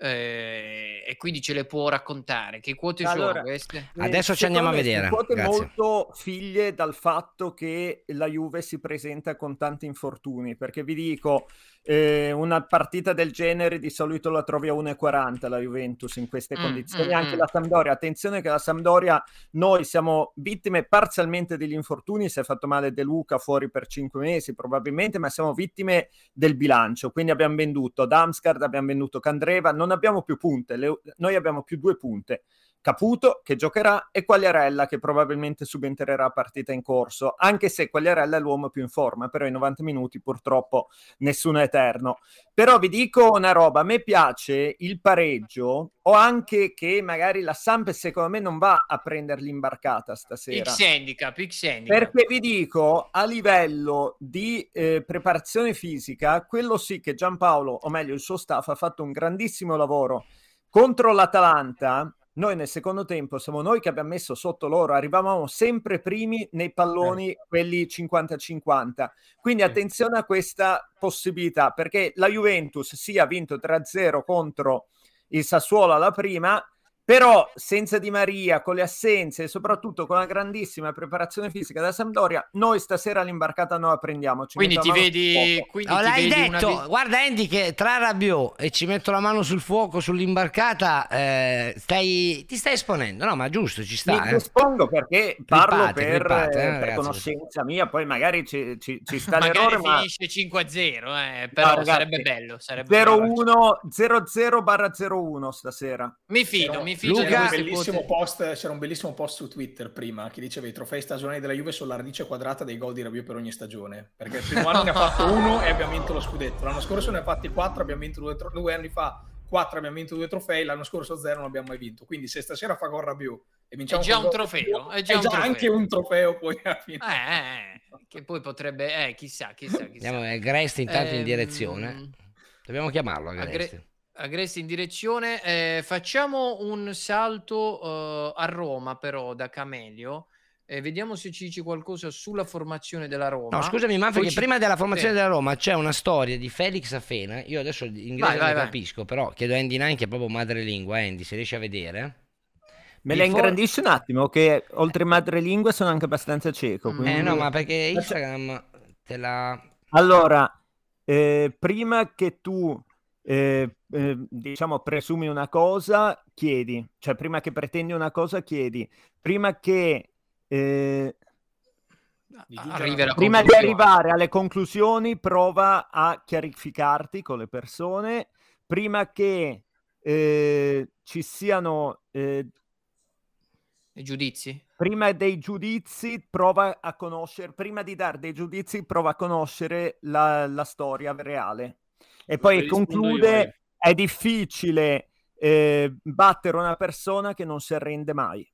[SPEAKER 5] e quindi ce le può raccontare. Che quote sono queste?
[SPEAKER 4] Adesso ci andiamo a vedere.
[SPEAKER 1] Quote molto figlie dal fatto che la Juve si presenta con tanti infortuni, perché vi dico una partita del genere di solito la trovi a 1,40 la Juventus in queste condizioni, anche la Sampdoria. Attenzione che la Sampdoria, noi siamo vittime parzialmente degli infortuni, si è fatto male De Luca fuori per 5 mesi probabilmente, ma siamo vittime del bilancio, quindi abbiamo venduto Damsgaard, abbiamo venduto Candreva, non abbiamo più punte, noi abbiamo più 2 punte. Caputo che giocherà e Quagliarella che probabilmente subentrerà a partita in corso, anche se Quagliarella è l'uomo più in forma, però in 90 minuti purtroppo nessuno è eterno. Però vi dico una roba, a me piace il pareggio o anche che magari la Samp secondo me non va a prendere l'imbarcata stasera.
[SPEAKER 5] X-handicap.
[SPEAKER 1] Perché vi dico, a livello di preparazione fisica, quello sì che Giampaolo, o meglio il suo staff, ha fatto un grandissimo lavoro contro l'Atalanta. Noi nel secondo tempo siamo noi che abbiamo messo sotto loro, arrivavamo sempre primi nei palloni, quelli 50-50. Quindi attenzione a questa possibilità, perché la Juventus sì ha vinto 3-0 contro il Sassuolo alla prima, però senza Di Maria, con le assenze e soprattutto con una grandissima preparazione fisica da Sampdoria, noi stasera l'imbarcata non la prendiamo.
[SPEAKER 5] Quindi ti vedi,
[SPEAKER 4] l'hai detto, guarda Andy che tra Rabiot e ci metto la mano sul fuoco sull'imbarcata ti stai esponendo, no ma giusto, ci sta.
[SPEAKER 1] Mi espongo perché parlo per conoscenza mia, poi magari ci sta l'errore,
[SPEAKER 5] magari finisce 5-0, però no, ragazzi, sarebbe bello,
[SPEAKER 1] 0-1/01 stasera.
[SPEAKER 5] Mi fido.
[SPEAKER 3] C'era un bellissimo post su Twitter prima che diceva i trofei stagionali della Juve sono la radice quadrata dei gol di Rabiot per ogni stagione, perché il primo anno ne ha fatto 1 e abbiamo vinto lo scudetto, l'anno scorso ne ha fatti 4, abbiamo vinto 2 anni fa 4, abbiamo vinto 2 trofei, l'anno scorso 0 non abbiamo mai vinto, quindi se stasera fa gol Rabiot e vinciamo
[SPEAKER 5] è già un trofeo,
[SPEAKER 3] è già anche un trofeo poi alla fine.
[SPEAKER 5] Che poi potrebbe chissà.
[SPEAKER 4] Andiamo Agresti intanto in direzione, dobbiamo chiamarlo
[SPEAKER 5] Agresti in direzione. Facciamo un salto a Roma però da Camelio, vediamo se ci dice qualcosa sulla formazione della Roma.
[SPEAKER 4] No scusami Manfred, che prima della formazione della Roma c'è una storia di Felix Afena, io adesso l'inglese non capisco, però chiedo a Andy Nine che è proprio madrelingua. Andy, se riesci a vedere
[SPEAKER 1] me la ingrandisci un attimo, che oltre madrelingua sono anche abbastanza cieco, quindi...
[SPEAKER 4] no ma perché Instagram te la...
[SPEAKER 1] Allora prima che tu diciamo presumi una cosa, chiedi, cioè prima che pretendi una cosa chiedi, prima che prima di arrivare alle conclusioni prova a chiarificarti con le persone, prima che ci siano
[SPEAKER 5] giudizi?
[SPEAKER 1] Prima dei giudizi prova a conoscere, prima di dare dei giudizi prova a conoscere la storia reale. E poi conclude, è difficile battere una persona che non si arrende mai.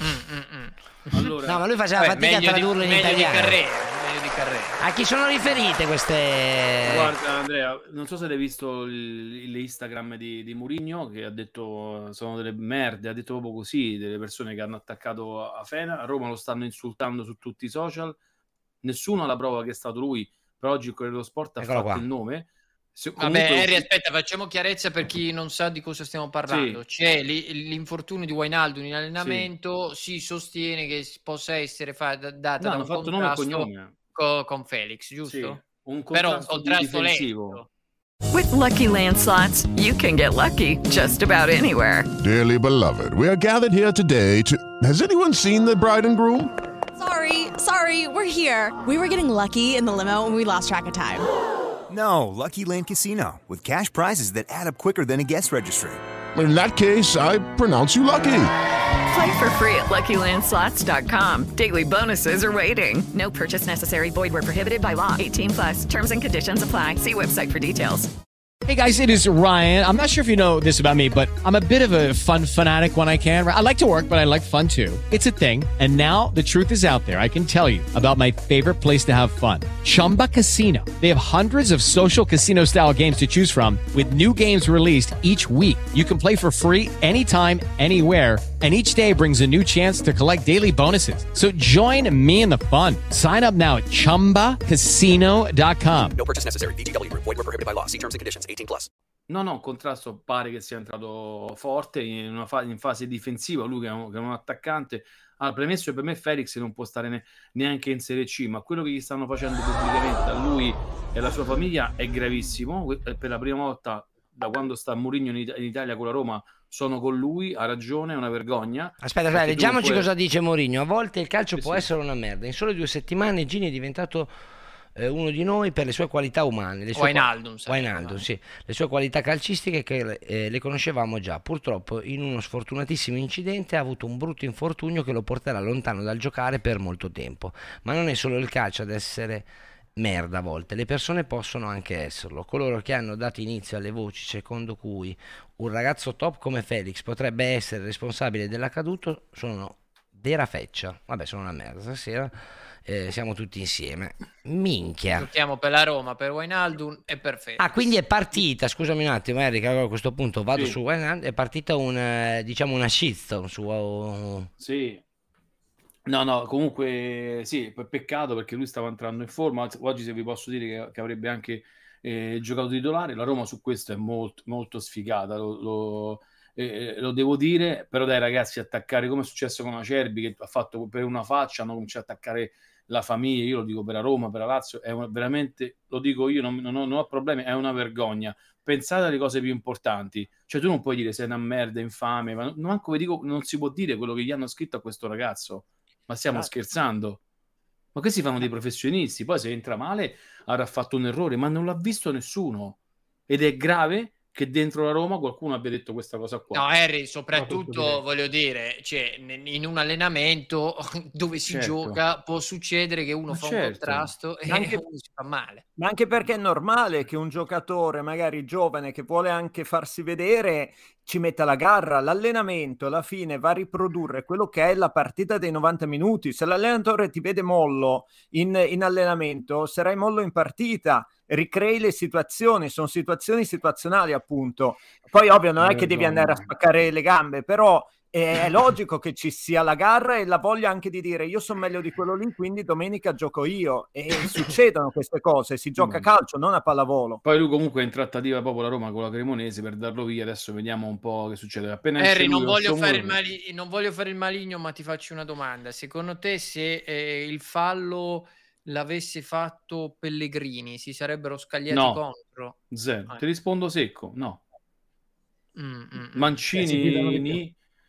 [SPEAKER 22] Allora,
[SPEAKER 4] no, ma lui faceva fatica a tradurlo in italiano.
[SPEAKER 5] Meglio di Carrera.
[SPEAKER 4] A chi sono riferite queste?
[SPEAKER 22] Guarda Andrea, non so se hai visto l'Instagram di Mourinho, che ha detto sono delle merde, ha detto proprio così, delle persone che hanno attaccato a Fena. A Roma lo stanno insultando su tutti i social, nessuno ha la prova che è stato lui, però oggi il Corriere dello Sport ha fatto il nome.
[SPEAKER 5] Vabbè, Harry, aspetta, facciamo chiarezza per chi non sa di cosa stiamo parlando.
[SPEAKER 22] Sì.
[SPEAKER 5] C'è l'infortunio di Wijnaldum in allenamento, si sostiene che possa essere data da un contrasto con Felix, giusto?
[SPEAKER 22] Un
[SPEAKER 5] però un contrasto lento.
[SPEAKER 14] With Lucky Land Slots, you can get lucky just about anywhere.
[SPEAKER 19] Dearly beloved, we are gathered here today to... Has anyone seen the bride and groom?
[SPEAKER 20] Sorry, we're here. We were getting lucky in the limo and we lost track of time.
[SPEAKER 21] No, Lucky Land Casino, with cash prizes that add up quicker than a guest registry.
[SPEAKER 19] In that case, I pronounce you lucky.
[SPEAKER 14] Play for free at LuckyLandSlots.com. Daily bonuses are waiting. No purchase necessary. Void where prohibited by law. 18+. Terms and conditions apply. See website for details.
[SPEAKER 2] Hey guys, it is Ryan. I'm not sure if you know this about me, but I'm a bit of a fun fanatic when I can. I like to work, but I like fun too. It's a thing. And now the truth is out there. I can tell you about my favorite place to have fun. Chumba Casino. They have hundreds of social casino style games to choose from with new games released each week. You can play for free anytime, anywhere. And each day brings a new chance to collect daily bonuses. So join me in the fun. Sign up now at ChumbaCasino.com.
[SPEAKER 12] No purchase necessary. VGW. Void where prohibited by law. See terms and conditions. 18+.
[SPEAKER 22] No, contrasto pare che sia entrato forte in fase difensiva, lui che è un attaccante. Ha premesso che per me Felix non può stare neanche in Serie C, ma quello che gli stanno facendo pubblicamente a lui e alla sua famiglia è gravissimo. Per la prima volta da quando sta Mourinho in Italia con la Roma sono con lui, ha ragione, è una vergogna.
[SPEAKER 4] Aspetta, leggiamoci cosa dice Mourinho. A volte il calcio può essere una merda. In sole 2 settimane Gini è diventato uno di noi per le sue qualità umane. Wijnaldum, sì. Le sue qualità calcistiche che le conoscevamo già. Purtroppo in uno sfortunatissimo incidente ha avuto un brutto infortunio che lo porterà lontano dal giocare per molto tempo. Ma non è solo il calcio ad essere merda a volte, le persone possono anche esserlo. Coloro che hanno dato inizio alle voci secondo cui un ragazzo top come Felix potrebbe essere responsabile dell'accaduto sono vera feccia. Vabbè, sono una merda. Stasera siamo tutti insieme. Minchia.
[SPEAKER 5] Giochiamo per la Roma, per Wijnaldum e per Felix.
[SPEAKER 4] Ah, quindi è partita, scusami un attimo Enrico, a questo punto vado su Wijnaldum, è partita una shitstorm su...
[SPEAKER 22] Sì. No, comunque sì, peccato perché lui stava entrando in forma. Oggi se vi posso dire che avrebbe anche giocato titolare. La Roma su questo è molto, molto sfigata, lo devo dire, però dai ragazzi, attaccare come è successo con Acerbi, che ha fatto per una faccia, hanno cominciato a attaccare la famiglia. Io lo dico per la Roma, per la Lazio, è veramente, lo dico io, non ho problemi, è una vergogna. Pensate alle cose più importanti, cioè tu non puoi dire sei una merda, infame, ma manco vi dico, non si può dire quello che gli hanno scritto a questo ragazzo. Ma stiamo scherzando? Ma questi fanno dei professionisti. Poi se entra male avrà fatto un errore, ma non l'ha visto nessuno. Ed è grave che dentro la Roma qualcuno abbia detto questa cosa qua.
[SPEAKER 5] No, Harry, soprattutto voglio dire, cioè, in un allenamento dove si gioca può succedere che uno fa un contrasto e
[SPEAKER 1] anche,
[SPEAKER 5] uno si fa male.
[SPEAKER 1] Ma anche perché è normale che un giocatore magari giovane che vuole anche farsi vedere ci metta la garra. L'allenamento alla fine va a riprodurre quello che è la partita dei 90 minuti. Se l'allenatore ti vede mollo in allenamento, sarai mollo in partita. Ricrei le situazioni, sono situazioni situazionali appunto. Poi ovvio non è che devi andare a spaccare le gambe, però è logico che ci sia la garra e la voglia anche di dire io sono meglio di quello lì, quindi domenica gioco io, e succedono queste cose, si gioca a calcio, non a pallavolo.
[SPEAKER 22] Poi lui comunque è in trattativa proprio la Roma con la Cremonese per darlo via, adesso vediamo un po' che succede. Appena
[SPEAKER 5] Harry, non voglio fare il maligno, ma ti faccio una domanda. Secondo te se il fallo l'avesse fatto Pellegrini si sarebbero scagliati contro?
[SPEAKER 22] Zero. Ti rispondo secco, no. Mancini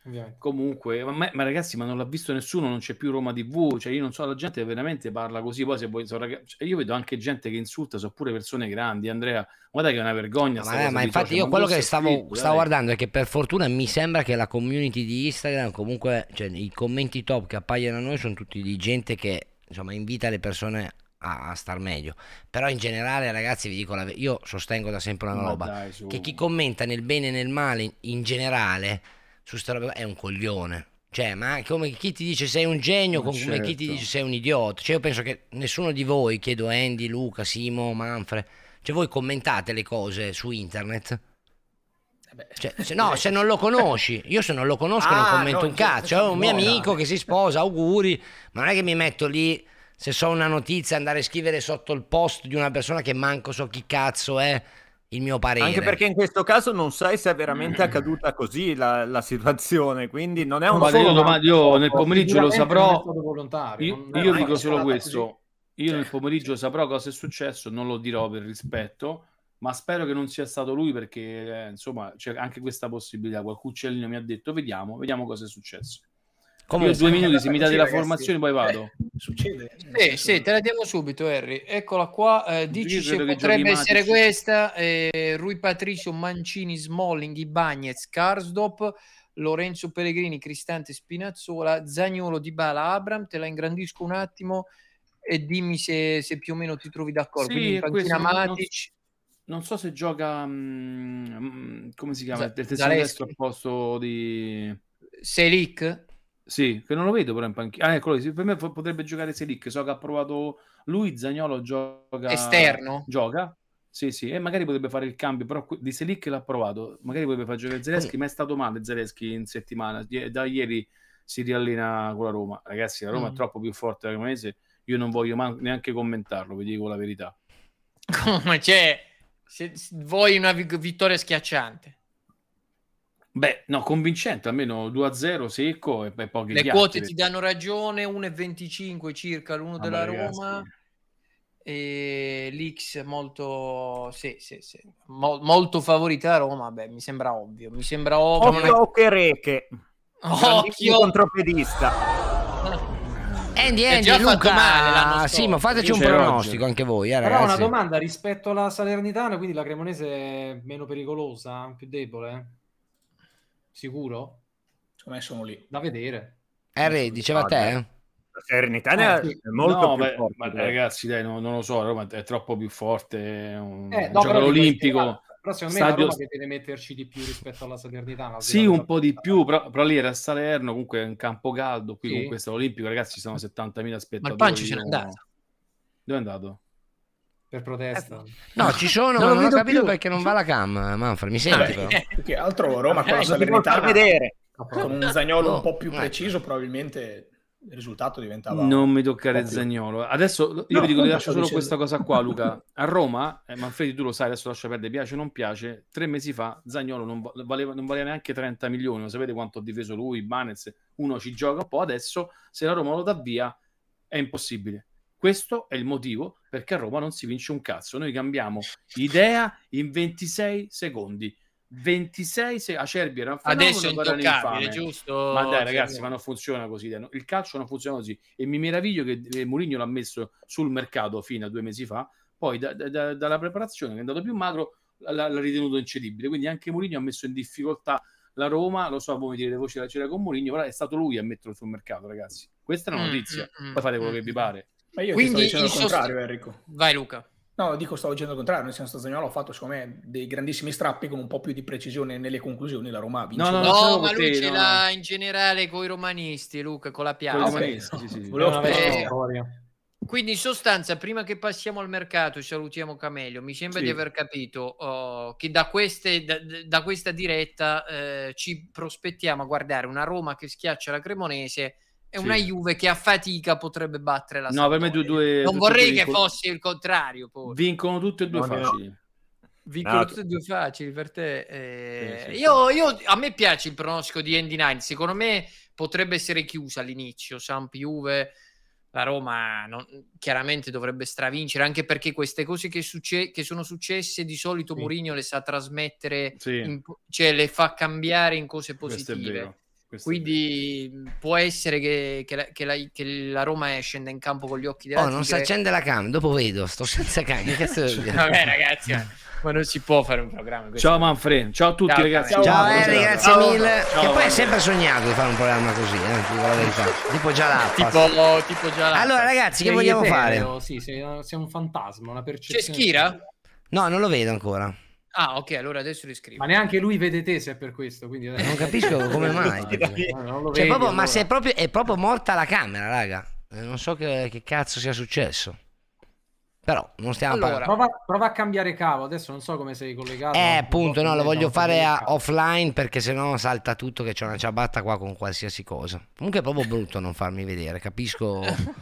[SPEAKER 22] Comunque, ma ragazzi, ma non l'ha visto nessuno, non c'è più Roma TV, cioè io non so, la gente veramente parla così, poi se vuoi, io vedo anche gente che insulta, sono pure persone grandi, Andrea, guarda che è una vergogna.
[SPEAKER 4] Ma infatti io quello che stavo guardando è che per fortuna mi sembra che la community di Instagram, comunque, cioè, i commenti top che appaiono a noi sono tutti di gente che insomma invita le persone a star meglio. Però in generale, ragazzi, vi dico io sostengo da sempre una roba, che chi commenta nel bene e nel male in generale su sta roba è un coglione. Cioè, ma come chi ti dice sei un genio, come chi ti dice sei un idiota. Cioè, io penso che nessuno di voi, chiedo Andy, Luca, Simo, Manfred, cioè voi commentate le cose su internet? Cioè, se non lo conosci, io se non lo conosco non commento un cazzo. Ho un mio amico che si sposa, auguri, ma non è che mi metto lì, se so una notizia, andare a scrivere sotto il post di una persona che manco so chi cazzo è il mio parere.
[SPEAKER 1] Anche perché in questo caso non sai se è veramente accaduta così la situazione, quindi non è un
[SPEAKER 22] io nel pomeriggio lo saprò.
[SPEAKER 18] Volontario.
[SPEAKER 22] Io dico solo questo, io nel pomeriggio saprò cosa è successo, non lo dirò per rispetto, ma spero che non sia stato lui, perché insomma c'è anche questa possibilità. Qualche uccellino mi ha detto vediamo cosa è successo. Comunque, io 2 minuti, se mi date la formazione poi vado.
[SPEAKER 3] Succede.
[SPEAKER 5] Sì, te la diamo subito, Harry. Eccola qua. Dici se potrebbe essere questa. Rui Patricio, Mancini, Smalling, Ibañez, Karsdorp, Lorenzo Pellegrini, Cristante, Spinazzola, Zaniolo, Dybala, Abraham. Te la ingrandisco un attimo e dimmi se più o meno ti trovi d'accordo.
[SPEAKER 22] Sì,
[SPEAKER 5] quindi in panchina Matic.
[SPEAKER 22] Non so se gioca come si chiama il terzino destro al posto di
[SPEAKER 5] Selic.
[SPEAKER 22] Sì, che non lo vedo però in panchina. Ecco, per me potrebbe giocare Selic. So che ha provato lui, Zaniolo gioca
[SPEAKER 5] esterno.
[SPEAKER 22] Gioca. Sì, e magari potrebbe fare il cambio, però di Selic l'ha provato. Magari potrebbe far giocare Zalewski, ma è stato male Zalewski in settimana. Da ieri si riallena con la Roma. Ragazzi, la Roma è troppo più forte della Cremonese. Io non voglio neanche commentarlo, vi dico la verità.
[SPEAKER 5] Come c'è? Se vuoi una vittoria schiacciante.
[SPEAKER 22] Beh, no, convincente, almeno 2-0 secco e pochi
[SPEAKER 5] Le
[SPEAKER 22] chiacchiere.
[SPEAKER 5] quote ti danno ragione, 1,25 circa l'uno della
[SPEAKER 22] ragazzi.
[SPEAKER 5] Roma e l'X molto molto favorita a Roma. Beh, mi sembra ovvio.
[SPEAKER 1] Occhio che reche.
[SPEAKER 5] Occhio
[SPEAKER 1] contropiedista.
[SPEAKER 4] Andy, Luca, sì, ma fateci un pronostico anche voi, ragazzi.
[SPEAKER 18] Però una domanda rispetto alla Salernitana, quindi la Cremonese è meno pericolosa, più debole? Sicuro?
[SPEAKER 3] Secondo me sono lì.
[SPEAKER 18] Da vedere.
[SPEAKER 4] Harry, diceva te?
[SPEAKER 1] La Salernitana è molto più forte.
[SPEAKER 22] Ma ragazzi, dai, non lo so, Roma è troppo più forte, è un
[SPEAKER 18] no,
[SPEAKER 22] gioco olimpico.
[SPEAKER 18] Però secondo me la Roma deve metterci di più rispetto alla Salernitana.
[SPEAKER 22] Sì, un po' di più, però lì era a Salerno, comunque è un campo caldo, qui comunque è
[SPEAKER 5] olimpico,
[SPEAKER 22] ragazzi, ci sono 70.000 spettatori.
[SPEAKER 5] Ma il Panci se n'è andato.
[SPEAKER 22] Dove è andato?
[SPEAKER 18] Per protesta.
[SPEAKER 4] No, ci sono, non ho capito perché non va la cam, Manfred, mi senti però?
[SPEAKER 3] Più che altro Roma con la Salernitana con un Zaniolo un po' più preciso probabilmente il risultato diventava...
[SPEAKER 22] Non mi toccare Zaniolo. Adesso io vi dico, ti lascio solo questa cosa qua, Luca. A Roma, Manfredi, tu lo sai, adesso lascia perdere, piace o non piace, 3 mesi fa Zaniolo non valeva neanche 30 milioni, non sapete quanto ha difeso lui, Ibañez, uno ci gioca un po', adesso se la Roma lo dà via è impossibile. Questo è il motivo perché a Roma non si vince un cazzo. Noi cambiamo idea in 26 secondi. 26 Acerbi era un fenomeno,
[SPEAKER 5] adesso è intoccabile, giusto?
[SPEAKER 22] Ma dai ragazzi, ma non funziona così, il calcio non funziona così e mi meraviglio che Mourinho l'ha messo sul mercato fino a 2 mesi fa, poi dalla preparazione che è andato più magro l'ha ritenuto incedibile, quindi anche Mourinho ha messo in difficoltà la Roma. Lo so, voi dire le voci c'era con Mourinho, però è stato lui a metterlo sul mercato, ragazzi, questa è una notizia, poi fate quello che vi pare.
[SPEAKER 3] Ma io quindi ti sto dicendo il contrario, Enrico.
[SPEAKER 5] Vai Luca.
[SPEAKER 3] No, stavo dicendo il contrario, nel senso Zaniolo ha fatto secondo me dei grandissimi strappi con un po' più di precisione nelle conclusioni, la Roma vince.
[SPEAKER 5] No, ma lui ce l'ha in generale con i romanisti, Luca, con la piazza. Quindi in sostanza, prima che passiamo al mercato e salutiamo Camelio, mi sembra di aver capito che da questa diretta ci prospettiamo a guardare una Roma che schiaccia la Cremonese e una Juve che a fatica potrebbe battere la Sampdoria.
[SPEAKER 22] Per me due
[SPEAKER 5] non vorrei che fosse il contrario. Poi.
[SPEAKER 22] Vincono tutte e due facili.
[SPEAKER 5] Vincono tutte e due facili per te. Io a me piace il pronostico di Andy Nine. Secondo me potrebbe essere chiusa all'inizio. Samp Juve, la Roma chiaramente dovrebbe stravincere, anche perché queste cose che sono successe di solito Mourinho le sa trasmettere, cioè le fa cambiare in cose positive. Quindi può essere che la Roma scenda in campo con gli occhi della
[SPEAKER 4] non si accende la cam, dopo vedo, sto senza cam.
[SPEAKER 5] Vabbè ragazzi, ma non si può fare un programma.
[SPEAKER 22] Ciao Manfred, ciao a tutti ragazzi.
[SPEAKER 4] Ciao, grazie mille. Che poi è sempre sognato di fare un programma così, dico la verità. Tipo già là.
[SPEAKER 5] Tipo già là.
[SPEAKER 4] Allora ragazzi, che vogliamo fare?
[SPEAKER 18] Sì, siamo un fantasma, una percezione.
[SPEAKER 5] C'è Schira?
[SPEAKER 4] No, non lo vedo ancora.
[SPEAKER 5] Ah, ok, allora adesso li scrivo.
[SPEAKER 18] Ma neanche lui vede te se è per questo, quindi
[SPEAKER 4] non capisco come mai.
[SPEAKER 18] Non lo
[SPEAKER 4] cioè,
[SPEAKER 18] vedi,
[SPEAKER 4] ma se è proprio morta la camera, raga. Non so che cazzo sia successo. Però non stiamo parlando.
[SPEAKER 18] Prova a cambiare cavo, adesso non so come sei collegato.
[SPEAKER 4] Appunto, no, lo voglio fare offline perché sennò salta tutto, che c'è una ciabatta qua con qualsiasi cosa. Comunque è proprio brutto non farmi vedere, capisco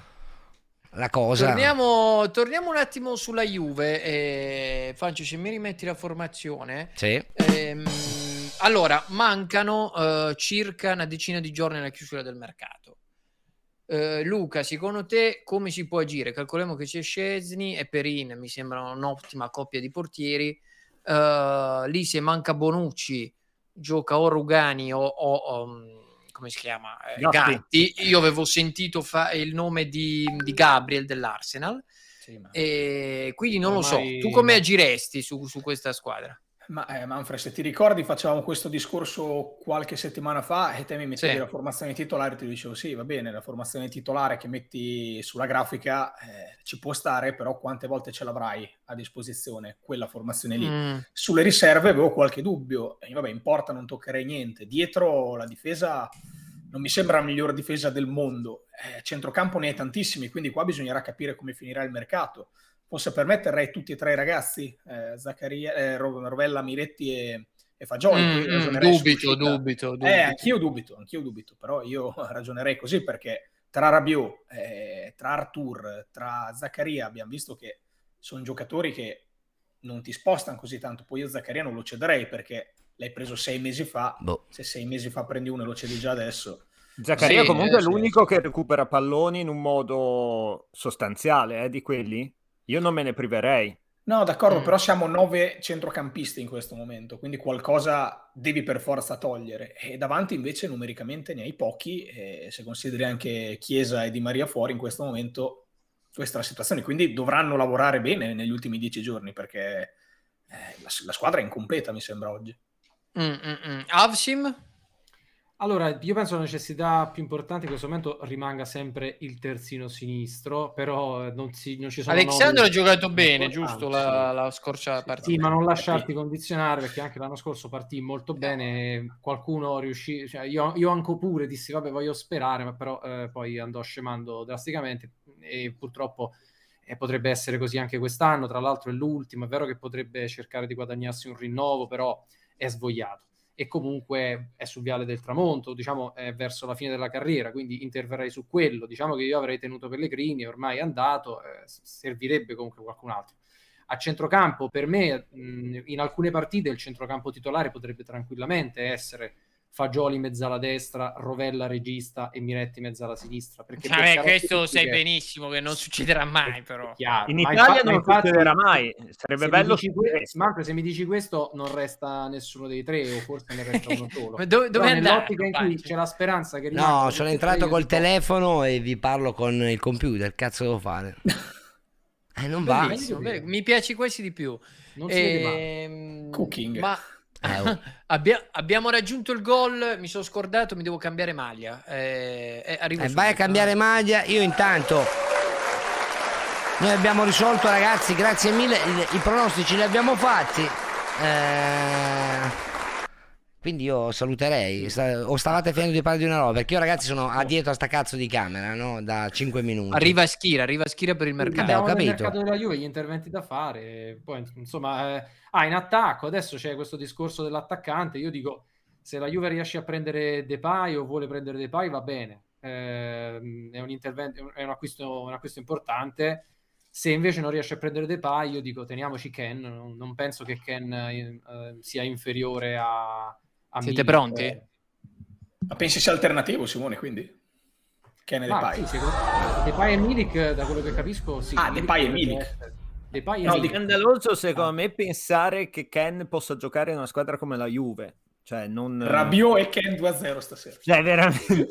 [SPEAKER 4] la cosa.
[SPEAKER 5] Torniamo un attimo sulla Juve. Francio, se mi rimetti la formazione.
[SPEAKER 4] Sì.
[SPEAKER 5] Allora, mancano circa una decina di giorni alla chiusura del mercato. Luca, secondo te come si può agire? Calcoliamo che c'è Szczesny e Perin, mi sembra un'ottima coppia di portieri. Lì se manca Bonucci gioca o Rugani o come si chiama? Gatti. Io avevo sentito il nome di Gabriel dell'Arsenal, e quindi non lo so. Tu come agiresti su questa squadra?
[SPEAKER 3] Manfred, se ti ricordi facevamo questo discorso qualche settimana fa e te mi mettevi la formazione titolare e ti dicevo sì, va bene, la formazione titolare che metti sulla grafica ci può stare, però quante volte ce l'avrai a disposizione quella formazione lì? Sulle riserve avevo qualche dubbio, vabbè, in porta non toccherei niente, dietro la difesa non mi sembra la migliore difesa del mondo, centrocampo ne hai tantissimi, quindi qua bisognerà capire come finirà il mercato. Forse per me terrei tutti e tre i ragazzi, Zaccaria, Rovella, Miretti e Fagioli.
[SPEAKER 5] Dubito.
[SPEAKER 3] Anch'io dubito, però io ragionerei così perché tra Rabiot, tra Arthur, tra Zaccaria abbiamo visto che sono giocatori che non ti spostano così tanto. Poi io Zaccaria non lo cederei perché l'hai preso 6 mesi fa, se 6 mesi fa prendi uno e lo cedi già adesso.
[SPEAKER 1] Zaccaria comunque è l'unico che recupera palloni in un modo sostanziale, di quelli. Io non me ne priverei.
[SPEAKER 3] No, d'accordo, però siamo 9 centrocampisti in questo momento, quindi qualcosa devi per forza togliere. E davanti invece numericamente ne hai pochi, e se consideri anche Chiesa e Di Maria fuori in questo momento, questa è la situazione. Quindi dovranno lavorare bene negli ultimi 10 giorni, perché la squadra è incompleta, mi sembra, oggi.
[SPEAKER 5] Avsim?
[SPEAKER 18] Allora, io penso la necessità più importante in questo momento rimanga sempre il terzino sinistro, però non ci sono...
[SPEAKER 5] Alexandro ha giocato bene, giusto, la scorsa partita?
[SPEAKER 18] Sì, ma non lasciarti condizionare, perché anche l'anno scorso partì molto bene, qualcuno riuscì... Cioè io anche pure dissi, vabbè, voglio sperare, ma però poi andò scemando drasticamente e purtroppo potrebbe essere così anche quest'anno. Tra l'altro è l'ultimo, è vero che potrebbe cercare di guadagnarsi un rinnovo, però è svogliato. E comunque è sul viale del tramonto, diciamo è verso la fine della carriera, quindi interverrei su quello. Diciamo che io avrei tenuto Pellegrini, ormai è andato, servirebbe comunque qualcun altro. A centrocampo, per me, in alcune partite il centrocampo titolare potrebbe tranquillamente essere Fagioli mezzala destra, Rovella regista e Miretti mezzala sinistra. Perché
[SPEAKER 5] questo sai benissimo che non succederà mai, però.
[SPEAKER 1] In Italia non succederà mai. Sarebbe bello
[SPEAKER 18] se mi dici questo non resta nessuno dei tre, o forse ne resta uno solo.
[SPEAKER 5] Dove
[SPEAKER 18] nell'ottica in cui c'è la speranza che
[SPEAKER 4] no, sono entrato col telefono e vi parlo con il computer, cazzo devo fare? Non va.
[SPEAKER 5] Mi piace questi di più.
[SPEAKER 18] Non si vede
[SPEAKER 3] Cooking.
[SPEAKER 5] Ma abbiamo raggiunto il gol, mi sono scordato, mi devo cambiare maglia.
[SPEAKER 4] Vai a cambiare maglia. Io intanto noi abbiamo risolto, ragazzi, grazie mille, i pronostici li abbiamo fatti, quindi io saluterei. O stavate finendo di parlare di una roba? Perché io, ragazzi, sono dietro a sta cazzo di camera, no? Da 5 minuti.
[SPEAKER 5] Arriva Schira per il mercato.
[SPEAKER 18] Abbiamo capito. Il mercato della Juve, gli interventi da fare, poi insomma in attacco adesso c'è questo discorso dell'attaccante. Io dico, se la Juve riesce a prendere Depay o vuole prendere Depay, va bene, è un intervento, è un acquisto importante. Se invece non riesce a prendere Depay, io dico teniamoci Ken. Non penso che Ken sia inferiore a
[SPEAKER 5] Siete pronti?
[SPEAKER 3] Ma pensi sia alternativo, Simone, quindi? Ken e Depay?
[SPEAKER 18] Sì, Depay e Milik, da quello che capisco, sì.
[SPEAKER 3] Depay e Milik.
[SPEAKER 1] È scandaloso, secondo me, pensare che Ken possa giocare in una squadra come la Juve. Cioè, non...
[SPEAKER 3] Rabiot e Ken 2-0 stasera.
[SPEAKER 1] Cioè, veramente...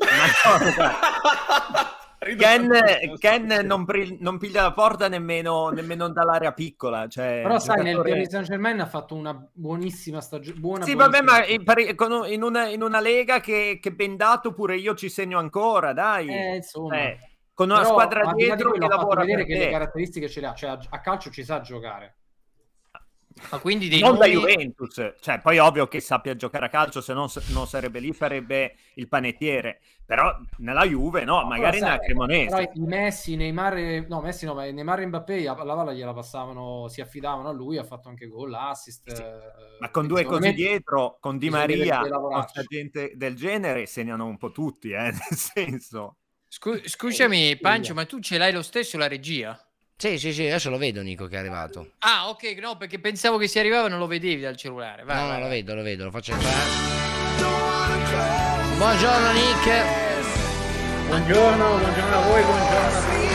[SPEAKER 1] Ken non piglia la porta nemmeno dall'area piccola. Cioè,
[SPEAKER 18] però sai, nel Paris Saint-Germain ha fatto una buonissima stagione.
[SPEAKER 1] Sì, vabbè, ma in una lega che ben dato pure io ci segno ancora, dai.
[SPEAKER 18] Insomma.
[SPEAKER 1] Con una squadra dietro che lavora
[SPEAKER 18] vedere
[SPEAKER 1] per
[SPEAKER 18] che
[SPEAKER 1] te.
[SPEAKER 18] le caratteristiche ce le ha, cioè a calcio ci sa giocare.
[SPEAKER 5] Ma quindi dei
[SPEAKER 1] non
[SPEAKER 5] nomi...
[SPEAKER 1] da Juventus, cioè poi ovvio che sappia giocare a calcio, se no non sarebbe lì, farebbe il panettiere, però nella Juve no, magari nella Cremonese.
[SPEAKER 18] Però i Messi, Neymar, no Messi no, ma Neymar e Mbappé la palla gliela passavano, si affidavano a lui, ha fatto anche gol, assist.
[SPEAKER 1] Sì. Ma con due così dietro, con Di Maria, con gente del genere, segnano un po' tutti, nel senso.
[SPEAKER 5] Scusami Pancio, ma tu ce l'hai lo stesso la regia?
[SPEAKER 4] Sì, adesso lo vedo Nico che è arrivato.
[SPEAKER 5] Ah, ok, no, perché pensavo che si arrivava e non lo vedevi dal cellulare. Vai.
[SPEAKER 4] Lo vedo, lo faccio entrare. Buongiorno Nick.
[SPEAKER 11] Buongiorno a voi, buongiorno a tutti.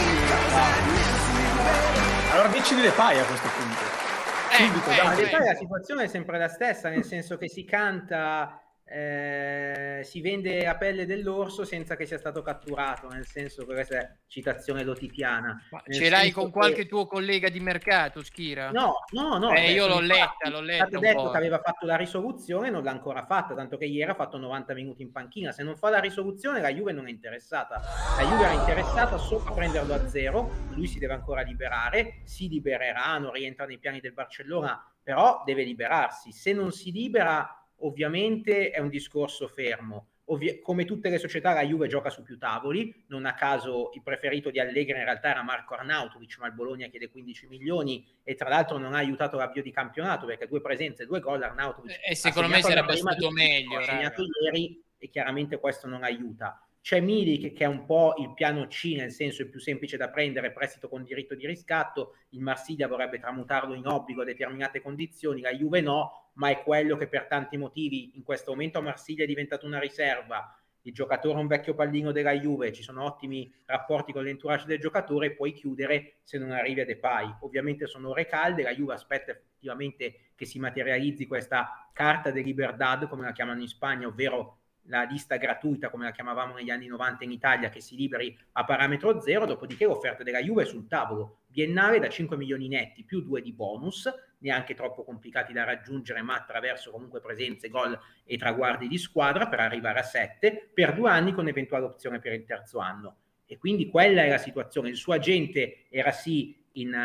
[SPEAKER 3] Allora dici di Depay a questo punto.
[SPEAKER 11] Depay la situazione è sempre la stessa, nel senso che si canta... si vende a pelle dell'orso senza che sia stato catturato, nel senso che questa è citazione lotitiana.
[SPEAKER 5] Ce l'hai con qualche tuo collega di mercato, Schira?
[SPEAKER 11] No.
[SPEAKER 5] Io l'ho letta.
[SPEAKER 11] È stato detto che aveva fatto la risoluzione, non l'ha ancora fatta, tanto che ieri ha fatto 90 minuti in panchina. Se non fa la risoluzione la Juve non è interessata. La Juve era interessata solo a prenderlo a zero, lui si deve ancora liberare, si libererà, non rientra nei piani del Barcellona, però deve liberarsi. Se non si libera, ovviamente è un discorso fermo. Come tutte le società, la Juve gioca su più tavoli, non a caso il preferito di Allegri in realtà era Marco Arnautovic, ma il Bologna chiede 15 milioni e tra l'altro non ha aiutato l'avvio di campionato, perché 2 presenze, 2 gol Arnautovic
[SPEAKER 5] e secondo me sarebbe stato meglio,
[SPEAKER 11] ha segnato ieri e chiaramente questo non aiuta. C'è Milik che è un po' il piano C, nel senso è più semplice da prendere, prestito con diritto di riscatto, il Marsiglia vorrebbe tramutarlo in obbligo a determinate condizioni, la Juve no, ma è quello che per tanti motivi in questo momento a Marsiglia è diventato una riserva, il giocatore è un vecchio pallino della Juve, ci sono ottimi rapporti con l'entourage del giocatore e puoi chiudere se non arrivi a Depay. Ovviamente sono ore calde, la Juve aspetta effettivamente che si materializzi questa carta de Liberdad, come la chiamano in Spagna, ovvero la lista gratuita come la chiamavamo negli anni 90 in Italia, che si liberi a parametro zero, dopodiché l'offerta della Juve è sul tavolo, biennale da 5 milioni netti più 2 di bonus, neanche troppo complicati da raggiungere, ma attraverso comunque presenze, gol e traguardi di squadra per arrivare a 7 per 2 anni con eventuale opzione per il terzo anno. E quindi quella è la situazione. Il suo agente era sì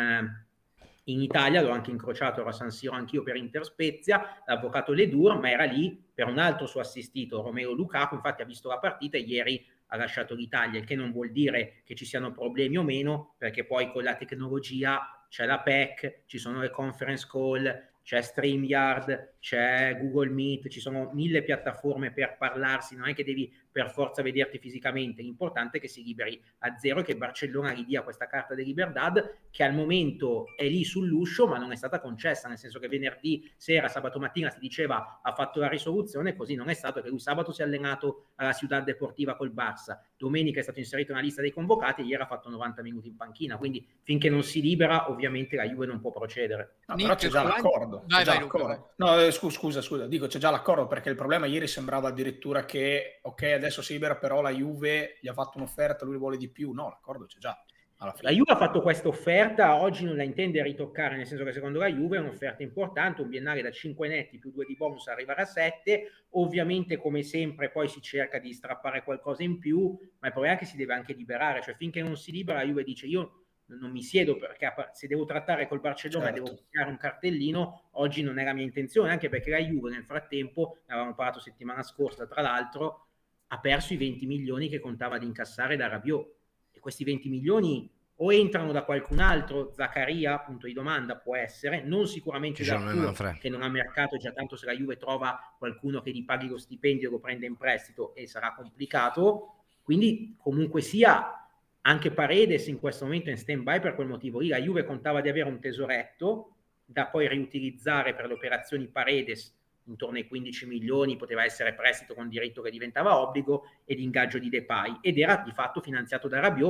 [SPEAKER 11] in Italia, l'ho anche incrociato, ero a San Siro anch'io per Inter Spezia, l'avvocato Ledur, ma era lì per un altro suo assistito, Romeo Lukaku, infatti ha visto la partita e ieri ha lasciato l'Italia, il che non vuol dire che ci siano problemi o meno, perché poi con la tecnologia c'è la PEC, ci sono le conference call, c'è StreamYard, c'è Google Meet, ci sono 1000 piattaforme per parlarsi, non è che devi per forza vederti fisicamente, l'importante è che si liberi a zero e che Barcellona gli dia questa carta di Liberdad che al momento è lì sull'uscio ma non è stata concessa, nel senso che venerdì sera, sabato mattina si diceva ha fatto la risoluzione, così non è stato, che lui sabato si è allenato alla Ciudad Deportiva col Barça, domenica è stato inserito nella lista dei convocati e ieri ha fatto 90 minuti in panchina, quindi finché non si libera ovviamente la Juve non può procedere.
[SPEAKER 3] No, però c'è già l'accordo. No, scusa, dico c'è già l'accordo, perché il problema ieri sembrava addirittura che ok, adesso si libera, però la Juve gli ha fatto un'offerta, lui vuole di più. No, l'accordo c'è già. Alla fine.
[SPEAKER 11] La Juve ha fatto questa offerta, oggi non la intende ritoccare, nel senso che secondo la Juve è un'offerta importante, un biennale da 5 netti più 2 di bonus arrivare a 7, ovviamente come sempre poi si cerca di strappare qualcosa in più, ma il problema è che si deve anche liberare, cioè finché non si libera la Juve dice io non mi siedo, perché se devo trattare col Barcellona devo creare un cartellino, oggi non è la mia intenzione, anche perché la Juve nel frattempo, ne avevamo parlato settimana scorsa tra l'altro, ha perso i 20 milioni che contava di incassare da Rabiot, e questi 20 milioni o entrano da qualcun altro, Zaccaria, punto di domanda, può essere, non sicuramente da Arturo, che non ha mercato, già tanto se la Juve trova qualcuno che gli paghi lo stipendio lo prende in prestito e sarà complicato, quindi comunque sia anche Paredes in questo momento è in stand by per quel motivo lì, la Juve contava di avere un tesoretto da poi riutilizzare per le operazioni Paredes intorno ai 15 milioni, poteva essere prestito con diritto che diventava obbligo ed ingaggio di Depay, ed era di fatto finanziato da Rabiot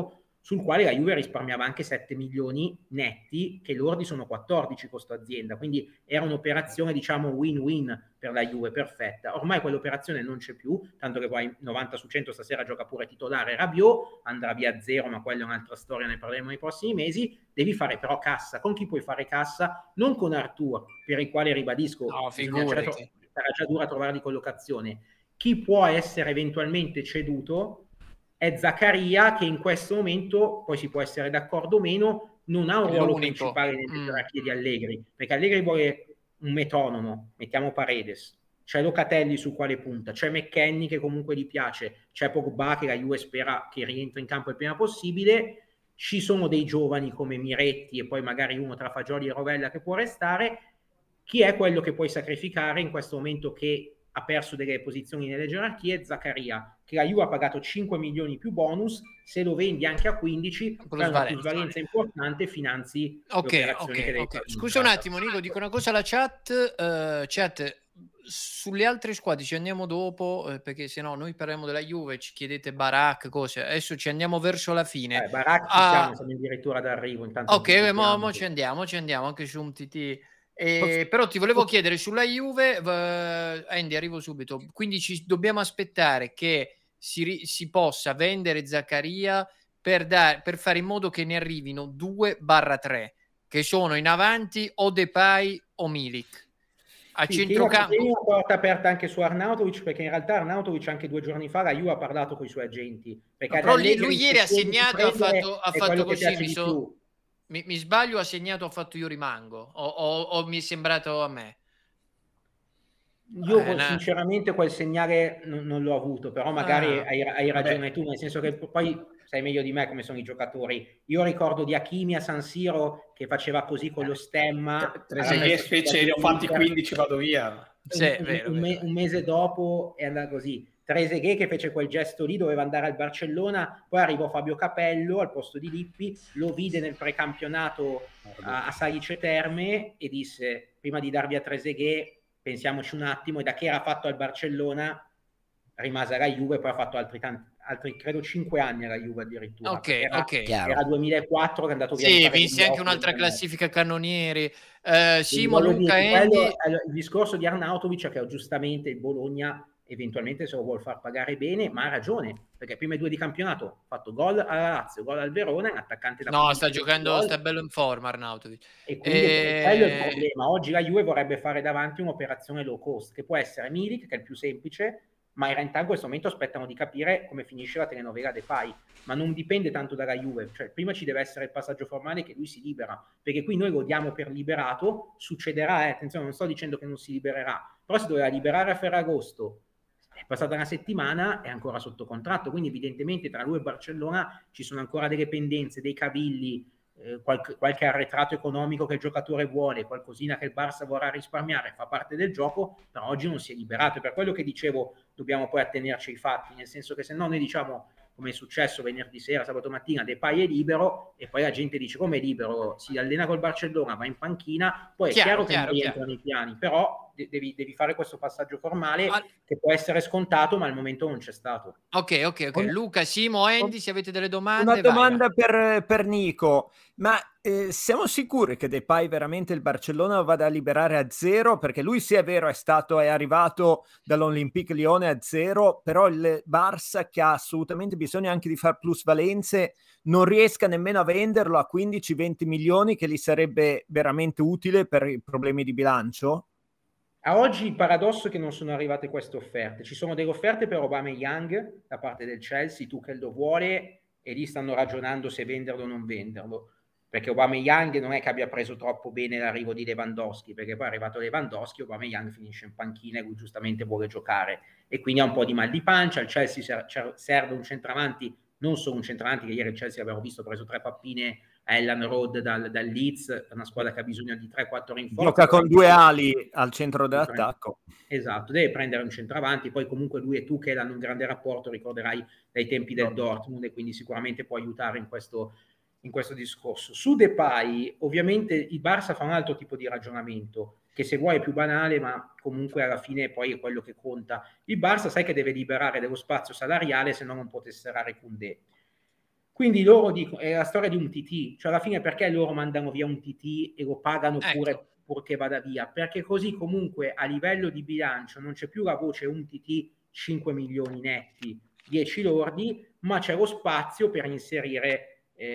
[SPEAKER 11] sul quale la Juve risparmiava anche 7 milioni netti, che lordi sono 14 costo azienda, quindi era un'operazione diciamo win-win per la Juve, perfetta. Ormai quell'operazione non c'è più, tanto che poi 90 su 100 stasera gioca pure titolare Rabiot, andrà via a 0, ma quella è un'altra storia, ne parleremo nei prossimi mesi. Devi fare però cassa. Con chi puoi fare cassa? Non con Arthur, per il quale ribadisco, sarà già dura trovare di collocazione. Chi può essere eventualmente ceduto è Zaccaria, che in questo momento, poi si può essere d'accordo o meno, non ha un ruolo principale nelle gerarchie di Allegri, perché Allegri vuole un metronomo, mettiamo Paredes, c'è Locatelli sul quale punta, c'è McKennie che comunque gli piace, c'è Pogba che la Juve spera che rientri in campo il prima possibile, ci sono dei giovani come Miretti e poi magari uno tra Fagioli e Rovella che può restare. Chi è quello che puoi sacrificare in questo momento che ha perso delle posizioni nelle gerarchie? Zaccaria, che la Juve ha pagato 5 milioni più bonus, se lo vendi anche a 15 fai una plusvalenza importante e finanzi l'operazione che devi fare.
[SPEAKER 5] Scusa un attimo Nico, dico una cosa alla chat, sulle altre squadre ci andiamo dopo, perché se no noi parliamo della Juve, ci chiedete Barak, cose, adesso ci andiamo verso la fine.
[SPEAKER 11] Barak siamo addirittura d'arrivo, intanto
[SPEAKER 5] ok, mo ci andiamo anche su un TT. Però ti volevo chiedere sulla Juve, Andy, arrivo subito, quindi ci dobbiamo aspettare che si possa vendere Zaccaria per fare in modo che ne arrivino 2/3 che sono in avanti o Depay o Milik a centrocampo.
[SPEAKER 11] Tieni una porta aperta anche su Arnautovic, perché in realtà Arnautovic anche 2 giorni fa la Juve ha parlato con i suoi agenti, perché
[SPEAKER 5] però lui ieri ha segnato, ha fatto così, mi sbaglio, ha segnato, ha fatto io rimango o mi è sembrato a me?
[SPEAKER 11] Io sinceramente quel segnale non l'ho avuto, però magari hai ragione tu, nel senso che poi sai meglio di me come sono i giocatori. Io ricordo di Hakimi a San Siro che faceva così con lo stemma,
[SPEAKER 3] Trezeguet fece li ho fatti 15 vado via.
[SPEAKER 11] Un mese dopo è andata così. Trezeguet che fece quel gesto lì, doveva andare al Barcellona, poi arrivò Fabio Capello al posto di Lippi, lo vide nel precampionato a Salice Terme e disse: prima di darvi a Trezeguet pensiamoci un attimo, e da che era fatto al Barcellona rimase alla Juve, poi ha fatto altri credo 5 anni alla Juve addirittura. Era 2004 che è andato via.
[SPEAKER 5] Sì, vinse anche un'altra classifica cannonieri. Simo, Luca, Andy.
[SPEAKER 11] Il discorso di Arnautovic è che giustamente il Bologna eventualmente se lo vuol far pagare bene, ma ha ragione, perché prime 2 di campionato ha fatto gol alla Lazio, gol al Verona, un attaccante da
[SPEAKER 5] sta giocando, sta bello in forma Arnautovic,
[SPEAKER 11] e quindi quello è il problema. Oggi la Juve vorrebbe fare davanti un'operazione low cost, che può essere Milik, che è il più semplice, ma in realtà in questo momento aspettano di capire come finisce la telenovela Depay, ma non dipende tanto dalla Juve, cioè prima ci deve essere il passaggio formale che lui si libera, perché qui noi lo diamo per liberato, succederà, attenzione, non sto dicendo che non si libererà, però si doveva liberare a Ferragosto, è passata una settimana, è ancora sotto contratto, quindi evidentemente tra lui e Barcellona ci sono ancora delle pendenze, dei cavilli, qualche arretrato economico che il giocatore vuole, qualcosina che il Barça vorrà risparmiare, fa parte del gioco, però oggi non si è liberato. E per quello che dicevo dobbiamo poi attenerci ai fatti, nel senso che se no noi diciamo, come è successo venerdì sera, sabato mattina, Depay è libero e poi la gente dice come è libero, si allena col Barcellona, va in panchina, poi è chiaro che non rientrano i piani, però devi fare questo passaggio formale che può essere scontato, ma al momento non c'è stato.
[SPEAKER 5] Ok. Luca, Simo, Andy, se avete delle domande.
[SPEAKER 1] Una domanda per Nico, ma siamo sicuri che Depay veramente il Barcellona vada a liberare a 0? Perché lui sì, è vero, è arrivato dall'Olympique Lione a 0, però il Barça, che ha assolutamente bisogno anche di far plusvalenze, non riesca nemmeno a venderlo a 15-20 milioni, che gli sarebbe veramente utile per i problemi di bilancio?
[SPEAKER 11] A oggi il paradosso è che non sono arrivate queste offerte. Ci sono delle offerte per Aubameyang da parte del Chelsea, Tuchel lo vuole e lì stanno ragionando se venderlo o non venderlo, perché Aubameyang non è che abbia preso troppo bene l'arrivo di Lewandowski, perché poi è arrivato Lewandowski, Aubameyang finisce in panchina e lui giustamente vuole giocare e quindi ha un po' di mal di pancia. Al Chelsea serve un centravanti, non solo un centravanti, che ieri il Chelsea abbiamo visto preso 3 pappine a Elland Road dal Leeds, una squadra che ha bisogno di 3-4 rinforzi.
[SPEAKER 1] Gioca con 2 ali al centro dell'attacco.
[SPEAKER 11] Esatto, deve prendere un centravanti, poi comunque lui e Tuchel hanno un grande rapporto, ricorderai dai tempi del Dortmund, e quindi sicuramente può aiutare in questo discorso. Su Depay, ovviamente il Barça fa un altro tipo di ragionamento, che se vuoi è più banale, ma comunque alla fine poi è quello che conta. Il Barça sai che deve liberare dello spazio salariale, se no non può tesserare Koundé. Quindi loro dicono, è la storia di un TT, cioè alla fine perché loro mandano via un TT e lo pagano purché vada via? Perché così comunque a livello di bilancio non c'è più la voce un TT 5 milioni netti, 10 lordi, ma c'è lo spazio per inserire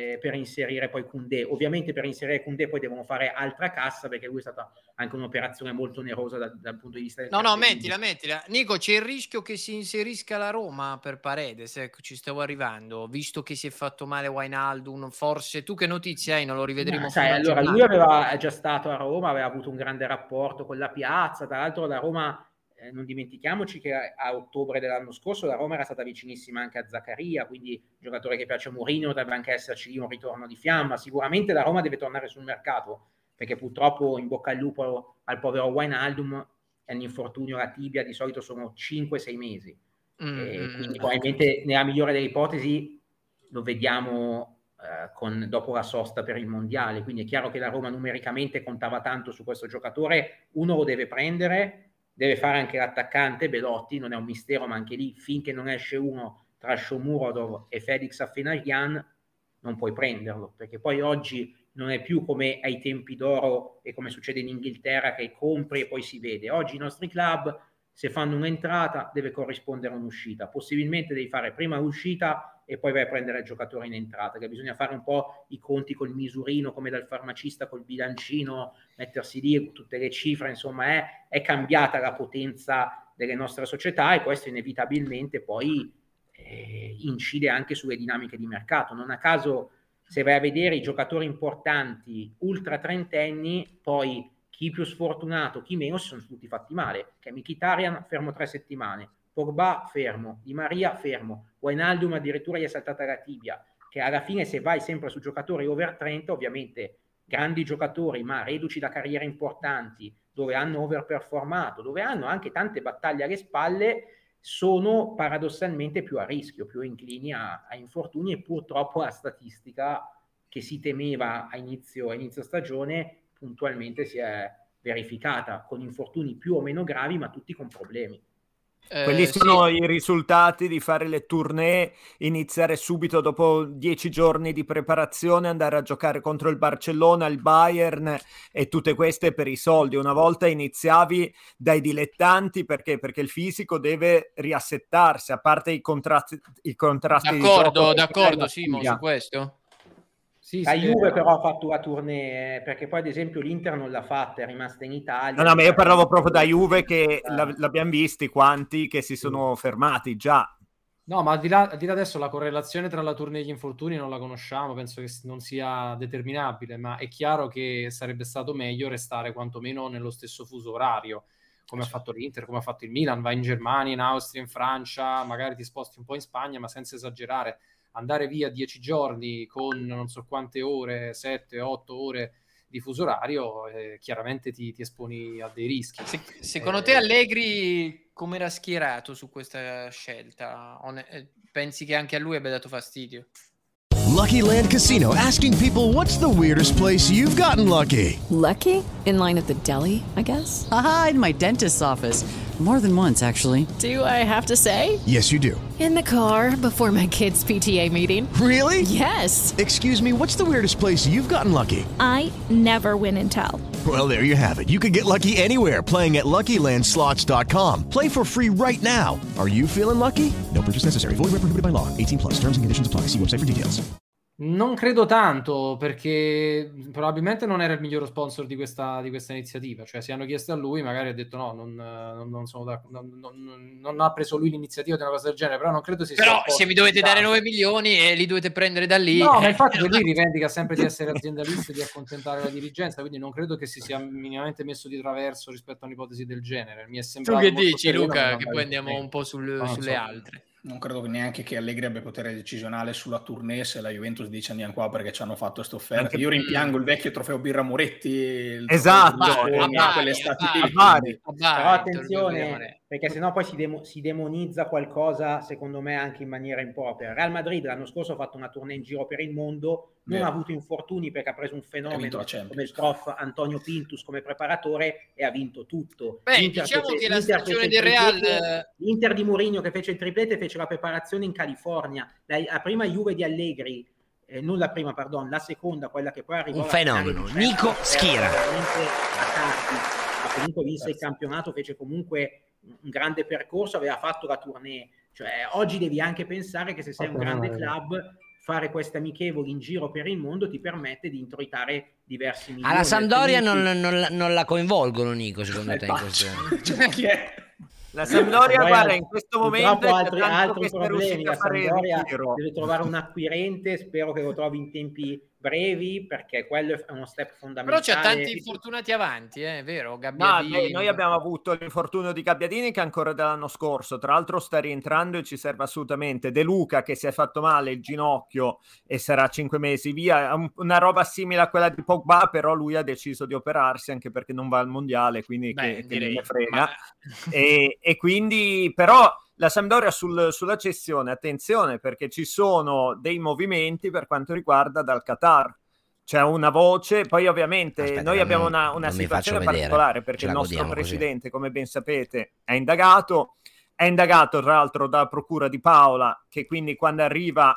[SPEAKER 11] poi Koundé. Ovviamente per inserire Koundé poi devono fare altra cassa, perché lui è stata anche un'operazione molto onerosa dal punto di vista del
[SPEAKER 5] mettila. Nico, c'è il rischio che si inserisca la Roma per Paredes, ecco, ci stavo arrivando, visto che si è fatto male Wijnaldum, forse tu che notizie hai? Non lo rivedremo
[SPEAKER 11] allora lui aveva già stato a Roma, aveva avuto un grande rapporto con la piazza, tra l'altro la Roma non dimentichiamoci che a ottobre dell'anno scorso la Roma era stata vicinissima anche a Zaccaria, quindi giocatore che piace a Mourinho, dovrebbe anche esserci un ritorno di fiamma. Sicuramente la Roma deve tornare sul mercato, perché purtroppo in bocca al lupo al povero Wijnaldum, è un infortunio alla tibia, di solito sono 5-6 mesi. Quindi probabilmente nella migliore delle ipotesi lo vediamo dopo la sosta per il mondiale, quindi è chiaro che la Roma numericamente contava tanto su questo giocatore, uno lo deve prendere, deve fare anche l'attaccante Belotti, non è un mistero, ma anche lì finché non esce uno tra Shomurodov e Felix Afenaghian non puoi prenderlo, perché poi oggi non è più come ai tempi d'oro e come succede in Inghilterra che compri e poi si vede. Oggi i nostri club, se fanno un'entrata, deve corrispondere un'uscita, possibilmente devi fare prima l'uscita e poi vai a prendere il giocatore in entrata, che bisogna fare un po' i conti col misurino come dal farmacista, col bilancino, mettersi lì tutte le cifre, insomma è cambiata la potenza delle nostre società e questo inevitabilmente poi incide anche sulle dinamiche di mercato. Non a caso, se vai a vedere i giocatori importanti ultra trentenni, poi chi più sfortunato, chi meno, si sono tutti fatti male. Che Mkhitaryan fermo 3 settimane, Pogba fermo, Di Maria fermo, Wijnaldum addirittura gli è saltata la tibia, che alla fine se vai sempre su giocatori over 30, ovviamente grandi giocatori ma reduci da carriere importanti, dove hanno overperformato, dove hanno anche tante battaglie alle spalle, sono paradossalmente più a rischio, più inclini a infortuni, e purtroppo la statistica che si temeva a inizio stagione puntualmente si è verificata, con infortuni più o meno gravi ma tutti con problemi.
[SPEAKER 1] Quelli sono i risultati di fare le tournée, iniziare subito dopo 10 giorni di preparazione, andare a giocare contro il Barcellona, il Bayern e tutte queste per i soldi. Una volta iniziavi dai dilettanti perché il fisico deve riassettarsi, a parte i contrasti
[SPEAKER 5] d'accordo Simo su questo.
[SPEAKER 11] La Juve però ha fatto la tournée, perché poi ad esempio l'Inter non l'ha fatta, è rimasta in Italia.
[SPEAKER 1] No, ma io parlavo proprio da Juve, che l'abbiamo visti quanti che si sono fermati già.
[SPEAKER 18] No, ma al di là adesso la correlazione tra la tournée e gli infortuni non la conosciamo, penso che non sia determinabile, ma è chiaro che sarebbe stato meglio restare quantomeno nello stesso fuso orario, come ha fatto l'Inter, come ha fatto il Milan, vai in Germania, in Austria, in Francia, magari ti sposti un po' in Spagna, ma senza esagerare. Andare via 10 giorni con non so quante ore, 7-8 ore di fuso orario, chiaramente ti esponi a dei rischi.
[SPEAKER 5] Secondo te Allegri come era schierato su questa scelta? Pensi che anche a lui abbia dato fastidio?
[SPEAKER 10] Lucky Land Casino, asking people, what's the weirdest place you've gotten lucky?
[SPEAKER 14] Lucky? In line at the deli, I guess?
[SPEAKER 13] Aha, in my dentist's office. More than once, actually.
[SPEAKER 14] Do I have to say?
[SPEAKER 10] Yes, you do.
[SPEAKER 20] In the car before my kids' PTA meeting.
[SPEAKER 10] Really?
[SPEAKER 20] Yes.
[SPEAKER 10] Excuse me, what's the weirdest place you've gotten lucky?
[SPEAKER 20] I never win and tell.
[SPEAKER 10] Well, there you have it. You can get lucky anywhere, playing at LuckyLandSlots.com. Play for free right now. Are you feeling lucky? No purchase necessary. Void where prohibited by law. 18+. Terms and conditions apply. See website for details.
[SPEAKER 18] Non credo tanto, perché probabilmente non era il miglior sponsor di questa iniziativa, cioè si hanno chiesto a lui, magari ha detto no, non ha preso lui l'iniziativa di una cosa del genere, però non credo sia
[SPEAKER 5] se mi dovete dare 9 milioni e li dovete prendere da lì.
[SPEAKER 18] No, ma infatti lui rivendica sempre di essere aziendalista e di accontentare la dirigenza, quindi non credo che si sia minimamente messo di traverso rispetto a un'ipotesi del genere. Mi è sembrato.
[SPEAKER 5] Tu che dici, Luca, che poi andiamo un po' sulle altre?
[SPEAKER 3] Non credo neanche che Allegri abbia potere decisionale sulla tournée se la Juventus dice andiamo qua perché ci hanno fatto questa offerta. Io rimpiango il vecchio trofeo Birra Moretti,
[SPEAKER 1] esatto,
[SPEAKER 3] quell'estate lì.
[SPEAKER 11] Però attenzione, perché sennò poi si demonizza qualcosa, secondo me anche in maniera impropria. Real Madrid l'anno scorso ha fatto una tournée in giro per il mondo, non ha avuto infortuni perché ha preso un fenomeno come il prof Antonio Pintus come preparatore e ha vinto tutto.
[SPEAKER 5] Diciamo che la stagione del Real,
[SPEAKER 11] l'Inter di Mourinho che fece il triplete fece la preparazione in California, la prima Juve di Allegri non la prima, pardon, la seconda, quella che poi arrivò
[SPEAKER 4] un fenomeno, Nico Schira,
[SPEAKER 11] ma comunque vinse il campionato, fece comunque un grande percorso, aveva fatto la tournée. Cioè oggi devi anche pensare che se sei un grande club, fare queste amichevoli in giro per il mondo ti permette di introitare diversi milioni.
[SPEAKER 4] Alla Sampdoria non la coinvolgono, Nico, secondo te in questo
[SPEAKER 1] La Sampdoria, guarda, in questo momento
[SPEAKER 11] altri problemi. La Sampdoria deve trovare un acquirente, spero che lo trovi in tempi brevi, perché quello è uno step fondamentale.
[SPEAKER 5] Però c'è tanti infortunati avanti, è vero? Gabbiadini.
[SPEAKER 1] Noi abbiamo avuto l'infortunio di Gabbiadini, che è ancora dell'anno scorso, tra l'altro sta rientrando e ci serve assolutamente. De Luca, che si è fatto male il ginocchio e sarà 5 mesi via, una roba simile a quella di Pogba, però lui ha deciso di operarsi anche perché non va al mondiale, quindi che ne frega. E quindi però la Sampdoria sulla cessione, attenzione, perché ci sono dei movimenti per quanto riguarda dal Qatar. C'è una voce, poi ovviamente noi abbiamo una situazione particolare, perché il nostro presidente, come ben sapete, è indagato tra l'altro dalla procura di Paola, che quindi quando arriva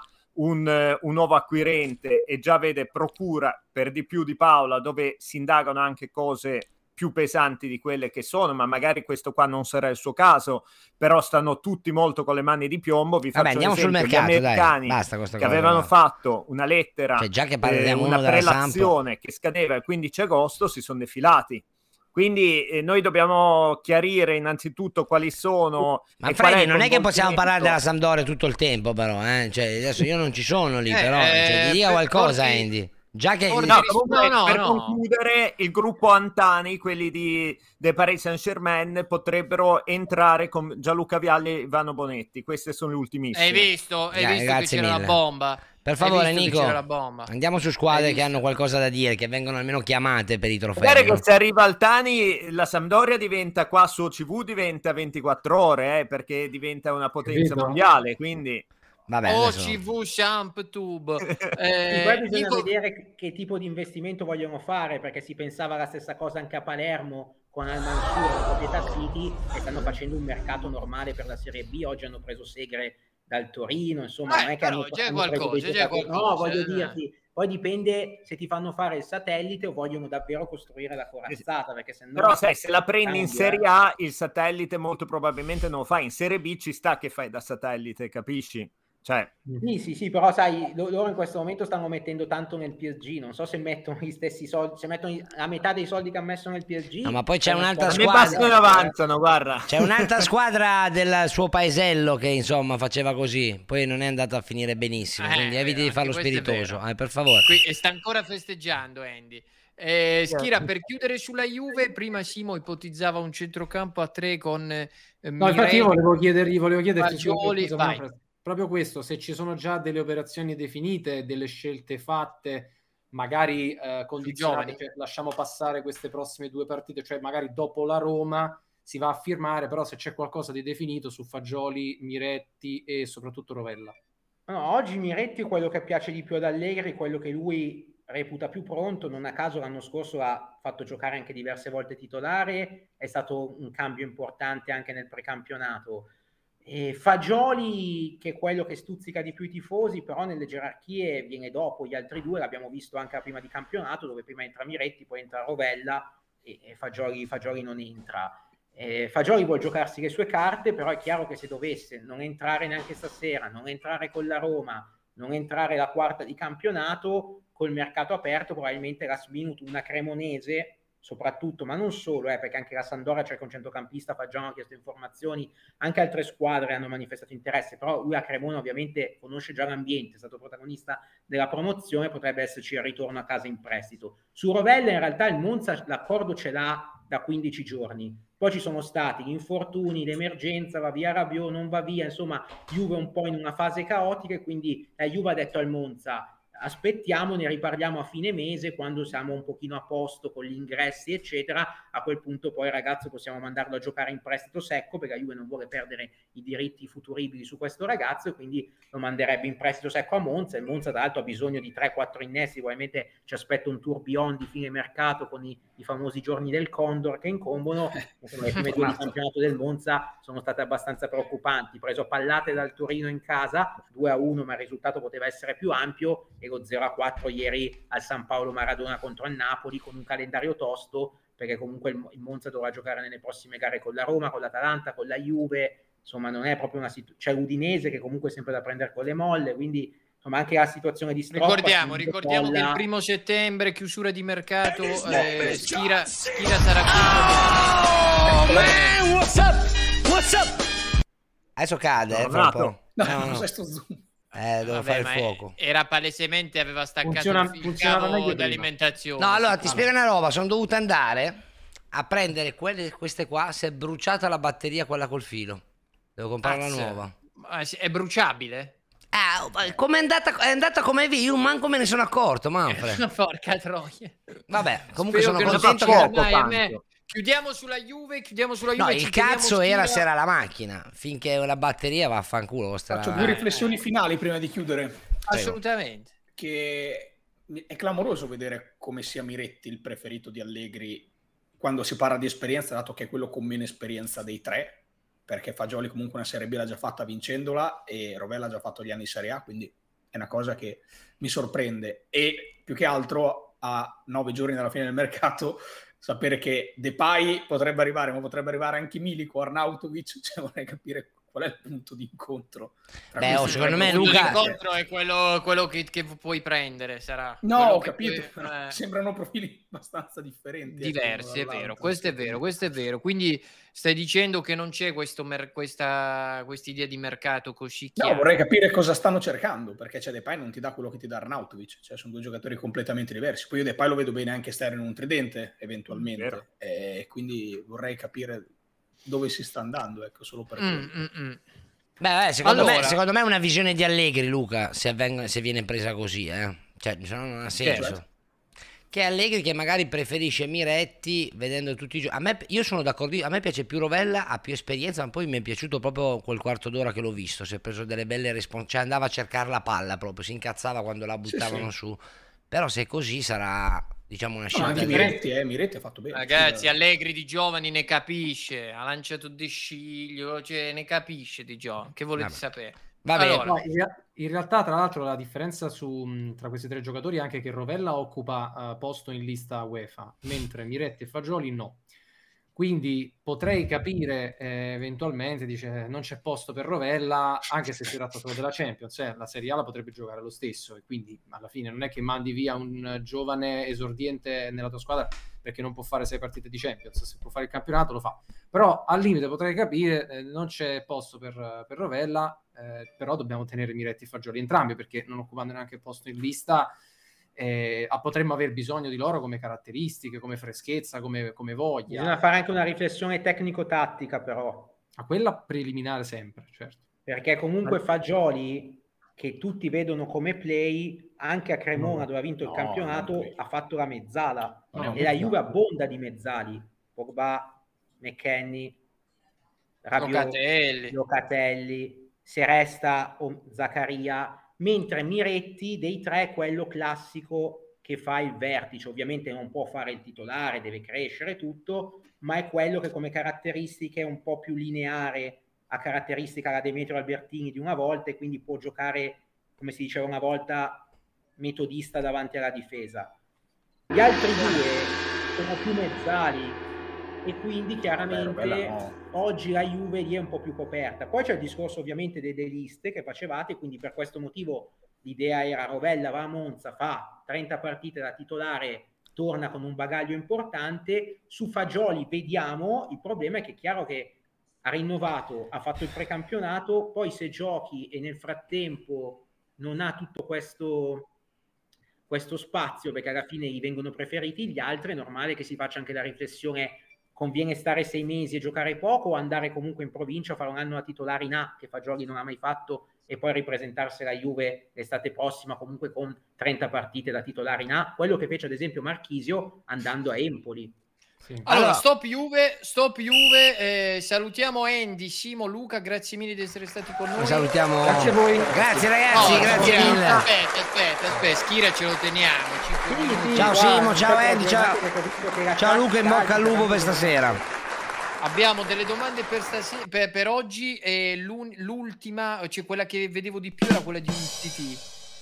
[SPEAKER 1] un nuovo acquirente e già vede procura per di più di Paola, dove si indagano anche cose più pesanti di quelle che sono, ma magari questo qua non sarà il suo caso, però stanno tutti molto con le mani di piombo. Vi faccio
[SPEAKER 4] andiamo
[SPEAKER 1] esempio,
[SPEAKER 4] sul mercato,
[SPEAKER 1] gli americani che avevano fatto una lettera,
[SPEAKER 4] già che parliamo
[SPEAKER 1] una prelazione che scadeva il 15 agosto, si sono defilati. Quindi noi dobbiamo chiarire innanzitutto quali sono.
[SPEAKER 4] Ma Freddy, non è che possiamo parlare della Sampdoria tutto il tempo, però, Cioè, adesso io non ci sono lì, però ti dica qualcosa, Andy. Già che
[SPEAKER 1] per concludere, il gruppo Antani, quelli del Paris Saint-Germain, potrebbero entrare con Gianluca Vialli e Ivano Bonetti. Queste sono le ultimissime.
[SPEAKER 5] Hai visto che c'era la bomba.
[SPEAKER 4] Per favore, Nico, andiamo su squadre che hanno qualcosa da dire, che vengono almeno chiamate per i trofei.
[SPEAKER 1] Magari che se arriva Altani, la Sampdoria diventa qua su OCV, diventa 24 ore, perché diventa una potenza mondiale, quindi...
[SPEAKER 11] Vabbè,
[SPEAKER 5] OCV Champ Tube.
[SPEAKER 11] Poi bisogna vedere che tipo di investimento vogliono fare, perché si pensava la stessa cosa anche a Palermo con Al Mansur, la proprietà City, e stanno facendo un mercato normale per la Serie B. Oggi hanno preso Segre dal Torino, insomma, non è che hanno
[SPEAKER 5] qualcosa.
[SPEAKER 11] No, voglio dirti, poi dipende se ti fanno fare il satellite o vogliono davvero costruire la corazzata, perché se no...
[SPEAKER 1] Però sai, se la prendi in Serie A, il satellite molto probabilmente non lo fai. In Serie B ci sta che fai da satellite, capisci? Cioè...
[SPEAKER 11] Sì, però sai, loro in questo momento stanno mettendo tanto nel PSG, non so se mettono gli stessi soldi, se mettono la metà dei soldi che hanno messo nel PSG.
[SPEAKER 4] No, ma poi c'è un'altra squadra,
[SPEAKER 1] avanzano, guarda.
[SPEAKER 4] C'è un'altra squadra del suo paesello che insomma faceva così, poi non è andata a finire benissimo, quindi eviti di farlo spiritoso, per favore.
[SPEAKER 5] E sta ancora festeggiando Andy. Schira, per chiudere sulla Juve, prima Simo ipotizzava un centrocampo a 3 con
[SPEAKER 18] no, infatti io volevo chiederti
[SPEAKER 5] Fagioli,
[SPEAKER 18] proprio questo, se ci sono già delle operazioni definite, delle scelte fatte, magari condizionate, cioè, lasciamo passare queste prossime 2 partite, cioè magari dopo la Roma si va a firmare, però se c'è qualcosa di definito su Fagioli, Miretti e soprattutto Rovella.
[SPEAKER 11] No, oggi Miretti è quello che piace di più ad Allegri, quello che lui reputa più pronto. Non a caso l'anno scorso l'ha fatto giocare anche diverse volte titolare, è stato un cambio importante anche nel precampionato. E Fagioli, che è quello che stuzzica di più i tifosi, però nelle gerarchie viene dopo gli altri due. L'abbiamo visto anche a prima di campionato, dove prima entra Miretti, poi entra Rovella e Fagioli non entra. Fagioli vuole giocarsi le sue carte, però è chiaro che se dovesse non entrare neanche stasera, non entrare con la Roma, non entrare la quarta di campionato, col mercato aperto probabilmente last minute una Cremonese soprattutto, ma non solo, perché anche la Sampdoria cerca un centrocampista. Fagioli ha chiesto informazioni, anche altre squadre hanno manifestato interesse, però lui a Cremona ovviamente conosce già l'ambiente, è stato protagonista della promozione, potrebbe esserci il ritorno a casa in prestito. Su Rovella in realtà il Monza l'accordo ce l'ha da 15 giorni, poi ci sono stati gli infortuni, l'emergenza, va via Rabiot, non va via, insomma Juve un po' in una fase caotica, e quindi la Juve ha detto al Monza: aspettiamo, ne riparliamo a fine mese quando siamo un pochino a posto con gli ingressi eccetera. A quel punto poi il ragazzo possiamo mandarlo a giocare in prestito secco, perché la Juve non vuole perdere i diritti futuribili su questo ragazzo, e quindi lo manderebbe in prestito secco a Monza. Il Monza tra l'altro ha bisogno di 3-4 innesti, probabilmente ci aspetta un tourbillon di fine mercato con i famosi giorni del Condor che incombono. Insomma, le prime 2 di campionato del Monza sono state abbastanza preoccupanti, preso a pallate dal Torino in casa 2-1, ma il risultato poteva essere più ampio, e lo lo 0-4 ieri al San Paolo Maradona contro il Napoli, con un calendario tosto, perché comunque il Monza dovrà giocare nelle prossime gare con la Roma, con l'Atalanta, con la Juve, insomma non è proprio una c'è Udinese che comunque è sempre da prendere con le molle, quindi insomma anche la situazione di Stroppa.
[SPEAKER 5] Ricordiamo che il 1° settembre, chiusura di mercato, Schira sarà qui.
[SPEAKER 4] What's up? Adesso cade, fra un po'.
[SPEAKER 3] Cos'è sto zoom?
[SPEAKER 4] Devo fare il fuoco.
[SPEAKER 5] Era palesemente, aveva staccato il cavo d'alimentazione.
[SPEAKER 4] No, allora ti spiego una roba, sono dovuto andare a prendere queste qua, si è bruciata la batteria, quella col filo. Devo comprare una nuova.
[SPEAKER 5] È bruciabile?
[SPEAKER 4] Come è andata come vi, io manco me ne sono accorto, Manfred.
[SPEAKER 5] Porca troia.
[SPEAKER 4] Vabbè, comunque sono contento che...
[SPEAKER 5] Chiudiamo sulla Juve.
[SPEAKER 4] No, il cazzo era se era la macchina. Finché la batteria vaffanculo.
[SPEAKER 3] Faccio 2 riflessioni finali prima di chiudere.
[SPEAKER 5] Assolutamente.
[SPEAKER 3] Che è clamoroso vedere come sia Miretti il preferito di Allegri quando si parla di esperienza, dato che è quello con meno esperienza dei 3, perché Fagioli comunque una Serie B l'ha già fatta vincendola e Rovella ha già fatto gli anni in Serie A, quindi è una cosa che mi sorprende. E più che altro a 9 giorni dalla fine del mercato sapere che Depay potrebbe arrivare, ma potrebbe arrivare anche Milico, Arnautovic, cioè vorrei capire qual è il punto di incontro.
[SPEAKER 4] Secondo me Luca...
[SPEAKER 5] L'incontro è quello che puoi prendere, sarà.
[SPEAKER 3] No, ho capito, sembrano profili abbastanza differenti.
[SPEAKER 5] Diversi, è vero, questo è vero. Quindi stai dicendo che non c'è questa idea di mercato così chiara?
[SPEAKER 3] No, vorrei capire cosa stanno cercando, perché Depay non ti dà quello che ti dà Arnautovic, cioè sono 2 giocatori completamente diversi. Poi io Depay lo vedo bene anche esterno in un tridente, eventualmente, quindi vorrei capire dove si sta andando, ecco, solo per
[SPEAKER 4] secondo me è una visione di Allegri, Luca, se viene presa così, cioè non ha senso. Che Allegri che magari preferisce Miretti vedendo tutti i giochi. Io sono d'accordo, a me piace più Rovella, ha più esperienza, ma poi mi è piaciuto proprio quel quarto d'ora che l'ho visto, si è preso delle belle responsabilità, cioè andava a cercare la palla proprio, si incazzava quando la buttavano su. Però se è così sarà, diciamo, una scelta.
[SPEAKER 3] Anche Miretti ha fatto bene.
[SPEAKER 5] Ragazzi, Allegri di giovani ne capisce, ha lanciato di sciglio, cioè ne capisce di giovani. Che volete sapere?
[SPEAKER 18] Allora, no, in realtà, tra l'altro, la differenza tra questi 3 giocatori è anche che Rovella occupa posto in lista UEFA, mentre Miretti e Fagioli no. Quindi potrei capire eventualmente, dice, non c'è posto per Rovella, anche se si tratta solo della Champions, la Serie A la potrebbe giocare lo stesso, e quindi alla fine non è che mandi via un giovane esordiente nella tua squadra perché non può fare 6 partite di Champions, se può fare il campionato lo fa. Però al limite potrei capire, non c'è posto per Rovella, però dobbiamo tenere Miretti e Fagioli entrambi, perché non occupando neanche posto in lista potremmo aver bisogno di loro come caratteristiche, come freschezza, come voglia.
[SPEAKER 11] Bisogna fare anche una riflessione tecnico-tattica, però
[SPEAKER 18] a quella preliminare sempre, certo,
[SPEAKER 11] perché comunque Fagioli, che tutti vedono come play, anche a Cremona dove ha vinto il campionato ha fatto la mezzala, e la Juve abbonda di mezzali, Pogba, McKennie, Rabiot, Locatelli, se resta Zaccaria, mentre Miretti dei 3 è quello classico che fa il vertice, ovviamente non può fare il titolare, deve crescere tutto, ma è quello che come caratteristiche è un po' più lineare, a caratteristica la Demetrio Albertini di una volta, e quindi può giocare, come si diceva una volta, metodista davanti alla difesa. Gli altri 2 sono più mezzali, e quindi chiaramente oggi la Juve lì è un po' più coperta. Poi c'è il discorso ovviamente delle liste che facevate, quindi per questo motivo l'idea era Rovella va a Monza, fa 30 partite da titolare, torna con un bagaglio importante. Su Fagioli vediamo, il problema è che è chiaro che ha rinnovato, ha fatto il precampionato, poi se giochi e nel frattempo non ha tutto questo spazio, perché alla fine gli vengono preferiti gli altri, è normale che si faccia anche la riflessione: conviene stare 6 mesi e giocare poco, o andare comunque in provincia a fare un anno da titolare in A, che Fagioli non ha mai fatto, e poi ripresentarsi la Juve l'estate prossima comunque con 30 partite da titolare in A, quello che fece ad esempio Marchisio andando a Empoli.
[SPEAKER 5] Sì. Allora, stop Juve, salutiamo Andy, Simo, Luca, grazie mille di essere stati con noi.
[SPEAKER 4] Salutiamo.
[SPEAKER 11] Grazie a voi.
[SPEAKER 4] Grazie ragazzi, grazie mille.
[SPEAKER 5] Aspetta, Schira ce lo teniamo.
[SPEAKER 4] Sì, ciao Simo, ciao Andy, ciao Luca, in bocca al lupo per stasera.
[SPEAKER 5] Abbiamo delle domande per oggi, e l'ultima, cioè quella che vedevo di più era quella di un TT.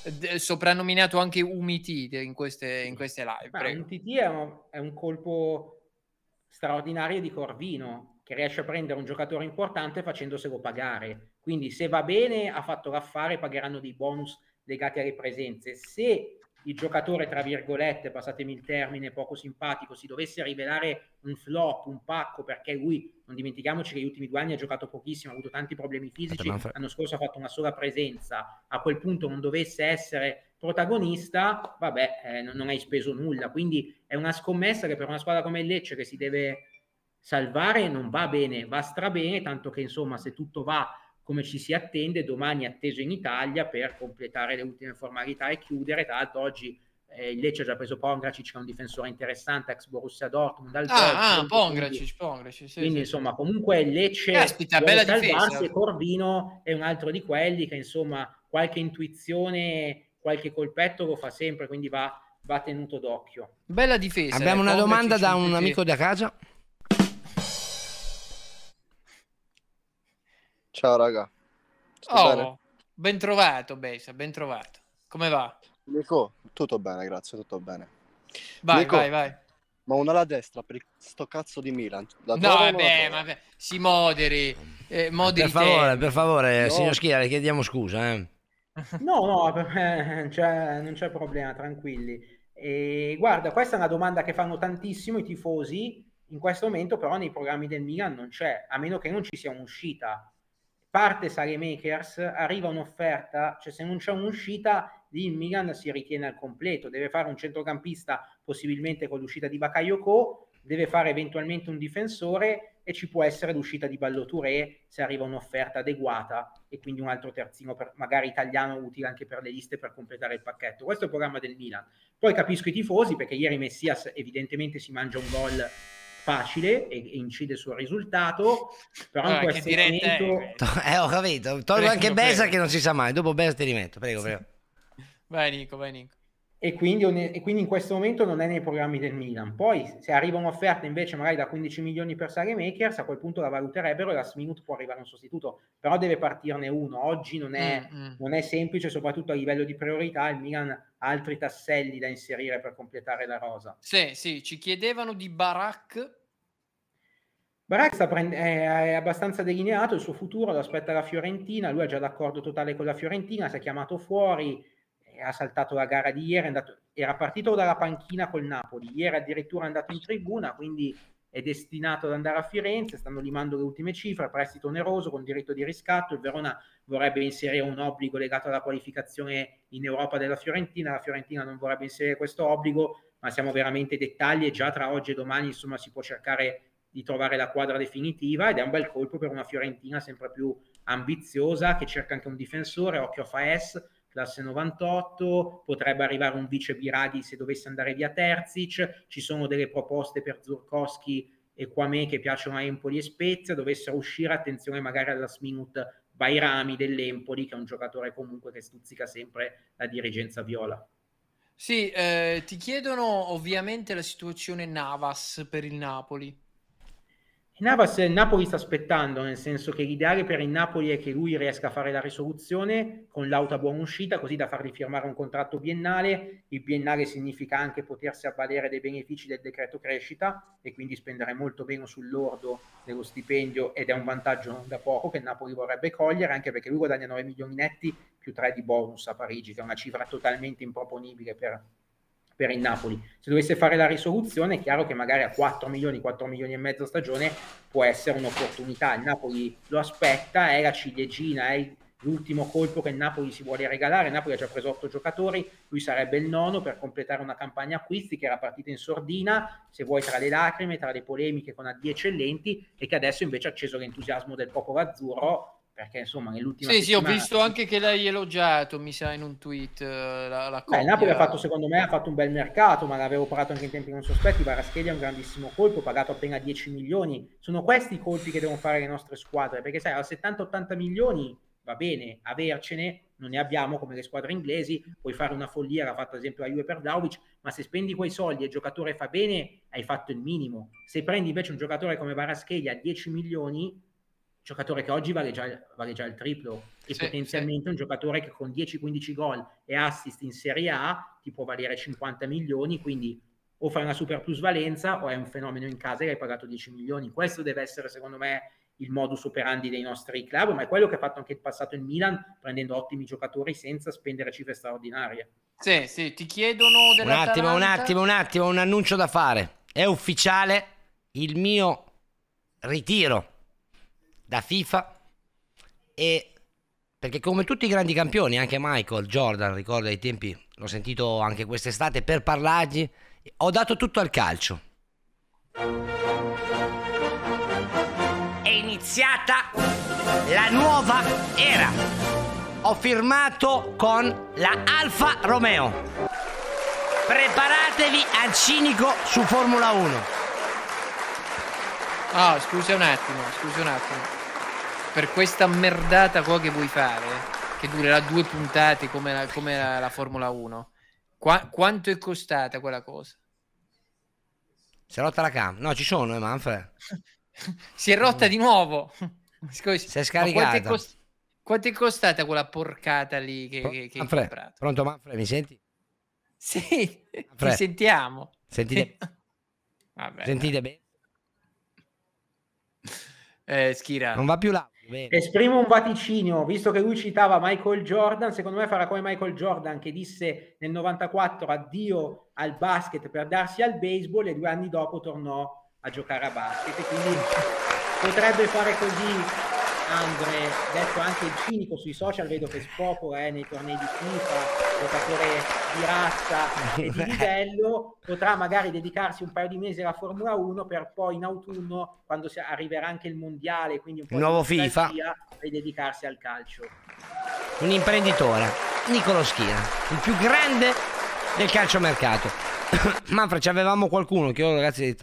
[SPEAKER 5] soprannominato anche Umiti in queste live.
[SPEAKER 11] Umtiti è un colpo straordinario di Corvino, che riesce a prendere un giocatore importante facendoselo pagare. Quindi se va bene, ha fatto l'affare, pagheranno dei bonus legati alle presenze. Se il giocatore, tra virgolette, passatemi il termine, poco simpatico, si dovesse rivelare un flop, un pacco, perché lui, non dimentichiamoci che negli ultimi 2 anni ha giocato pochissimo, ha avuto tanti problemi fisici, l'anno scorso ha fatto una sola presenza, a quel punto non dovesse essere protagonista, vabbè, non hai speso nulla. Quindi è una scommessa che per una squadra come il Lecce, che si deve salvare, non va bene, va strabene, tanto che insomma, se tutto va come ci si attende, domani è atteso in Italia per completare le ultime formalità e chiudere. Tra l'altro oggi il Lecce ha già preso Pongracic, che è un difensore interessante, ex Borussia Dortmund.
[SPEAKER 5] Pongracic,
[SPEAKER 11] quindi insomma comunque il Lecce
[SPEAKER 5] bella difesa.
[SPEAKER 11] E Corvino è un altro di quelli che insomma qualche intuizione, qualche colpetto lo fa sempre, quindi va tenuto d'occhio.
[SPEAKER 5] Bella difesa.
[SPEAKER 4] Abbiamo una domanda da un amico da casa.
[SPEAKER 6] Ciao raga.
[SPEAKER 5] Bene? Ben trovato Besa, ben trovato. Come va?
[SPEAKER 6] Nico, tutto bene, grazie, tutto bene.
[SPEAKER 5] Vai,
[SPEAKER 6] Nico,
[SPEAKER 5] vai.
[SPEAKER 6] Ma una alla destra per sto cazzo di Milan.
[SPEAKER 5] No, vabbè, si moderi.
[SPEAKER 4] Per favore, signor Schia, le chiediamo scusa.
[SPEAKER 11] No, per me non c'è problema, tranquilli. E guarda, questa è una domanda che fanno tantissimo i tifosi. In questo momento però nei programmi del Milan non c'è, a meno che non ci sia un'uscita. Parte Saelemaekers, arriva un'offerta, cioè se non c'è un'uscita lì il Milan si ritiene al completo, deve fare un centrocampista possibilmente con l'uscita di Bakayoko, deve fare eventualmente un difensore e ci può essere l'uscita di Ballo Touré se arriva un'offerta adeguata e quindi un altro terzino magari italiano utile anche per le liste per completare il pacchetto. Questo è il programma del Milan. Poi capisco i tifosi perché ieri Messias evidentemente si mangia un gol facile e incide sul risultato, però in questo momento
[SPEAKER 4] ho capito, tolgo anche Besa che non si sa mai, dopo Besa ti rimetto, prego.
[SPEAKER 5] Vai Nico.
[SPEAKER 11] E quindi in questo momento non è nei programmi del Milan. Poi se arriva un'offerta invece magari da 15 milioni per Saelemaekers, a quel punto la valuterebbero e last minute può arrivare un sostituto, però deve partirne uno. Oggi non è semplice, soprattutto a livello di priorità. Il Milan ha altri tasselli da inserire per completare la rosa.
[SPEAKER 5] Sì, ci chiedevano di Barak.
[SPEAKER 11] Barak è abbastanza delineato il suo futuro, lo aspetta la Fiorentina, lui ha già l'accordo totale con la Fiorentina, si è chiamato fuori, ha saltato la gara di ieri, era partito dalla panchina col Napoli, ieri addirittura è andato in tribuna, quindi è destinato ad andare a Firenze, stanno limando le ultime cifre, prestito oneroso con diritto di riscatto, il Verona vorrebbe inserire un obbligo legato alla qualificazione in Europa della Fiorentina, la Fiorentina non vorrebbe inserire questo obbligo, ma siamo veramente dettagli e già tra oggi e domani insomma si può cercare di trovare la quadra definitiva ed è un bel colpo per una Fiorentina sempre più ambiziosa che cerca anche un difensore, occhio a Faes, classe 98, potrebbe arrivare un vice Biraghi se dovesse andare via Terzic, ci sono delle proposte per Zurkowski e Kwame che piacciono a Empoli e Spezia, dovessero uscire, attenzione magari alla last minute Bairami dell'Empoli che è un giocatore comunque che stuzzica sempre la dirigenza viola.
[SPEAKER 5] Sì, ti chiedono ovviamente la situazione Navas per il Napoli.
[SPEAKER 11] Navas il Napoli sta aspettando, nel senso che l'ideale per il Napoli è che lui riesca a fare la risoluzione con l'auto a buona uscita, così da fargli firmare un contratto biennale. Il biennale significa anche potersi avvalere dei benefici del decreto crescita e quindi spendere molto meno sul lordo dello stipendio, ed è un vantaggio non da poco che il Napoli vorrebbe cogliere, anche perché lui guadagna 9 milioni netti più 3 di bonus a Parigi, che è una cifra totalmente improponibile per il Napoli. Se dovesse fare la risoluzione è chiaro che magari a 4 milioni e mezzo a stagione può essere un'opportunità. Il Napoli lo aspetta, è la ciliegina, è l'ultimo colpo che il Napoli si vuole regalare. Il Napoli ha già preso 8 giocatori, lui sarebbe il 9° per completare una campagna acquisti che era partita in sordina, se vuoi tra le lacrime, tra le polemiche con addi eccellenti, e che adesso invece ha acceso l'entusiasmo del popolo azzurro, perché insomma nell'ultima settimana...
[SPEAKER 5] Sì, ho visto anche che l'hai elogiato, mi sa, in un tweet la coppia.
[SPEAKER 11] Il Napoli secondo me ha fatto un bel mercato, ma l'avevo parlato anche in tempi non sospetti. Kvaratskhelia è un grandissimo colpo, pagato appena 10 milioni. Sono questi i colpi che devono fare le nostre squadre, perché sai, a 70-80 milioni va bene, avercene non ne abbiamo come le squadre inglesi, puoi fare una follia, l'ha fatto ad esempio la Juve per Vlahovic, ma se spendi quei soldi e il giocatore fa bene, hai fatto il minimo. Se prendi invece un giocatore come Kvaratskhelia a 10 milioni, giocatore che oggi vale già il triplo, e potenzialmente un giocatore che con 10-15 gol e assist in Serie A ti può valere 50 milioni, quindi o fai una super plusvalenza o è un fenomeno in casa che hai pagato 10 milioni. Questo deve essere, secondo me, il modus operandi dei nostri club, ma è quello che ha fatto anche il passato il Milan, prendendo ottimi giocatori senza spendere cifre straordinarie.
[SPEAKER 5] Sì, ti chiedono
[SPEAKER 4] un attimo, un annuncio da fare. È ufficiale il mio ritiro da FIFA, e perché come tutti i grandi campioni, anche Michael Jordan, ricordo ai tempi, l'ho sentito anche quest'estate per parlargli, ho dato tutto al calcio. È iniziata la nuova era. Ho firmato con la Alfa Romeo. Preparatevi al cinico su Formula 1.
[SPEAKER 5] Scusa un attimo. Per questa merdata qua che vuoi fare, che durerà 2 puntate come la Formula 1, quanto è costata quella cosa?
[SPEAKER 4] Si è rotta la cam. No, ci sono, Manfred.
[SPEAKER 5] Si è rotta di nuovo.
[SPEAKER 4] Scusi, si è scaricata.
[SPEAKER 5] Quanto è costata quella porcata lì che hai comprato?
[SPEAKER 4] Pronto, Manfred, mi senti?
[SPEAKER 5] Sì, ti sentiamo.
[SPEAKER 4] Sentite
[SPEAKER 5] Vabbè,
[SPEAKER 4] bene?
[SPEAKER 5] Schira.
[SPEAKER 4] Non va più là.
[SPEAKER 11] Esprimo un vaticinio, visto che lui citava Michael Jordan, secondo me farà come Michael Jordan, che disse nel 94 addio al basket per darsi al baseball, e 2 anni dopo tornò a giocare a basket, e quindi potrebbe fare così. Andre, detto anche il cinico sui social, vedo che spopola nei tornei di FIFA, giocatore di razza e di livello, potrà magari dedicarsi un paio di mesi alla Formula 1 per poi in autunno, quando arriverà anche il mondiale, quindi un po'
[SPEAKER 4] nuovo
[SPEAKER 11] di
[SPEAKER 4] FIFA,
[SPEAKER 11] e dedicarsi al calcio.
[SPEAKER 4] Un imprenditore, Nicolo Schira, il più grande del calciomercato. Manfred, ci avevamo qualcuno che io, ragazzi,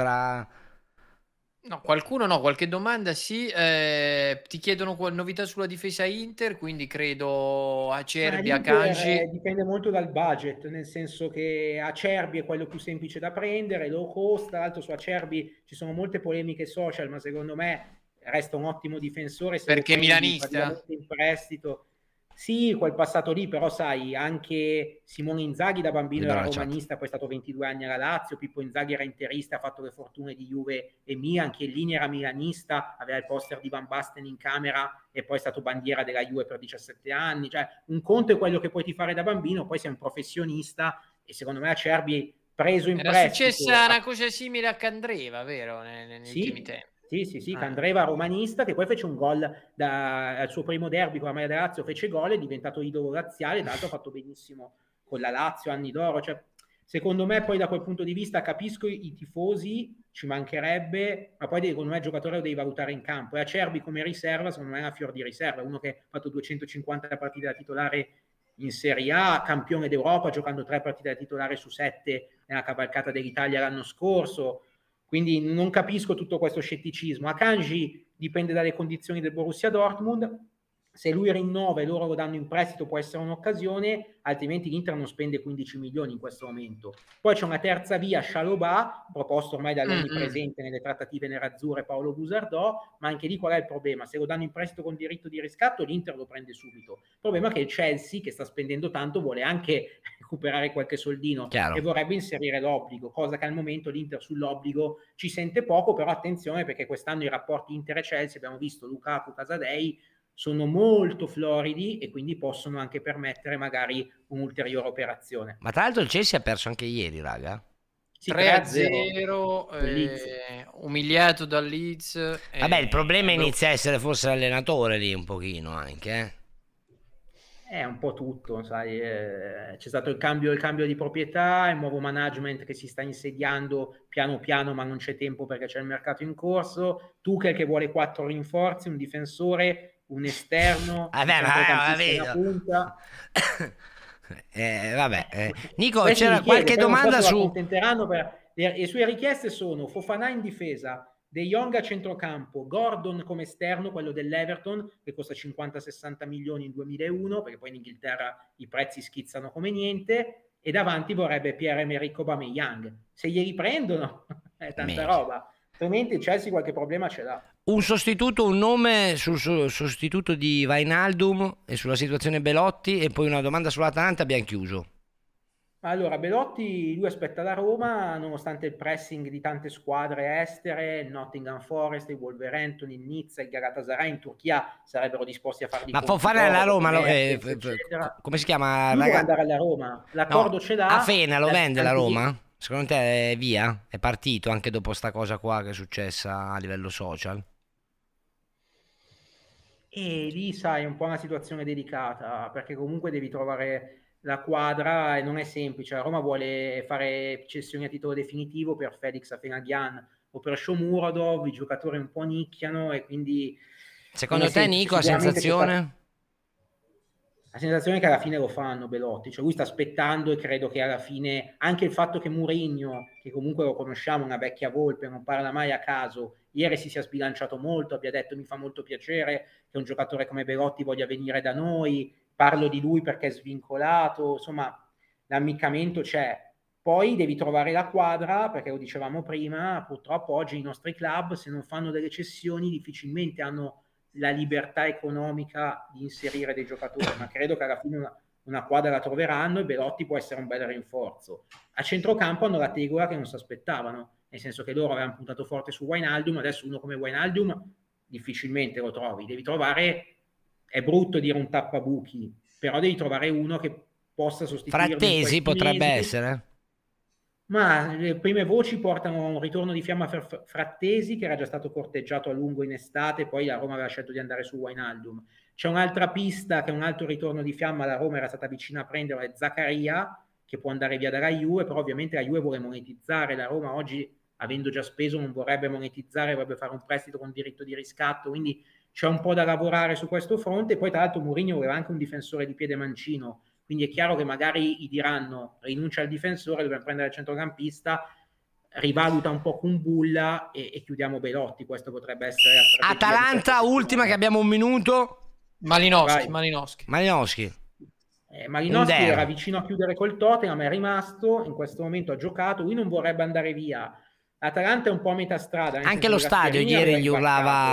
[SPEAKER 5] No, qualcuno no, qualche domanda sì. Ti chiedono novità sulla difesa Inter, quindi credo Acerbi, Akanji.
[SPEAKER 11] Dipende molto dal budget, nel senso che Acerbi è quello più semplice da prendere, low cost. Tra l'altro su Acerbi ci sono molte polemiche social, ma secondo me resta un ottimo difensore.
[SPEAKER 5] Perché milanista?
[SPEAKER 11] In prestito. Sì, quel passato lì, però sai, anche Simone Inzaghi da bambino era romanista, poi è stato 22 anni alla Lazio, Pippo Inzaghi era interista, ha fatto le fortune di Juve e Milan, Chiellini era milanista, aveva il poster di Van Basten in camera e poi è stato bandiera della Juve per 17 anni, cioè un conto è quello che puoi fare da bambino, poi sei un professionista, e secondo me Acerbi preso in prestito...
[SPEAKER 5] Era successa una cosa simile a Candreva, vero? Negli ultimi tempi.
[SPEAKER 11] Sì, Candreva romanista, che poi fece un gol al suo primo derby con la maglia della Lazio, fece gol, è diventato idolo laziale, tra l'altro ha fatto benissimo con la Lazio, anni d'oro, cioè secondo me poi da quel punto di vista capisco i tifosi, ci mancherebbe, ma poi secondo me il giocatore lo devi valutare in campo, e Acerbi come riserva secondo me è una fior di riserva, uno che ha fatto 250 partite da titolare in Serie A, campione d'Europa, giocando 3 partite da titolare su 7 nella cavalcata dell'Italia l'anno scorso. Quindi non capisco tutto questo scetticismo. Akanji dipende dalle condizioni del Borussia Dortmund. Se lui rinnova e loro lo danno in prestito può essere un'occasione, altrimenti l'Inter non spende 15 milioni in questo momento. Poi c'è una terza via, Chalobah, proposto ormai dall'onnipresente nelle trattative nerazzurre Paolo Busardò, ma anche lì qual è il problema? Se lo danno in prestito con diritto di riscatto, l'Inter lo prende subito. Il problema è che il Chelsea, che sta spendendo tanto, vuole anche recuperare qualche soldino. Chiaro. E vorrebbe inserire l'obbligo, cosa che al momento l'Inter sull'obbligo ci sente poco, però attenzione perché quest'anno i rapporti Inter e Chelsea, abbiamo visto Lukaku, Casadei, sono molto floridi e quindi possono anche permettere magari un'ulteriore operazione.
[SPEAKER 4] Ma tra l'altro il Chelsea ha perso anche ieri, raga.
[SPEAKER 5] Sì, 3-0, umiliato dal Leeds.
[SPEAKER 4] Vabbè, il problema inizia a essere forse l'allenatore lì un pochino anche,
[SPEAKER 11] È un po' tutto, sai, c'è stato il cambio di proprietà, il nuovo management che si sta insediando piano piano, ma non c'è tempo perché c'è il mercato in corso. Tuchel che vuole 4 rinforzi, un difensore, un esterno, una punta.
[SPEAKER 4] Nico, c'era qualche domanda su...
[SPEAKER 11] Le sue richieste sono Fofana in difesa, De Jong a centrocampo, Gordon come esterno, quello dell'Everton, che costa 50-60 milioni in 2001, perché poi in Inghilterra i prezzi schizzano come niente, e davanti vorrebbe Pierre-Emerick Aubameyang. Se glieli prendono è tanta roba. Altrimenti il Chelsea qualche problema ce l'ha.
[SPEAKER 4] Un sostituto, un nome sul sostituto di Wijnaldum e sulla situazione Belotti, e poi una domanda sull'Atalanta, abbiamo chiuso.
[SPEAKER 11] Allora, Belotti, lui aspetta la Roma, nonostante il pressing di tante squadre estere, il Nottingham Forest, il Wolverhampton, il Nizza, il Galatasaray in Turchia sarebbero disposti a fargli.
[SPEAKER 4] Ma può fare alla Roma, come si chiama?
[SPEAKER 11] Lui vuole andare alla Roma, l'accordo ce l'ha.
[SPEAKER 4] A Fena lo vende la Roma? Secondo te è via? È partito anche dopo sta cosa qua che è successa a livello social?
[SPEAKER 11] E lì, sai, è un po' una situazione delicata, perché comunque devi trovare la quadra e non è semplice. La Roma vuole fare cessioni a titolo definitivo per Felix Afenaghian o per Shomurodov, i giocatori un po' nicchiano e quindi...
[SPEAKER 4] Secondo te, Nico, a sensazione?
[SPEAKER 11] La sensazione è che alla fine lo fanno Belotti, cioè lui sta aspettando, e credo che alla fine anche il fatto che Mourinho, che comunque lo conosciamo, una vecchia volpe, non parla mai a caso, ieri si sia sbilanciato molto, abbia detto mi fa molto piacere che un giocatore come Belotti voglia venire da noi, parlo di lui perché è svincolato, insomma l'ammiccamento c'è. Poi devi trovare la quadra, perché lo dicevamo prima, purtroppo oggi i nostri club, se non fanno delle cessioni, difficilmente hanno la libertà economica di inserire dei giocatori, ma credo che alla fine una quadra la troveranno e Belotti può essere un bel rinforzo. A centrocampo hanno la tegola che non si aspettavano, nel senso che loro avevano puntato forte su Wijnaldum, adesso uno come Wijnaldum difficilmente lo trovi, devi trovare, è brutto dire un tappabuchi, però devi trovare uno che possa sostituire
[SPEAKER 4] Frattesi potrebbe essere?
[SPEAKER 11] Ma le prime voci portano a un ritorno di fiamma per Frattesi, che era già stato corteggiato a lungo in estate, poi la Roma aveva scelto di andare su Wijnaldum. C'è un'altra pista che è un altro ritorno di fiamma, la Roma era stata vicina a prendere, è Zaccaria, che può andare via dalla Juve, però ovviamente la Juve vuole monetizzare, la Roma oggi, avendo già speso, non vorrebbe monetizzare, vorrebbe fare un prestito con diritto di riscatto, quindi c'è un po' da lavorare su questo fronte. Poi tra l'altro Mourinho voleva anche un difensore di piede mancino, quindi è chiaro che magari gli diranno rinuncia al difensore, dobbiamo prendere il centrocampista, rivaluta un po' Kumbulla e chiudiamo Belotti. Questo potrebbe essere la strategia.
[SPEAKER 4] Atalanta, ultima che abbiamo un minuto.
[SPEAKER 5] Malinowski.
[SPEAKER 11] Malinowski era vicino a chiudere col Tottenham, è rimasto, in questo momento ha giocato, lui non vorrebbe andare via. Atalanta è un po' a metà strada.
[SPEAKER 4] Anche lo stadio ieri gli urlava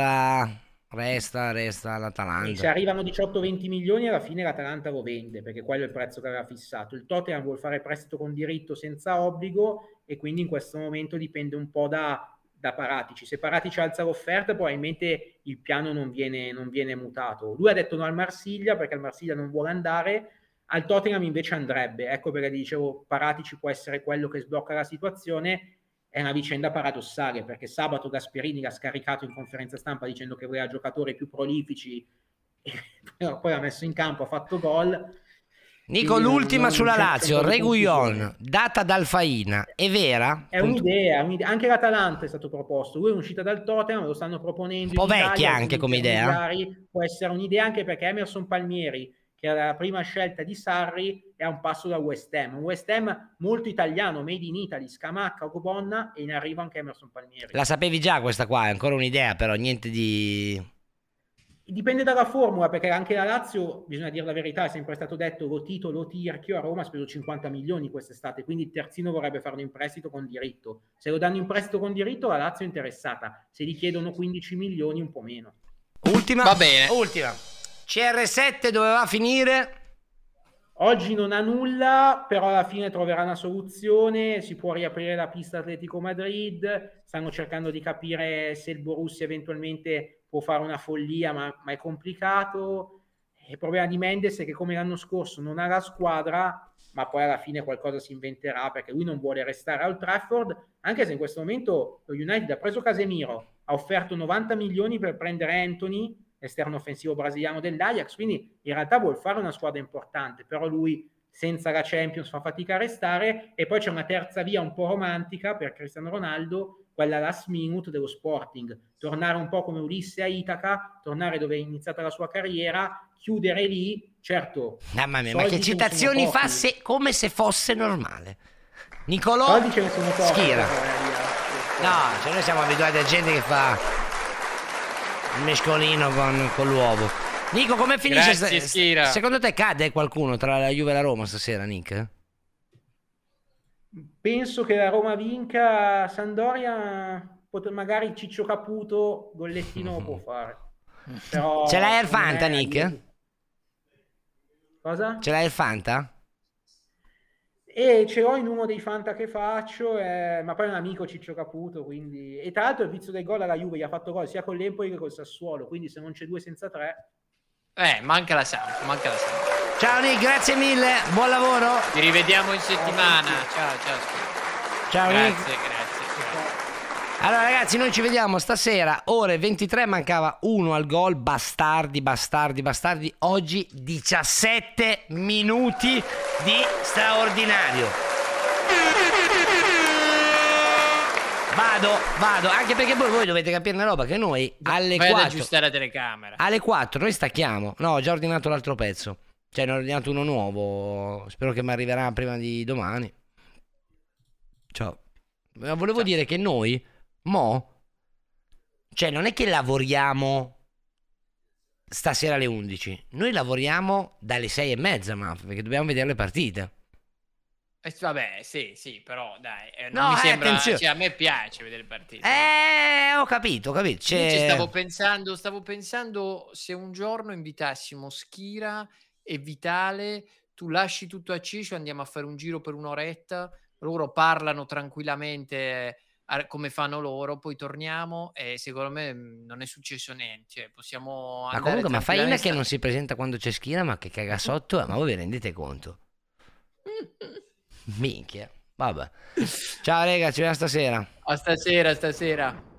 [SPEAKER 4] resta l'Atalanta.
[SPEAKER 11] Se arrivano 18-20 milioni alla fine l'Atalanta lo vende, perché quello è il prezzo che aveva fissato. Il Tottenham vuole fare prestito con diritto senza obbligo e quindi in questo momento dipende un po' da Paratici. Se Paratici alza l'offerta probabilmente il piano non viene mutato. Lui ha detto no al Marsiglia perché il Marsiglia non vuole andare, al Tottenham invece andrebbe. Ecco perché dicevo Paratici può essere quello che sblocca la situazione. È una vicenda paradossale perché sabato Gasperini l'ha scaricato in conferenza stampa dicendo che voleva giocatori più prolifici però poi ha messo in campo, ha fatto gol.
[SPEAKER 4] Nico, quindi l'ultima sulla Lazio, Reguilon, data dal Faina, è vera?
[SPEAKER 11] È un'idea, anche l'Atalanta è stato proposto, lui è uscita dal Tottenham, lo stanno proponendo
[SPEAKER 4] un po' vecchia anche come idea.
[SPEAKER 11] Può essere un'idea anche perché Emerson Palmieri, che era la prima scelta di Sarri, è a un passo da West Ham. Un West Ham molto italiano, made in Italy, Scamacca, Ogbonna, e in arrivo anche Emerson Palmieri.
[SPEAKER 4] La sapevi già questa qua, è ancora un'idea però, niente di...
[SPEAKER 11] Dipende dalla formula, perché anche la Lazio, bisogna dire la verità, è sempre stato detto lo tirchio, a Roma ha speso 50 milioni quest'estate, quindi il terzino vorrebbe farlo in prestito con diritto. Se lo danno in prestito con diritto la Lazio è interessata, se gli chiedono 15 milioni un po' meno.
[SPEAKER 4] Ultima?
[SPEAKER 5] Va bene.
[SPEAKER 4] Ultima. CR7 doveva finire?
[SPEAKER 11] Oggi non ha nulla, però alla fine troverà una soluzione, si può riaprire la pista Atletico Madrid, stanno cercando di capire se il Borussia eventualmente può fare una follia, ma è complicato. Il problema di Mendes è che come l'anno scorso non ha la squadra, ma poi alla fine qualcosa si inventerà, perché lui non vuole restare a Old Trafford, anche se in questo momento lo United ha preso Casemiro, ha offerto 90 milioni per prendere Anthony, esterno offensivo brasiliano dell'Ajax, quindi in realtà vuol fare una squadra importante, però lui senza la Champions fa fatica a restare. E poi c'è una terza via un po' romantica per Cristiano Ronaldo, quella last minute dello Sporting, tornare un po' come Ulisse a Itaca, tornare dove è iniziata la sua carriera, chiudere lì, certo.
[SPEAKER 4] Mamma mia, ma che citazioni fa come se fosse normale. Nicolò Schira. No, cioè noi siamo abituati a gente che fa il mescolino con l'uovo. Nico, come finisce?
[SPEAKER 5] Grazie,
[SPEAKER 4] secondo te cade qualcuno tra la Juve e la Roma stasera, Nick?
[SPEAKER 11] Penso che la Roma vinca. Sampdoria magari Ciccio Caputo gollettino lo può fare. Però,
[SPEAKER 4] ce l'hai al Fanta, Nick?
[SPEAKER 11] Cosa?
[SPEAKER 4] Ce l'hai il Fanta?
[SPEAKER 11] E ce l'ho in uno dei Fanta che faccio, ma poi è un amico Ciccio Caputo, quindi... E tra l'altro il vizio del gol alla Juve gli ha fatto gol sia con l'Empoli che col Sassuolo, quindi se non c'è 2 senza 3...
[SPEAKER 5] manca la Samp, manca la Samp.
[SPEAKER 4] Ciao Nick, grazie mille, buon lavoro.
[SPEAKER 5] Ci rivediamo in settimana. Ciao
[SPEAKER 4] Nick.
[SPEAKER 5] Grazie.
[SPEAKER 4] Allora ragazzi, noi ci vediamo stasera, ore 23, mancava 1 al gol, bastardi. Oggi 17 minuti di straordinario. Vado, anche perché voi dovete capire una roba, che noi alle 4...
[SPEAKER 5] Vai ad aggiustare la telecamera.
[SPEAKER 4] Alle 4 noi stacchiamo. No, ho già ordinato l'altro pezzo. Cioè, ne ho ordinato uno nuovo. Spero che mi arriverà prima di domani. Ciao. Volevo dire che noi, cioè non è che lavoriamo stasera alle 11. Noi lavoriamo dalle 6:30, perché dobbiamo vedere le partite.
[SPEAKER 5] Vabbè, sì, però dai,
[SPEAKER 4] No,
[SPEAKER 5] mi sembra,
[SPEAKER 4] attenzione.
[SPEAKER 5] cioè, a me piace vedere le partite.
[SPEAKER 4] Ho capito.
[SPEAKER 5] Invece stavo pensando se un giorno invitassimo Schira e Vitale, tu lasci tutto acceso, andiamo a fare un giro per un'oretta, loro parlano tranquillamente come fanno loro, poi torniamo e secondo me non è successo niente, cioè, possiamo andare.
[SPEAKER 4] Ma comunque, ma Faina
[SPEAKER 5] tranquillamente.
[SPEAKER 4] che non si presenta quando c'è Schira, ma che caga sotto, ma voi vi rendete conto? Minchia, vabbè. Ciao ragazzi, ci vediamo stasera.
[SPEAKER 5] A stasera.